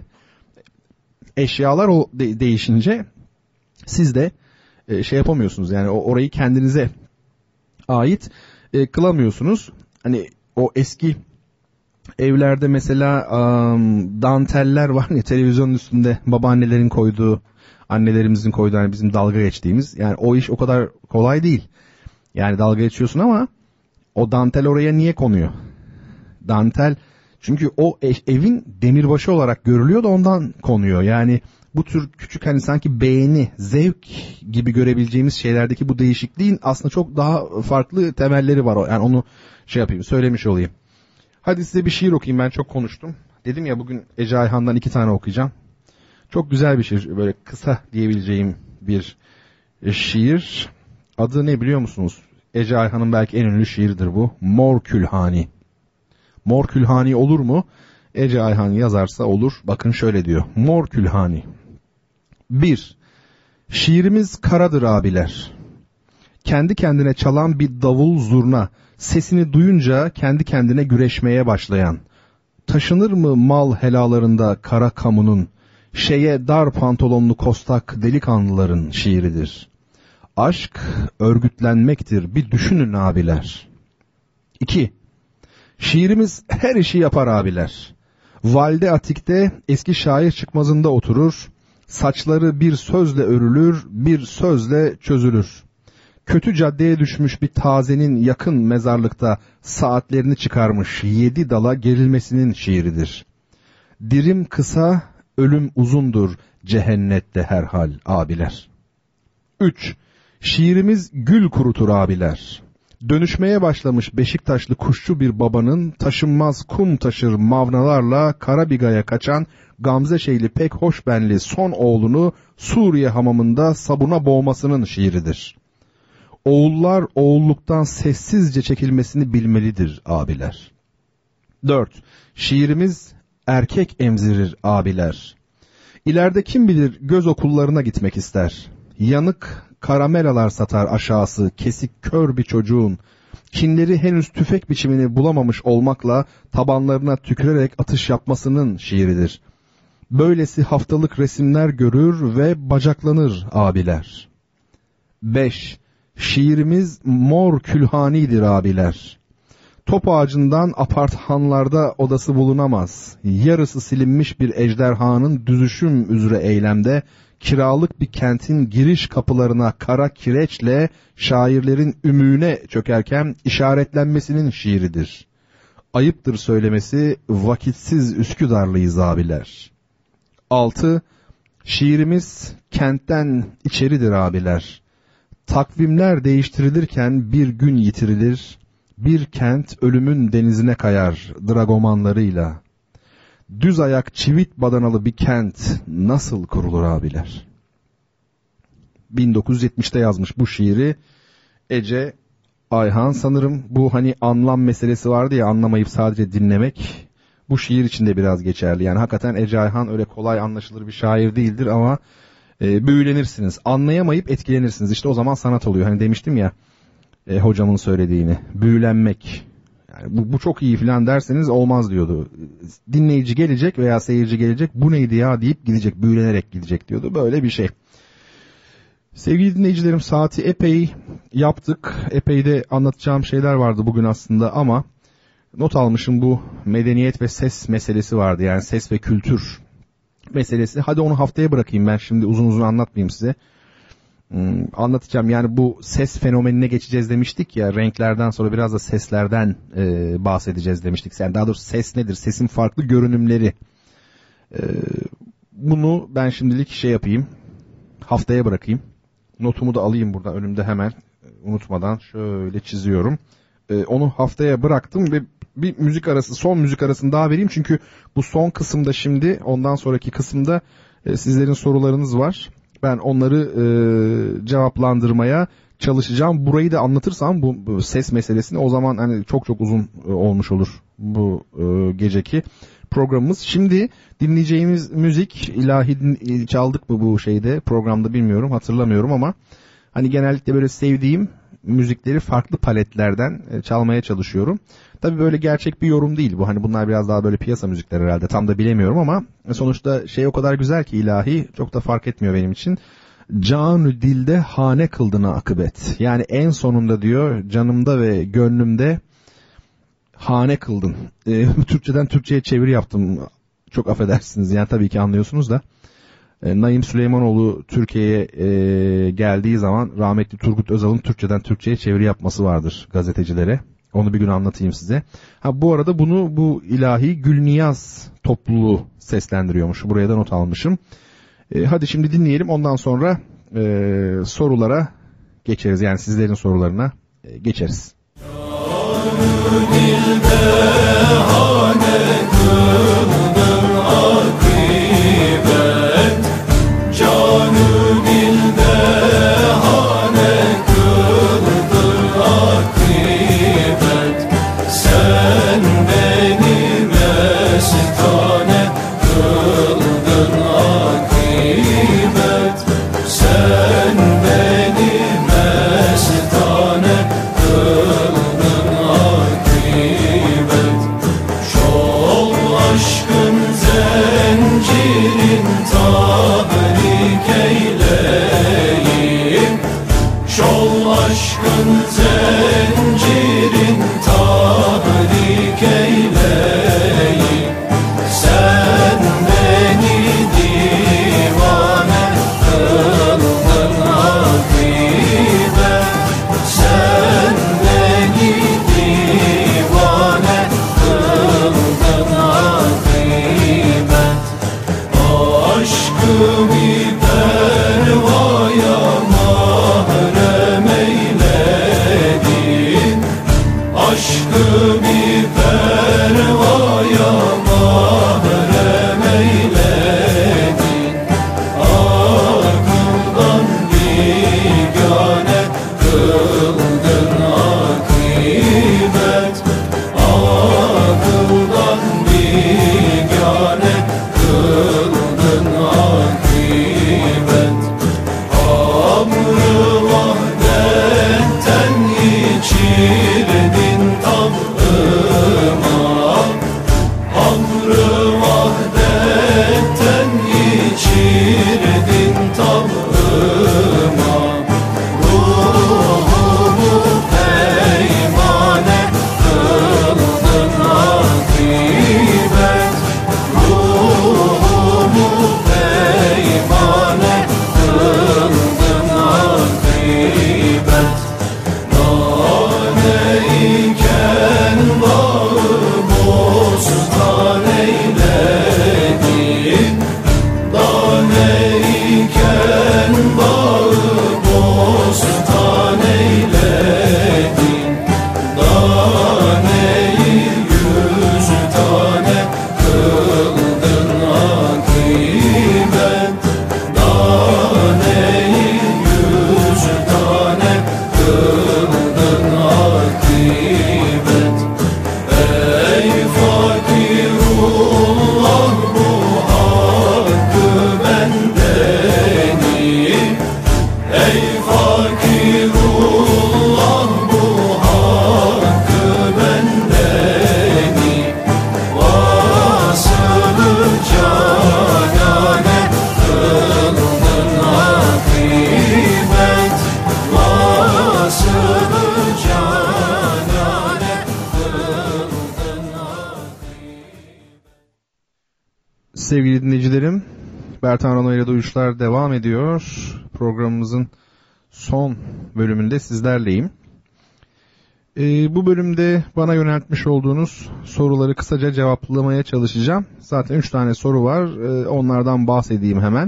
Eşyalar değişince siz de şey yapamıyorsunuz, yani orayı kendinize ait kılamıyorsunuz. Hani o eski evlerde mesela danteller var ya televizyonun üstünde, babaannelerin koyduğu, annelerimizin koyduğu, yani bizim dalga geçtiğimiz, yani o iş o kadar kolay değil. Yani dalga geçiyorsun ama o dantel oraya niye konuyor? Dantel çünkü o evin demirbaşı olarak görülüyor da ondan konuyor. Yani bu tür küçük, hani sanki beğeni, zevk gibi görebileceğimiz şeylerdeki bu değişikliğin aslında çok daha farklı temelleri var. Yani onu söylemiş olayım. Hadi size bir şiir okuyayım, ben çok konuştum. Dedim ya bugün Ece Ayhan'dan 2 tane okuyacağım. Çok güzel bir şiir, böyle kısa diyebileceğim bir şiir. Adı ne biliyor musunuz? Ece Ayhan'ın belki en ünlü şiiridir bu. Mor Külhani. Mor Külhani olur mu? Ece Ayhan yazarsa olur. Bakın şöyle diyor. Mor Külhani. 1. Şiirimiz karadır abiler. Kendi kendine çalan bir davul zurna, sesini duyunca kendi kendine güreşmeye başlayan, taşınır mı mal helalarında kara kamunun, şeye dar pantolonlu kostak delikanlıların şiiridir. Aşk örgütlenmektir, bir düşünün abiler. 2. Şiirimiz her işi yapar abiler. Valide Atik'te eski şair çıkmazında oturur, saçları bir sözle örülür, bir sözle çözülür. Kötü caddeye düşmüş bir tazenin yakın mezarlıkta saatlerini çıkarmış 7 dala gerilmesinin şiiridir. Dirim kısa, ölüm uzundur cehennette herhal abiler. 3. Şiirimiz gül kurutur abiler. Dönüşmeye başlamış Beşiktaşlı kuşçu bir babanın taşınmaz kum taşır mavnalarla Karabiga'ya kaçan Gamzeşehirli pek hoşbenli son oğlunu Suriye hamamında sabuna boğmasının şiiridir. Oğullar oğulluktan sessizce çekilmesini bilmelidir abiler. 4. Şiirimiz erkek emzirir abiler. İleride kim bilir göz okullarına gitmek ister. Yanık karamelalar satar aşağısı kesik kör bir çocuğun. Kinleri henüz tüfek biçimini bulamamış olmakla tabanlarına tükürerek atış yapmasının şiiridir. Böylesi haftalık resimler görür ve bacaklanır abiler. 5. Şiirimiz mor külhanidir abiler. Top ağacından aparthanlarda odası bulunamaz. Yarısı silinmiş bir ejderhanın düzüşüm üzere eylemde, kiralık bir kentin giriş kapılarına kara kireçle şairlerin ümüğüne çökerken işaretlenmesinin şiiridir. Ayıptır söylemesi, vakitsiz Üsküdarlıyız abiler. 6. Şiirimiz kentten içeridir abiler. Takvimler değiştirilirken bir gün yitirilir, bir kent ölümün denizine kayar dragomanlarıyla. Düz ayak çivit badanalı bir kent nasıl kurulur abiler? 1970'te yazmış bu şiiri Ece Ayhan. Sanırım bu hani anlam meselesi vardı ya, anlamayıp sadece dinlemek. Bu şiir için de biraz geçerli. Yani hakikaten Ece Ayhan öyle kolay anlaşılır bir şair değildir ama büyülenirsiniz. Anlayamayıp etkilenirsiniz. İşte o zaman sanat oluyor. Hani demiştim ya hocamın söylediğini. Büyülenmek. Yani bu çok iyi falan derseniz olmaz diyordu. Dinleyici gelecek veya seyirci gelecek. Bu neydi ya deyip gidecek. Büyülenerek gidecek diyordu. Böyle bir şey. Sevgili dinleyicilerim, saati epey yaptık. Epey de anlatacağım şeyler vardı bugün aslında ama not almışım, bu medeniyet ve ses meselesi vardı. Yani ses ve kültür meselesi. Hadi onu haftaya bırakayım, ben şimdi uzun uzun anlatmayayım size. Anlatacağım. Yani bu ses fenomenine geçeceğiz demiştik ya, renklerden sonra biraz da seslerden bahsedeceğiz demiştik. Yani daha doğrusu ses nedir? Sesin farklı görünümleri. Bunu ben şimdilik yapayım. Haftaya bırakayım. Notumu da alayım burada önümde hemen. Unutmadan şöyle çiziyorum. Onu haftaya bıraktım ve bir müzik arası, son müzik arasını daha vereyim. Çünkü bu son kısımda şimdi, ondan sonraki kısımda sizlerin sorularınız var. Ben onları cevaplandırmaya çalışacağım. Burayı da anlatırsam bu ses meselesini, o zaman hani çok uzun olmuş olur bu geceki programımız. Şimdi dinleyeceğimiz müzik, ilahi çaldık mı bu şeyde programda bilmiyorum, hatırlamıyorum ama hani genellikle böyle sevdiğim müzikleri farklı paletlerden çalmaya çalışıyorum. Tabii böyle gerçek bir yorum değil bu. Hani bunlar biraz daha böyle piyasa müzikleri herhalde. Tam da bilemiyorum ama sonuçta şey o kadar güzel ki ilahi, çok da fark etmiyor benim için. Canü dilde hane kıldığına akıbet. Yani en sonunda diyor, canımda ve gönlümde hane kıldın. Türkçeden Türkçe'ye çeviri yaptım. Çok affedersiniz yani, tabii ki anlıyorsunuz da. Naim Süleymanoğlu Türkiye'ye geldiği zaman rahmetli Turgut Özal'ın Türkçeden Türkçe'ye çeviri yapması vardır gazetecilere. Onu bir gün anlatayım size. Bu arada bunu bu ilahi Gülniyaz topluluğu seslendiriyormuş. Buraya da not almışım. Hadi şimdi dinleyelim, ondan sonra sorulara geçeriz. Yani sizlerin sorularına geçeriz. Sevgili dinleyicilerim, Bertan Rona ile Duyuşlar devam ediyor. Programımızın son bölümünde sizlerleyim. Bu bölümde bana yöneltmiş olduğunuz soruları kısaca cevaplamaya çalışacağım. Zaten 3 tane soru var, onlardan bahsedeyim hemen.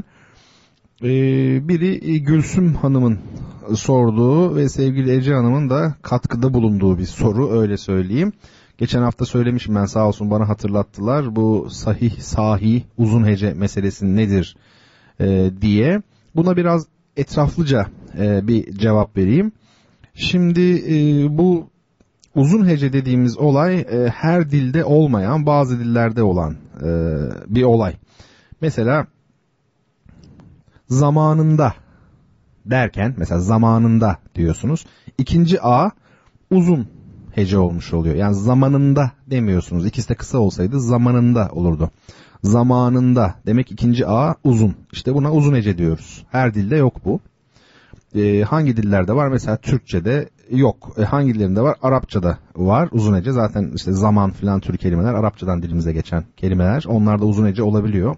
Biri Gülsüm Hanım'ın sorduğu ve sevgili Ece Hanım'ın da katkıda bulunduğu bir soru, öyle söyleyeyim. Geçen hafta söylemişim ben, sağ olsun bana hatırlattılar. Bu sahih, sahi, uzun hece meselesi nedir diye. buna biraz etraflıca bir cevap vereyim. Şimdi bu uzun hece dediğimiz olay her dilde olmayan, bazı dillerde olan bir olay. Mesela zamanında derken, mesela zamanında diyorsunuz. İkinci A uzun hece olmuş oluyor. Yani zamanında demiyorsunuz. İkisi de kısa olsaydı zamanında olurdu. Zamanında demek ikinci A uzun. İşte buna uzun hece diyoruz. Her dilde yok bu. Hangi dillerde var? Mesela Türkçe'de yok. Hangi dillerinde var? Arapça'da var uzun hece. Zaten işte zaman filan tür kelimeler Arapçadan dilimize geçen kelimeler. Onlar da uzun hece olabiliyor.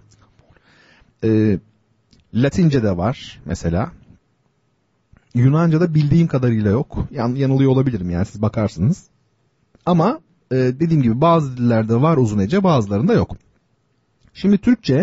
Latince'de var mesela. Yunanca'da bildiğim kadarıyla yok. Yanılıyor olabilirim yani, siz bakarsınız. Ama dediğim gibi bazı dillerde var uzun hece, bazılarında yok. Şimdi Türkçe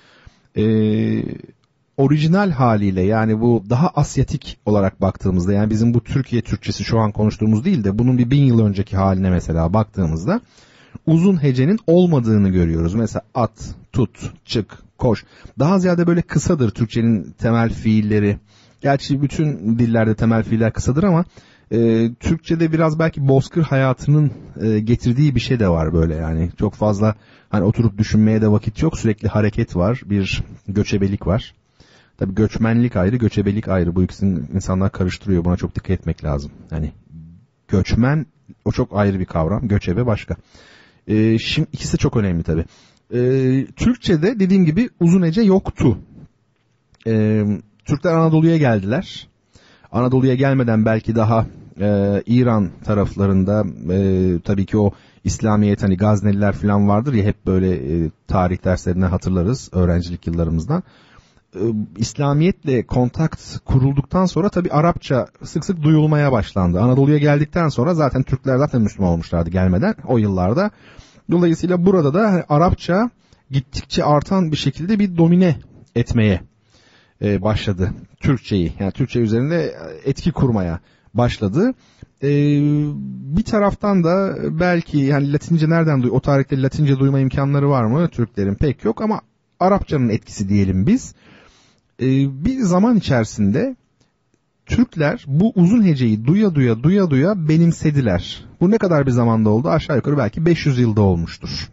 orijinal haliyle, yani bu daha Asyatik olarak baktığımızda, yani bizim bu Türkiye Türkçesi şu an konuştuğumuz değil de bunun bir 1000 yıl önceki haline mesela baktığımızda uzun hecenin olmadığını görüyoruz. Mesela at, tut, çık, koş. Daha ziyade böyle kısadır Türkçenin temel fiilleri. Gerçi bütün dillerde temel fiiller kısadır ama Türkçe'de biraz belki bozkır hayatının getirdiği bir şey de var böyle yani. Çok fazla hani oturup düşünmeye de vakit yok. Sürekli hareket var. Bir göçebelik var. Tabii göçmenlik ayrı, göçebelik ayrı. Bu ikisini insanlar karıştırıyor. Buna çok dikkat etmek lazım. Yani göçmen o çok ayrı bir kavram. Göçebe başka. Şimdi ikisi de çok önemli tabii. Türkçe'de dediğim gibi uzun hece yoktu. Türkler Anadolu'ya geldiler. Anadolu'ya gelmeden belki daha İran taraflarında tabii ki o İslamiyet, hani Gazneliler falan vardır ya, hep böyle tarih derslerinden hatırlarız öğrencilik yıllarımızdan. İslamiyetle kontakt kurulduktan sonra tabii Arapça sık sık duyulmaya başlandı. Anadolu'ya geldikten sonra zaten Türkler zaten Müslüman olmuşlardı gelmeden o yıllarda. Dolayısıyla burada da hani Arapça gittikçe artan bir şekilde bir domine etmeye başladı Türkçeyi. Yani Türkçe üzerinde etki kurmaya başladı. Bir taraftan da belki yani Latince nereden o tarihte Latince duyma imkanları var mı Türklerin? Pek yok ama Arapçanın etkisi diyelim biz. Bir zaman içerisinde Türkler bu uzun heceyi duya duya benimsediler. Bu ne kadar bir zamanda oldu? Aşağı yukarı belki 500 yılda olmuştur.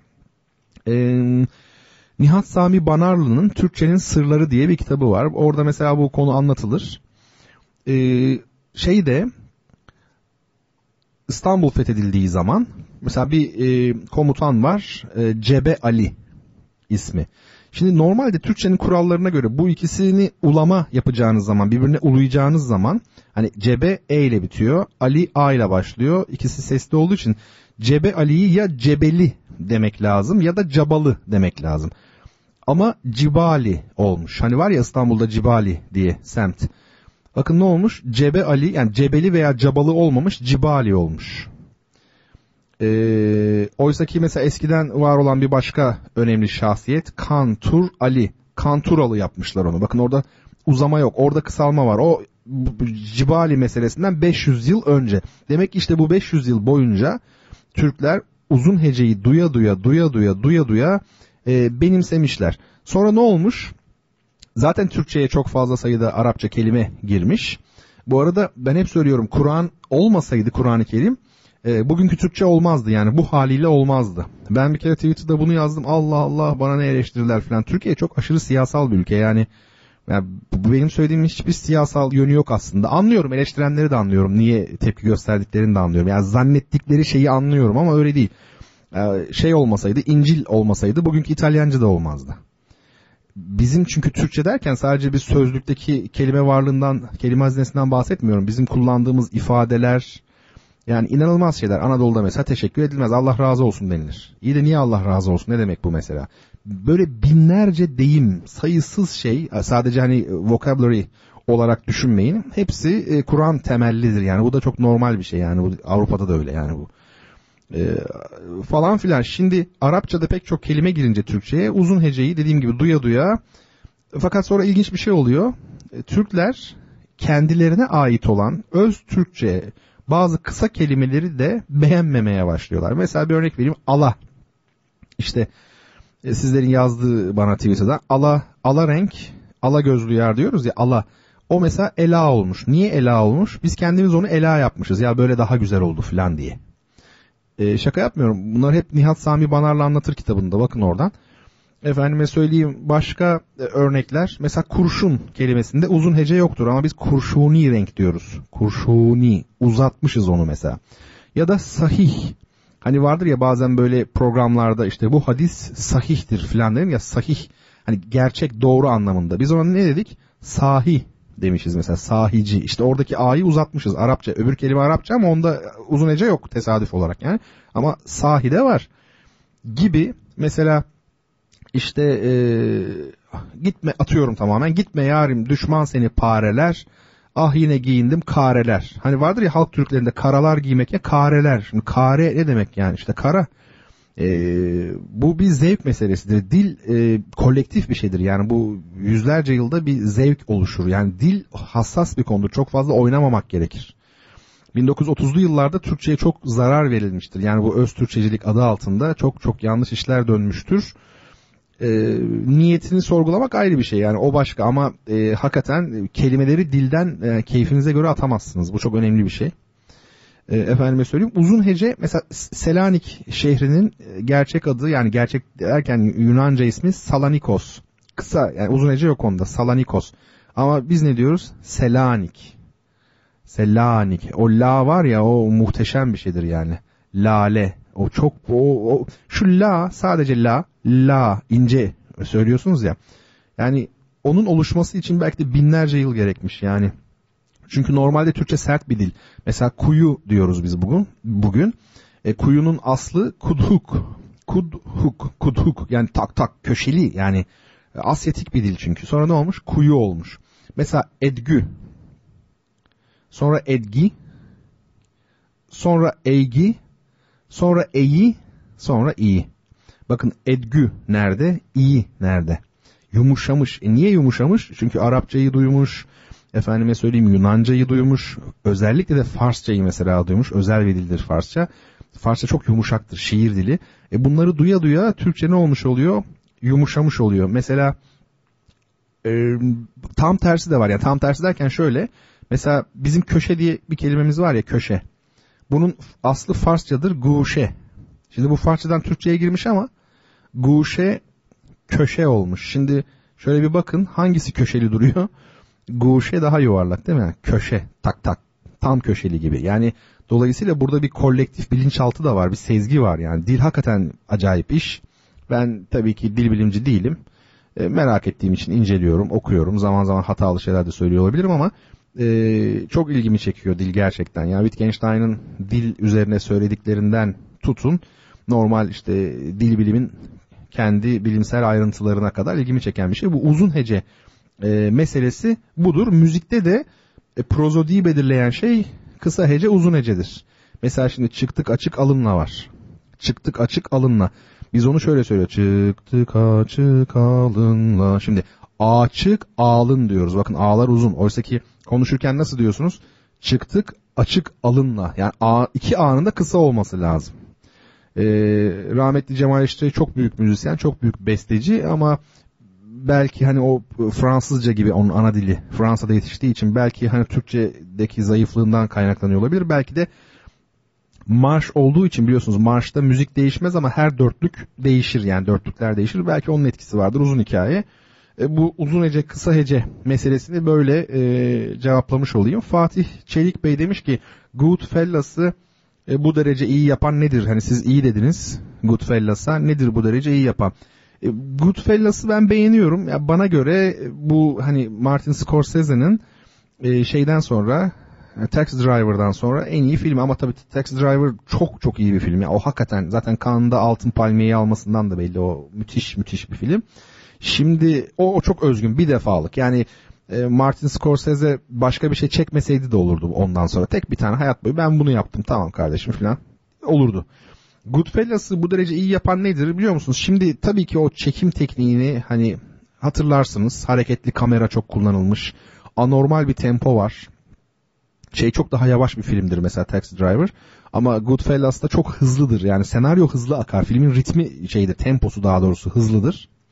Nihat Sami Banarlı'nın Türkçenin Sırları diye bir kitabı var. Orada mesela bu konu anlatılır. İstanbul fethedildiği zaman mesela bir komutan var, Cebe Ali ismi. Şimdi normalde Türkçenin kurallarına göre bu ikisini ulama yapacağınız zaman, birbirine ulayacağınız zaman, hani Cebe E ile bitiyor, Ali A ile başlıyor. İkisi sesli olduğu için Cebe Ali'yi ya Cebeli demek lazım ya da Cabalı demek lazım. Ama Cibali olmuş. Hani var ya İstanbul'da Cibali diye semt. Bakın ne olmuş? Cebe Ali, yani Cebeli veya Cabalı olmamış, Cibali olmuş. Oysa ki mesela eskiden var olan bir başka önemli şahsiyet Kantur Ali. Kanturalı yapmışlar onu. Bakın orada uzama yok. Orada kısalma var. O Cibali meselesinden 500 yıl önce. Demek ki işte bu 500 yıl boyunca Türkler uzun heceyi duya duya benimsemişler. Sonra ne olmuş? Zaten Türkçe'ye çok fazla sayıda Arapça kelime girmiş. Bu arada ben hep söylüyorum, Kur'an olmasaydı, Kur'an-ı Kerim bugünkü Türkçe olmazdı, yani bu haliyle olmazdı. Ben bir kere Twitter'da bunu yazdım. Allah Allah, bana ne eleştiriler falan. Türkiye çok aşırı siyasal bir ülke yani benim söylediğim hiçbir siyasal yönü yok aslında. Anlıyorum, eleştirenleri de anlıyorum. Niye tepki gösterdiklerini de anlıyorum. Yani zannettikleri şeyi anlıyorum ama öyle değil. Şey olmasaydı, İncil olmasaydı bugünkü İtalyanca da olmazdı. Bizim çünkü Türkçe derken sadece bir sözlükteki kelime varlığından, kelime hazinesinden bahsetmiyorum. Bizim kullandığımız ifadeler, yani inanılmaz şeyler. Anadolu'da mesela teşekkür edilmez, Allah razı olsun denilir. İyi de niye Allah razı olsun, ne demek bu mesela? Böyle binlerce deyim, sayısız şey, sadece hani vocabulary olarak düşünmeyin. Hepsi Kur'an temellidir yani, bu da çok normal bir şey yani, bu Avrupa'da da öyle yani bu. Falan filan. Şimdi Arapçada pek çok kelime girince Türkçe'ye uzun heceyi dediğim gibi duya fakat sonra ilginç bir şey oluyor. Türkler kendilerine ait olan öz Türkçe bazı kısa kelimeleri de beğenmemeye başlıyorlar. Mesela bir örnek vereyim. Ala. İşte sizlerin yazdığı bana Twitter'dan ala renk, Ala gözlü yar diyoruz ya, ala. O mesela ela olmuş. Niye ela olmuş? Biz kendimiz onu ela yapmışız. Ya böyle daha güzel oldu falan diye. Şaka yapmıyorum. Bunlar hep Nihat Sami Banar'la anlatır kitabında. Bakın oradan. Efendime söyleyeyim başka örnekler. Mesela kurşun kelimesinde uzun hece yoktur ama biz kurşuni renk diyoruz. Kurşuni. Uzatmışız onu mesela. Ya da sahih. Hani vardır ya bazen böyle programlarda işte bu hadis sahihtir falan derim ya, sahih. Hani gerçek, doğru anlamında. Biz ona ne dedik? Sahih demişiz mesela, sahici. İşte oradaki a'yı uzatmışız. Arapça. Öbür kelime Arapça ama onda uzun hece yok tesadüf olarak yani. Ama sahi de var. Gibi mesela işte gitme, atıyorum tamamen. Gitme yarim düşman seni pareler. Ah yine giyindim kareler. Hani vardır ya halk Türklerinde karalar giymek ya, kareler. Şimdi kare ne demek yani, işte kara. Bu bir zevk meselesidir. Dil kolektif bir şeydir. Yani bu yüzlerce yılda bir zevk oluşur. Yani dil hassas bir konudur. Çok fazla oynamamak gerekir. 1930'lu yıllarda Türkçe'ye çok zarar verilmiştir. Yani bu öz Türkçecilik adı altında çok yanlış işler dönmüştür. Niyetini sorgulamak ayrı bir şey. Yani o başka ama hakikaten kelimeleri dilden keyfinize göre atamazsınız. Bu çok önemli bir şey. Efendime söyleyeyim uzun hece mesela Selanik şehrinin gerçek adı, yani gerçek derken Yunanca ismi Salanikos. Kısa yani uzun hece yok onda, Salanikos. Ama biz ne diyoruz? Selanik. Selanik. O la var ya, o muhteşem bir şeydir yani. Lale. O çok o şu la sadece la ince söylüyorsunuz ya. Yani onun oluşması için belki de binlerce yıl gerekmiş yani. Çünkü normalde Türkçe sert bir dil. Mesela kuyu diyoruz biz bugün. Kuyunun aslı kudhuk. Kudhuk yani tak köşeli yani Asyatik bir dil çünkü. Sonra ne olmuş? Kuyu olmuş. Mesela edgü. Sonra edgi. Sonra eygi. Sonra eyi. Sonra iyi. Bakın edgü nerede? İyi nerede? Yumuşamış. Niye yumuşamış? Çünkü Arapçayı duymuş. Efendime söyleyeyim Yunancayı duymuş. Özellikle de Farsçayı mesela duymuş. Özel bir dildir Farsça. Farsça çok yumuşaktır. Şiir dili. Bunları duya duya Türkçe ne olmuş oluyor? Yumuşamış oluyor. Mesela tam tersi de var. Yani tam tersi derken şöyle. Mesela bizim köşe diye bir kelimemiz var ya, köşe. Bunun aslı Farsçadır, guşe. Şimdi bu Farsçadan Türkçe'ye girmiş ama guşe köşe olmuş. Şimdi şöyle bir bakın hangisi köşeli duruyor? Guşe daha yuvarlak değil mi? Köşe, tak tam köşeli gibi. Yani dolayısıyla burada bir kolektif bilinçaltı da var, bir sezgi var yani. Dil hakikaten acayip iş. Ben tabii ki dil bilimci değilim. Merak ettiğim için inceliyorum, okuyorum. Zaman zaman hatalı şeyler de söylüyor olabilirim ama çok ilgimi çekiyor dil gerçekten. Yani Wittgenstein'ın dil üzerine söylediklerinden tutun normal işte dil bilimin kendi bilimsel ayrıntılarına kadar ilgimi çeken bir şey. Bu uzun hece meselesi budur. Müzikte de prozodiyi belirleyen şey kısa hece uzun hecedir. Mesela şimdi çıktık açık alınla var. Çıktık açık alınla. Biz onu şöyle söylüyoruz. Çıktık açık alınla. Şimdi açık alın diyoruz. Bakın ağlar uzun. Oysa ki konuşurken nasıl diyorsunuz? Çıktık açık alınla. Yani iki A'nın da kısa olması lazım. Rahmetli Cemal İşçi çok büyük müzisyen, çok büyük besteci ama belki hani o Fransızca gibi onun ana dili Fransa'da yetiştiği için belki hani Türkçedeki zayıflığından kaynaklanıyor olabilir. Belki de marş olduğu için biliyorsunuz marşta müzik değişmez ama her dörtlük değişir yani dörtlükler değişir. Belki onun etkisi vardır, uzun hikaye. Bu uzun hece kısa hece meselesini böyle cevaplamış olayım. Fatih Çelik Bey demiş ki Goodfellas'ı bu derece iyi yapan nedir? Hani siz iyi dediniz Goodfellas'a, nedir bu derece iyi yapan? Goodfellas'ı ben beğeniyorum. Ya bana göre bu hani Martin Scorsese'nin şeyden sonra Taxi Driver'dan sonra en iyi film ama tabii Taxi Driver çok iyi bir film. Yani o hakikaten zaten Cannes'da Altın Palmiye'yi almasından da belli, o müthiş bir film. Şimdi o çok özgün bir defalık. Yani Martin Scorsese başka bir şey çekmeseydi de olurdu ondan sonra. Tek bir tane hayat boyu ben bunu yaptım tamam kardeşim falan olurdu. Goodfellas'ı bu derece iyi yapan nedir biliyor musunuz? Şimdi tabii ki o çekim tekniğini hani hatırlarsınız. Hareketli kamera çok kullanılmış. Anormal bir tempo var. Çok daha yavaş bir filmdir mesela Taxi Driver. Ama Goodfellas'ta çok hızlıdır. Yani senaryo hızlı akar. Filmin ritmi temposu daha doğrusu hızlıdır.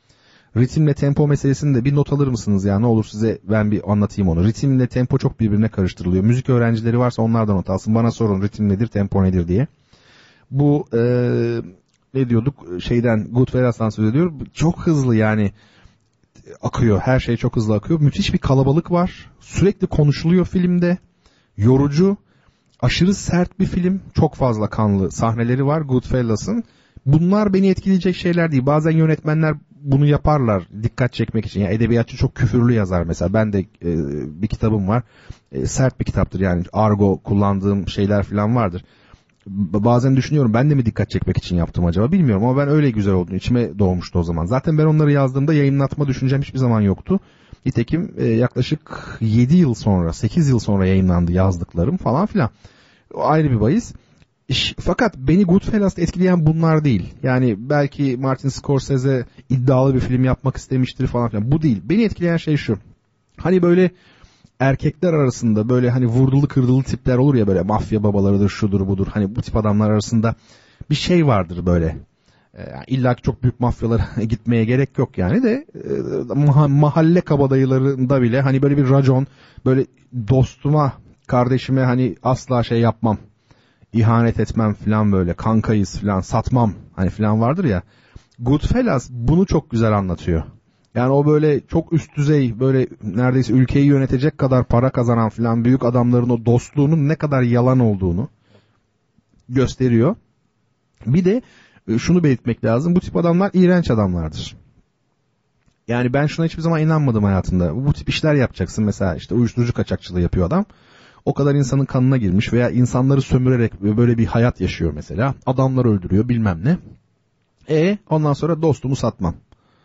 ritimle tempo meselesini de bir not alır mısınız ya? Ne olur size ben bir anlatayım onu. Ritimle tempo çok birbirine karıştırılıyor. Müzik öğrencileri varsa onlardan not alsın. Bana sorun ritim nedir, tempo nedir diye. Bu ne diyorduk? Goodfellas'tan söz ediyorum. Çok hızlı yani akıyor. Her şey çok hızlı akıyor. Müthiş bir kalabalık var. Sürekli konuşuluyor filmde. Yorucu. Aşırı sert bir film. Çok fazla kanlı sahneleri var Goodfellas'ın. Bunlar beni etkileyecek şeyler değil. Bazen yönetmenler bunu yaparlar dikkat çekmek için. Yani edebiyatçı çok küfürlü yazar mesela. Ben de bir kitabım var. Sert bir kitaptır yani. Argo kullandığım şeyler falan vardır. Bazen düşünüyorum ben de mi dikkat çekmek için yaptım acaba bilmiyorum ama ben öyle güzel olduğunu içime doğmuştu o zaman. Zaten ben onları yazdığımda yayınlatma düşüncem hiçbir zaman yoktu. Nitekim yaklaşık 7 yıl sonra 8 yıl sonra yayınlandı yazdıklarım falan filan. O ayrı bir bahis. Fakat beni Goodfellas'ta etkileyen bunlar değil. Yani belki Martin Scorsese iddialı bir film yapmak istemiştir falan filan. Bu değil. Beni etkileyen şey şu. Hani böyle erkekler arasında böyle hani vurdulu kırdılı tipler olur ya böyle mafya babalarıdır şudur budur. Hani bu tip adamlar arasında bir şey vardır böyle. Yani illa ki çok büyük mafyalara gitmeye gerek yok yani de mahalle kabadayılarında bile hani böyle bir racon böyle dostuma kardeşime hani asla şey yapmam. İhanet etmem falan böyle kankayız falan satmam hani falan vardır ya. Goodfellas bunu çok güzel anlatıyor. Yani o böyle çok üst düzey böyle neredeyse ülkeyi yönetecek kadar para kazanan falan büyük adamların o dostluğunun ne kadar yalan olduğunu gösteriyor. Bir de şunu belirtmek lazım. Bu tip adamlar iğrenç adamlardır. Yani ben şuna hiçbir zaman inanmadım hayatımda. Bu tip işler yapacaksın mesela işte uyuşturucu kaçakçılığı yapıyor adam. O kadar insanın kanına girmiş veya insanları sömürerek böyle bir hayat yaşıyor mesela. Adamları öldürüyor bilmem ne. Ondan sonra dostumu satmam.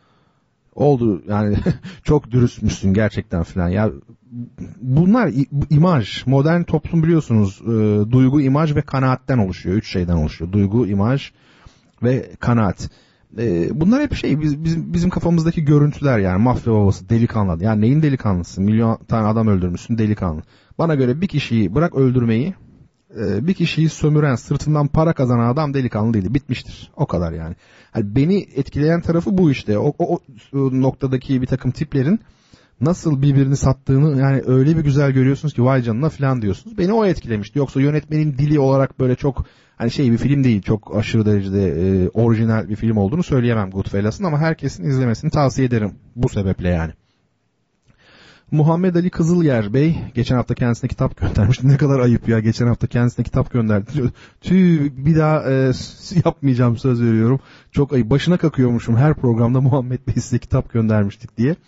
Oldu yani çok dürüstmüşsün gerçekten filan. Ya bunlar imaj. Modern toplum biliyorsunuz duygu, imaj ve kanaatten oluşuyor. 3 şeyden oluşuyor. Duygu, imaj ve kanaat. Bunlar hep şey bizim kafamızdaki görüntüler yani mafya babası delikanlı. Yani neyin delikanlısı? Milyon tane adam öldürmüşsün delikanlı. Bana göre bir kişiyi bırak öldürmeyi bir kişiyi sömüren sırtından para kazanan adam delikanlı değildi. Bitmiştir. O kadar yani. Yani beni etkileyen tarafı bu işte. O noktadaki bir takım tiplerin nasıl birbirini sattığını yani öyle bir güzel görüyorsunuz ki vay canına falan diyorsunuz. Beni o etkilemişti. Yoksa yönetmenin dili olarak böyle çok hani şey bir film değil. Çok aşırı derecede orijinal bir film olduğunu söyleyemem Goodfellas'ın ama herkesin izlemesini tavsiye ederim bu sebeple yani. Muhammed Ali Kızılyer Bey geçen hafta kendisine kitap göndermişti. Ne kadar ayıp ya geçen hafta kendisine kitap gönderdi. Bir daha yapmayacağım söz veriyorum. Çok ayıp. Başına kakıyormuşum her programda Muhammed Bey size kitap göndermiştik diye.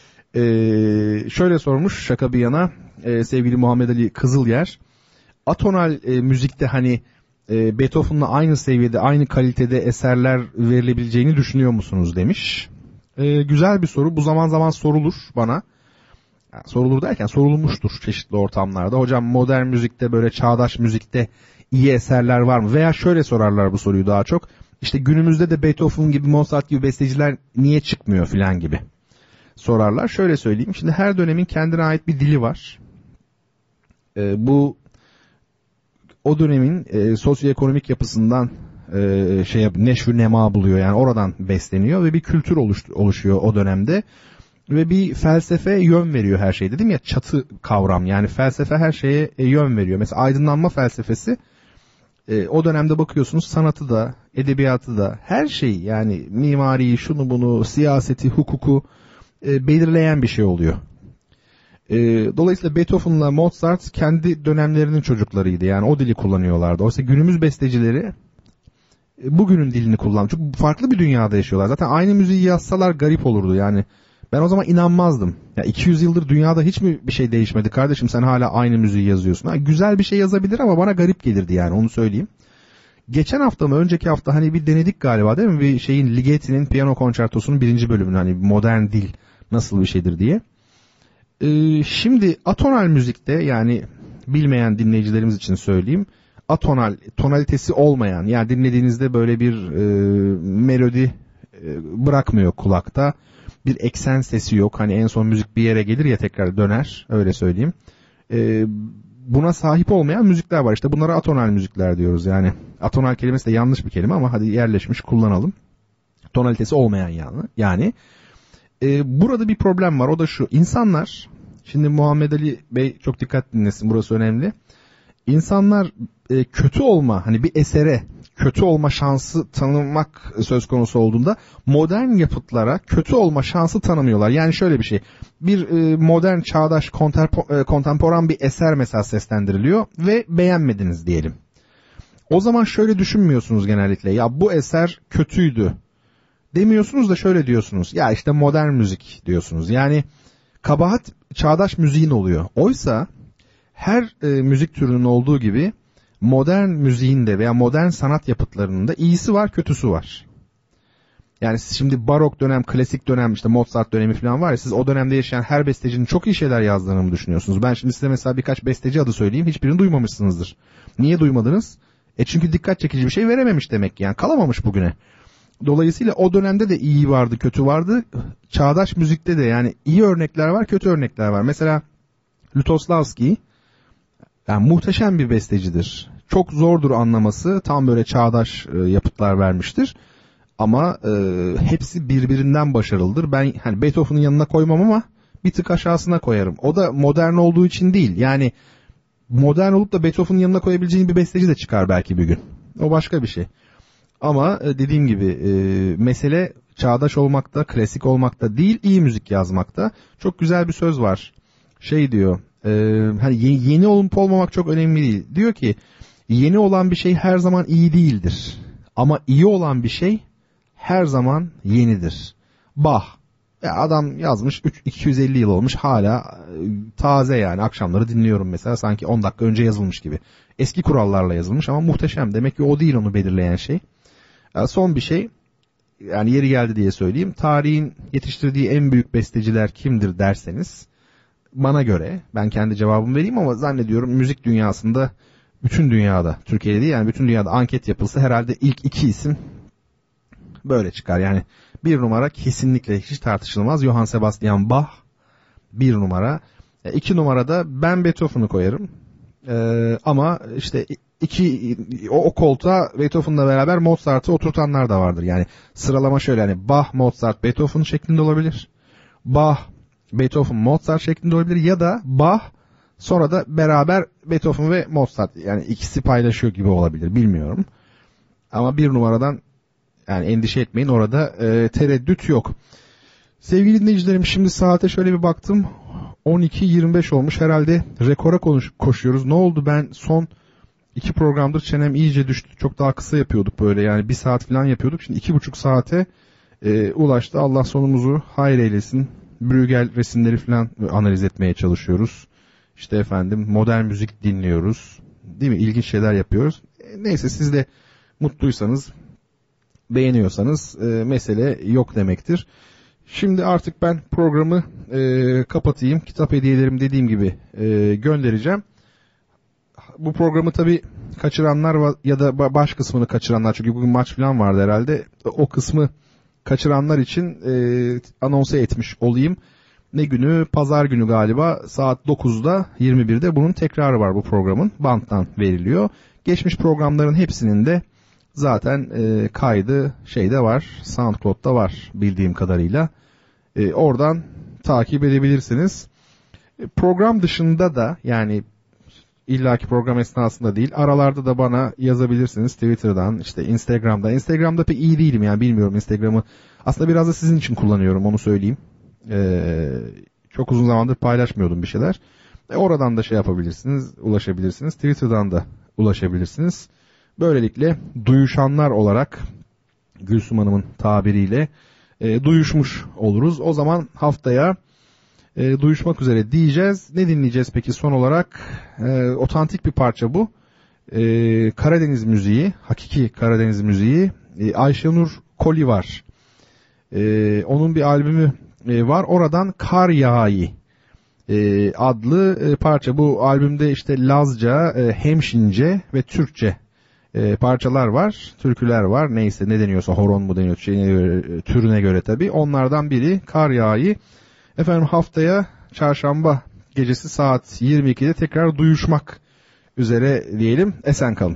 Şöyle sormuş şaka bir yana sevgili Muhammed Ali Kızılyer. Atonal müzikte hani Beethoven'la aynı seviyede aynı kalitede eserler verilebileceğini düşünüyor musunuz demiş. Güzel bir soru. Bu zaman zaman sorulur bana. Yani sorulur derken sorulmuştur çeşitli ortamlarda. Hocam modern müzikte böyle çağdaş müzikte iyi eserler var mı? Veya şöyle sorarlar bu soruyu daha çok. İşte günümüzde de Beethoven gibi Mozart gibi besteciler niye çıkmıyor filan gibi sorarlar. Şöyle söyleyeyim. Şimdi her dönemin kendine ait bir dili var. Bu o dönemin sosyoekonomik yapısından neşvü nema buluyor. Yani oradan besleniyor ve bir kültür oluşuyor o dönemde. Ve bir felsefe yön veriyor her şeye. Dedim ya çatı kavram yani felsefe her şeye yön veriyor. Mesela aydınlanma felsefesi o dönemde bakıyorsunuz sanatı da edebiyatı da her şeyi yani mimariyi şunu bunu siyaseti hukuku belirleyen bir şey oluyor. Dolayısıyla Beethoven'la Mozart kendi dönemlerinin çocuklarıydı yani o dili kullanıyorlardı. Oysa günümüz bestecileri bugünün dilini kullanıyor. Çünkü farklı bir dünyada yaşıyorlar. Zaten aynı müziği yazsalar garip olurdu yani. Ben o zaman inanmazdım. Ya 200 yıldır dünyada hiç mi bir şey değişmedi kardeşim sen hala aynı müziği yazıyorsun. Ha, güzel bir şey yazabilir ama bana garip gelirdi yani onu söyleyeyim. Geçen hafta mı önceki hafta hani bir denedik galiba değil mi? Bir şeyin Ligeti'nin piyano konçertosunun 1. bölümünü hani modern dil nasıl bir şeydir diye. Şimdi atonal müzikte yani bilmeyen dinleyicilerimiz için söyleyeyim. Atonal, tonalitesi olmayan yani dinlediğinizde böyle bir melodi bırakmıyor kulakta. Bir eksen sesi yok. Hani en son müzik bir yere gelir ya tekrar döner. Öyle söyleyeyim. Buna sahip olmayan müzikler var. İşte bunlara atonal müzikler diyoruz. Yani atonal kelimesi de yanlış bir kelime ama hadi yerleşmiş kullanalım. Tonalitesi olmayan yani. burada bir problem var. O da şu. İnsanlar, şimdi Muhammed Ali Bey çok dikkat dinlesin, burası önemli. İnsanlar kötü olma, hani bir esere kötü olma şansı tanımak söz konusu olduğunda modern yapıtlara kötü olma şansı tanımıyorlar. Yani şöyle bir şey. Bir modern, çağdaş, kontemporan bir eser mesela seslendiriliyor ve beğenmediniz diyelim. O zaman şöyle düşünmüyorsunuz genellikle. Ya bu eser kötüydü demiyorsunuz da şöyle diyorsunuz. Ya işte modern müzik diyorsunuz. Yani kabahat çağdaş müziğin oluyor. Oysa her müzik türünün olduğu gibi modern müziğin de veya modern sanat yapıtlarının da iyisi var, kötüsü var. Yani şimdi barok dönem, klasik dönem, işte Mozart dönemi falan var ya, siz o dönemde yaşayan her bestecinin çok iyi şeyler yazdığını mı düşünüyorsunuz? Ben şimdi size mesela birkaç besteci adı söyleyeyim, hiçbirini duymamışsınızdır. Niye duymadınız? Çünkü dikkat çekici bir şey verememiş demek ki, yani kalamamış bugüne. Dolayısıyla o dönemde de iyi vardı, kötü vardı. Çağdaş müzikte de yani iyi örnekler var, kötü örnekler var. Mesela Lutoslavski yani muhteşem bir bestecidir. Çok zordur anlaması. Tam böyle çağdaş yapıtlar vermiştir. Ama hepsi birbirinden başarılıdır. Ben hani Beethoven'ın yanına koymam ama bir tık aşağısına koyarım. O da modern olduğu için değil. Yani modern olup da Beethoven'ın yanına koyabileceğin bir besteci de çıkar belki bir gün. O başka bir şey. Ama dediğim gibi mesele çağdaş olmakta, klasik olmakta değil, iyi müzik yazmakta. Çok güzel bir söz var. Şey diyor, hani yeni olup olmamak çok önemli değil. Diyor ki, yeni olan bir şey her zaman iyi değildir. Ama iyi olan bir şey her zaman yenidir. Bach. Ya adam yazmış, 250 yıl olmuş, hala taze yani. Akşamları dinliyorum mesela, sanki 10 dakika önce yazılmış gibi. Eski kurallarla yazılmış ama muhteşem. Demek ki o değil onu belirleyen şey. Son bir şey, yani yeri geldi diye söyleyeyim. Tarihin yetiştirdiği en büyük besteciler kimdir derseniz, bana göre, ben kendi cevabımı vereyim ama zannediyorum müzik dünyasında, bütün dünyada, Türkiye'de değil yani bütün dünyada anket yapılsa herhalde ilk 2 isim böyle çıkar. Yani 1 numara kesinlikle hiç tartışılmaz Johann Sebastian Bach 1 numara. 2 numarada ben Beethoven'ı koyarım. Ama işte o koltuğa Beethoven'la beraber Mozart'ı oturtanlar da vardır. Yani sıralama şöyle, hani Bach, Mozart, Beethoven şeklinde olabilir. Bach, Beethoven, Mozart şeklinde olabilir ya da Bach sonra da beraber Beethoven ve Mozart, yani ikisi paylaşıyor gibi olabilir, bilmiyorum. Ama 1 numaradan yani endişe etmeyin, orada tereddüt yok. Sevgili dinleyicilerim, şimdi saate şöyle bir baktım, 12:25 olmuş, herhalde rekora koşuyoruz. Ne oldu, ben son 2 programdır çenem iyice düştü, çok daha kısa yapıyorduk böyle, yani 1 saat falan yapıyorduk, şimdi 2,5 saate ulaştı. Allah sonumuzu hayır eylesin. Bruegel resimleri falan analiz etmeye çalışıyoruz. İşte efendim modern müzik dinliyoruz. Değil mi? İlginç şeyler yapıyoruz. Neyse, siz de mutluysanız, beğeniyorsanız mesele yok demektir. Şimdi artık ben programı kapatayım. Kitap hediyelerimi dediğim gibi göndereceğim. Bu programı tabii kaçıranlar ya da baş kısmını kaçıranlar, çünkü bugün maç falan vardı herhalde. O kısmı kaçıranlar için anonsa etmiş olayım. Ne günü? Pazar günü galiba saat 9'da 21'de bunun tekrarı var bu programın. Banttan veriliyor. Geçmiş programların hepsinin de zaten kaydı şeyde var. SoundCloud'da var bildiğim kadarıyla. Oradan takip edebilirsiniz. Program dışında da, yani illaki program esnasında değil, aralarda da bana yazabilirsiniz. Twitter'dan, işte Instagram'da. Instagram'da pek iyi değilim yani, bilmiyorum Instagram'ı. Aslında biraz da sizin için kullanıyorum, onu söyleyeyim. Çok uzun zamandır paylaşmıyordum bir şeyler. Oradan da şey yapabilirsiniz, ulaşabilirsiniz. Twitter'dan da ulaşabilirsiniz. Böylelikle duyuşanlar olarak, Gülsüm Hanım'ın tabiriyle duyuşmuş oluruz. O zaman haftaya duyuşmak üzere diyeceğiz. Ne dinleyeceğiz peki son olarak? Otantik bir parça bu. Karadeniz müziği, hakiki Karadeniz müziği. Ayşenur Koli var. Onun bir albümü var. Oradan Kar Yağayı adlı parça. Bu albümde işte Lazca, Hemşince ve Türkçe parçalar var. Türküler var. Neyse, ne deniyorsa, horon mu deniyor, türüne göre tabii. Onlardan biri Kar Yağayı. Efendim, haftaya çarşamba gecesi saat 22'de tekrar duyuşmak üzere diyelim. Esen kalın.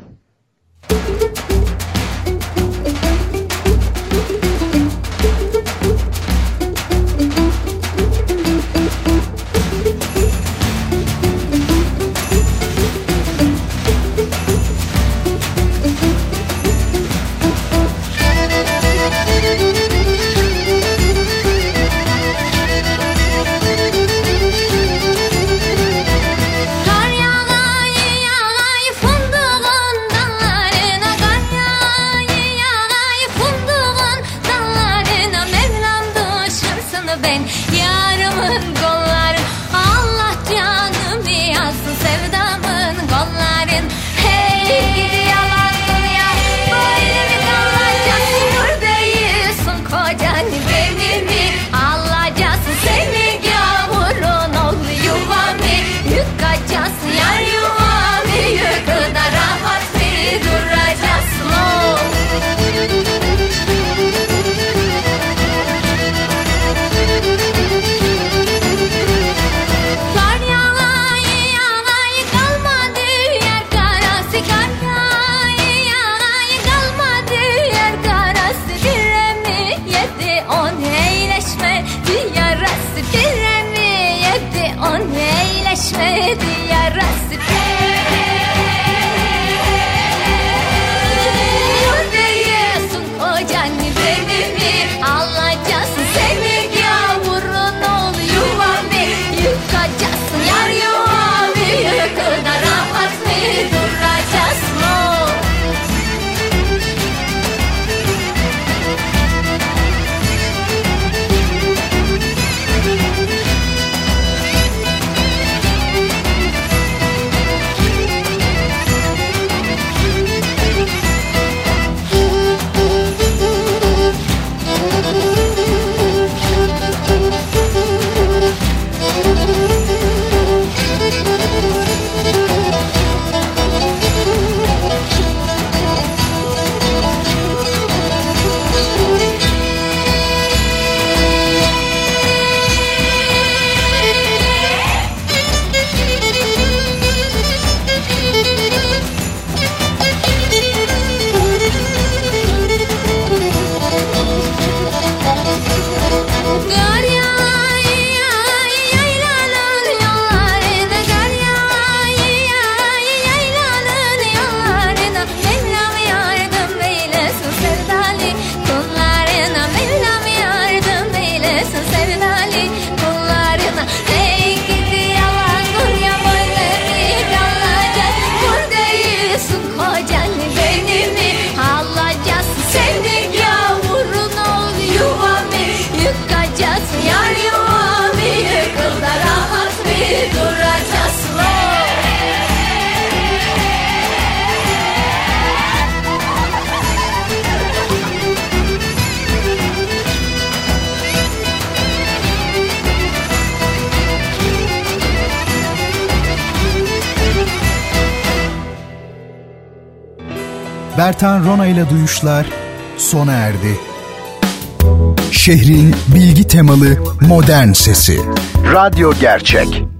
Bertan Rona ile Duyuşlar sona erdi. Şehrin bilgi temalı modern sesi. Radyo Gerçek.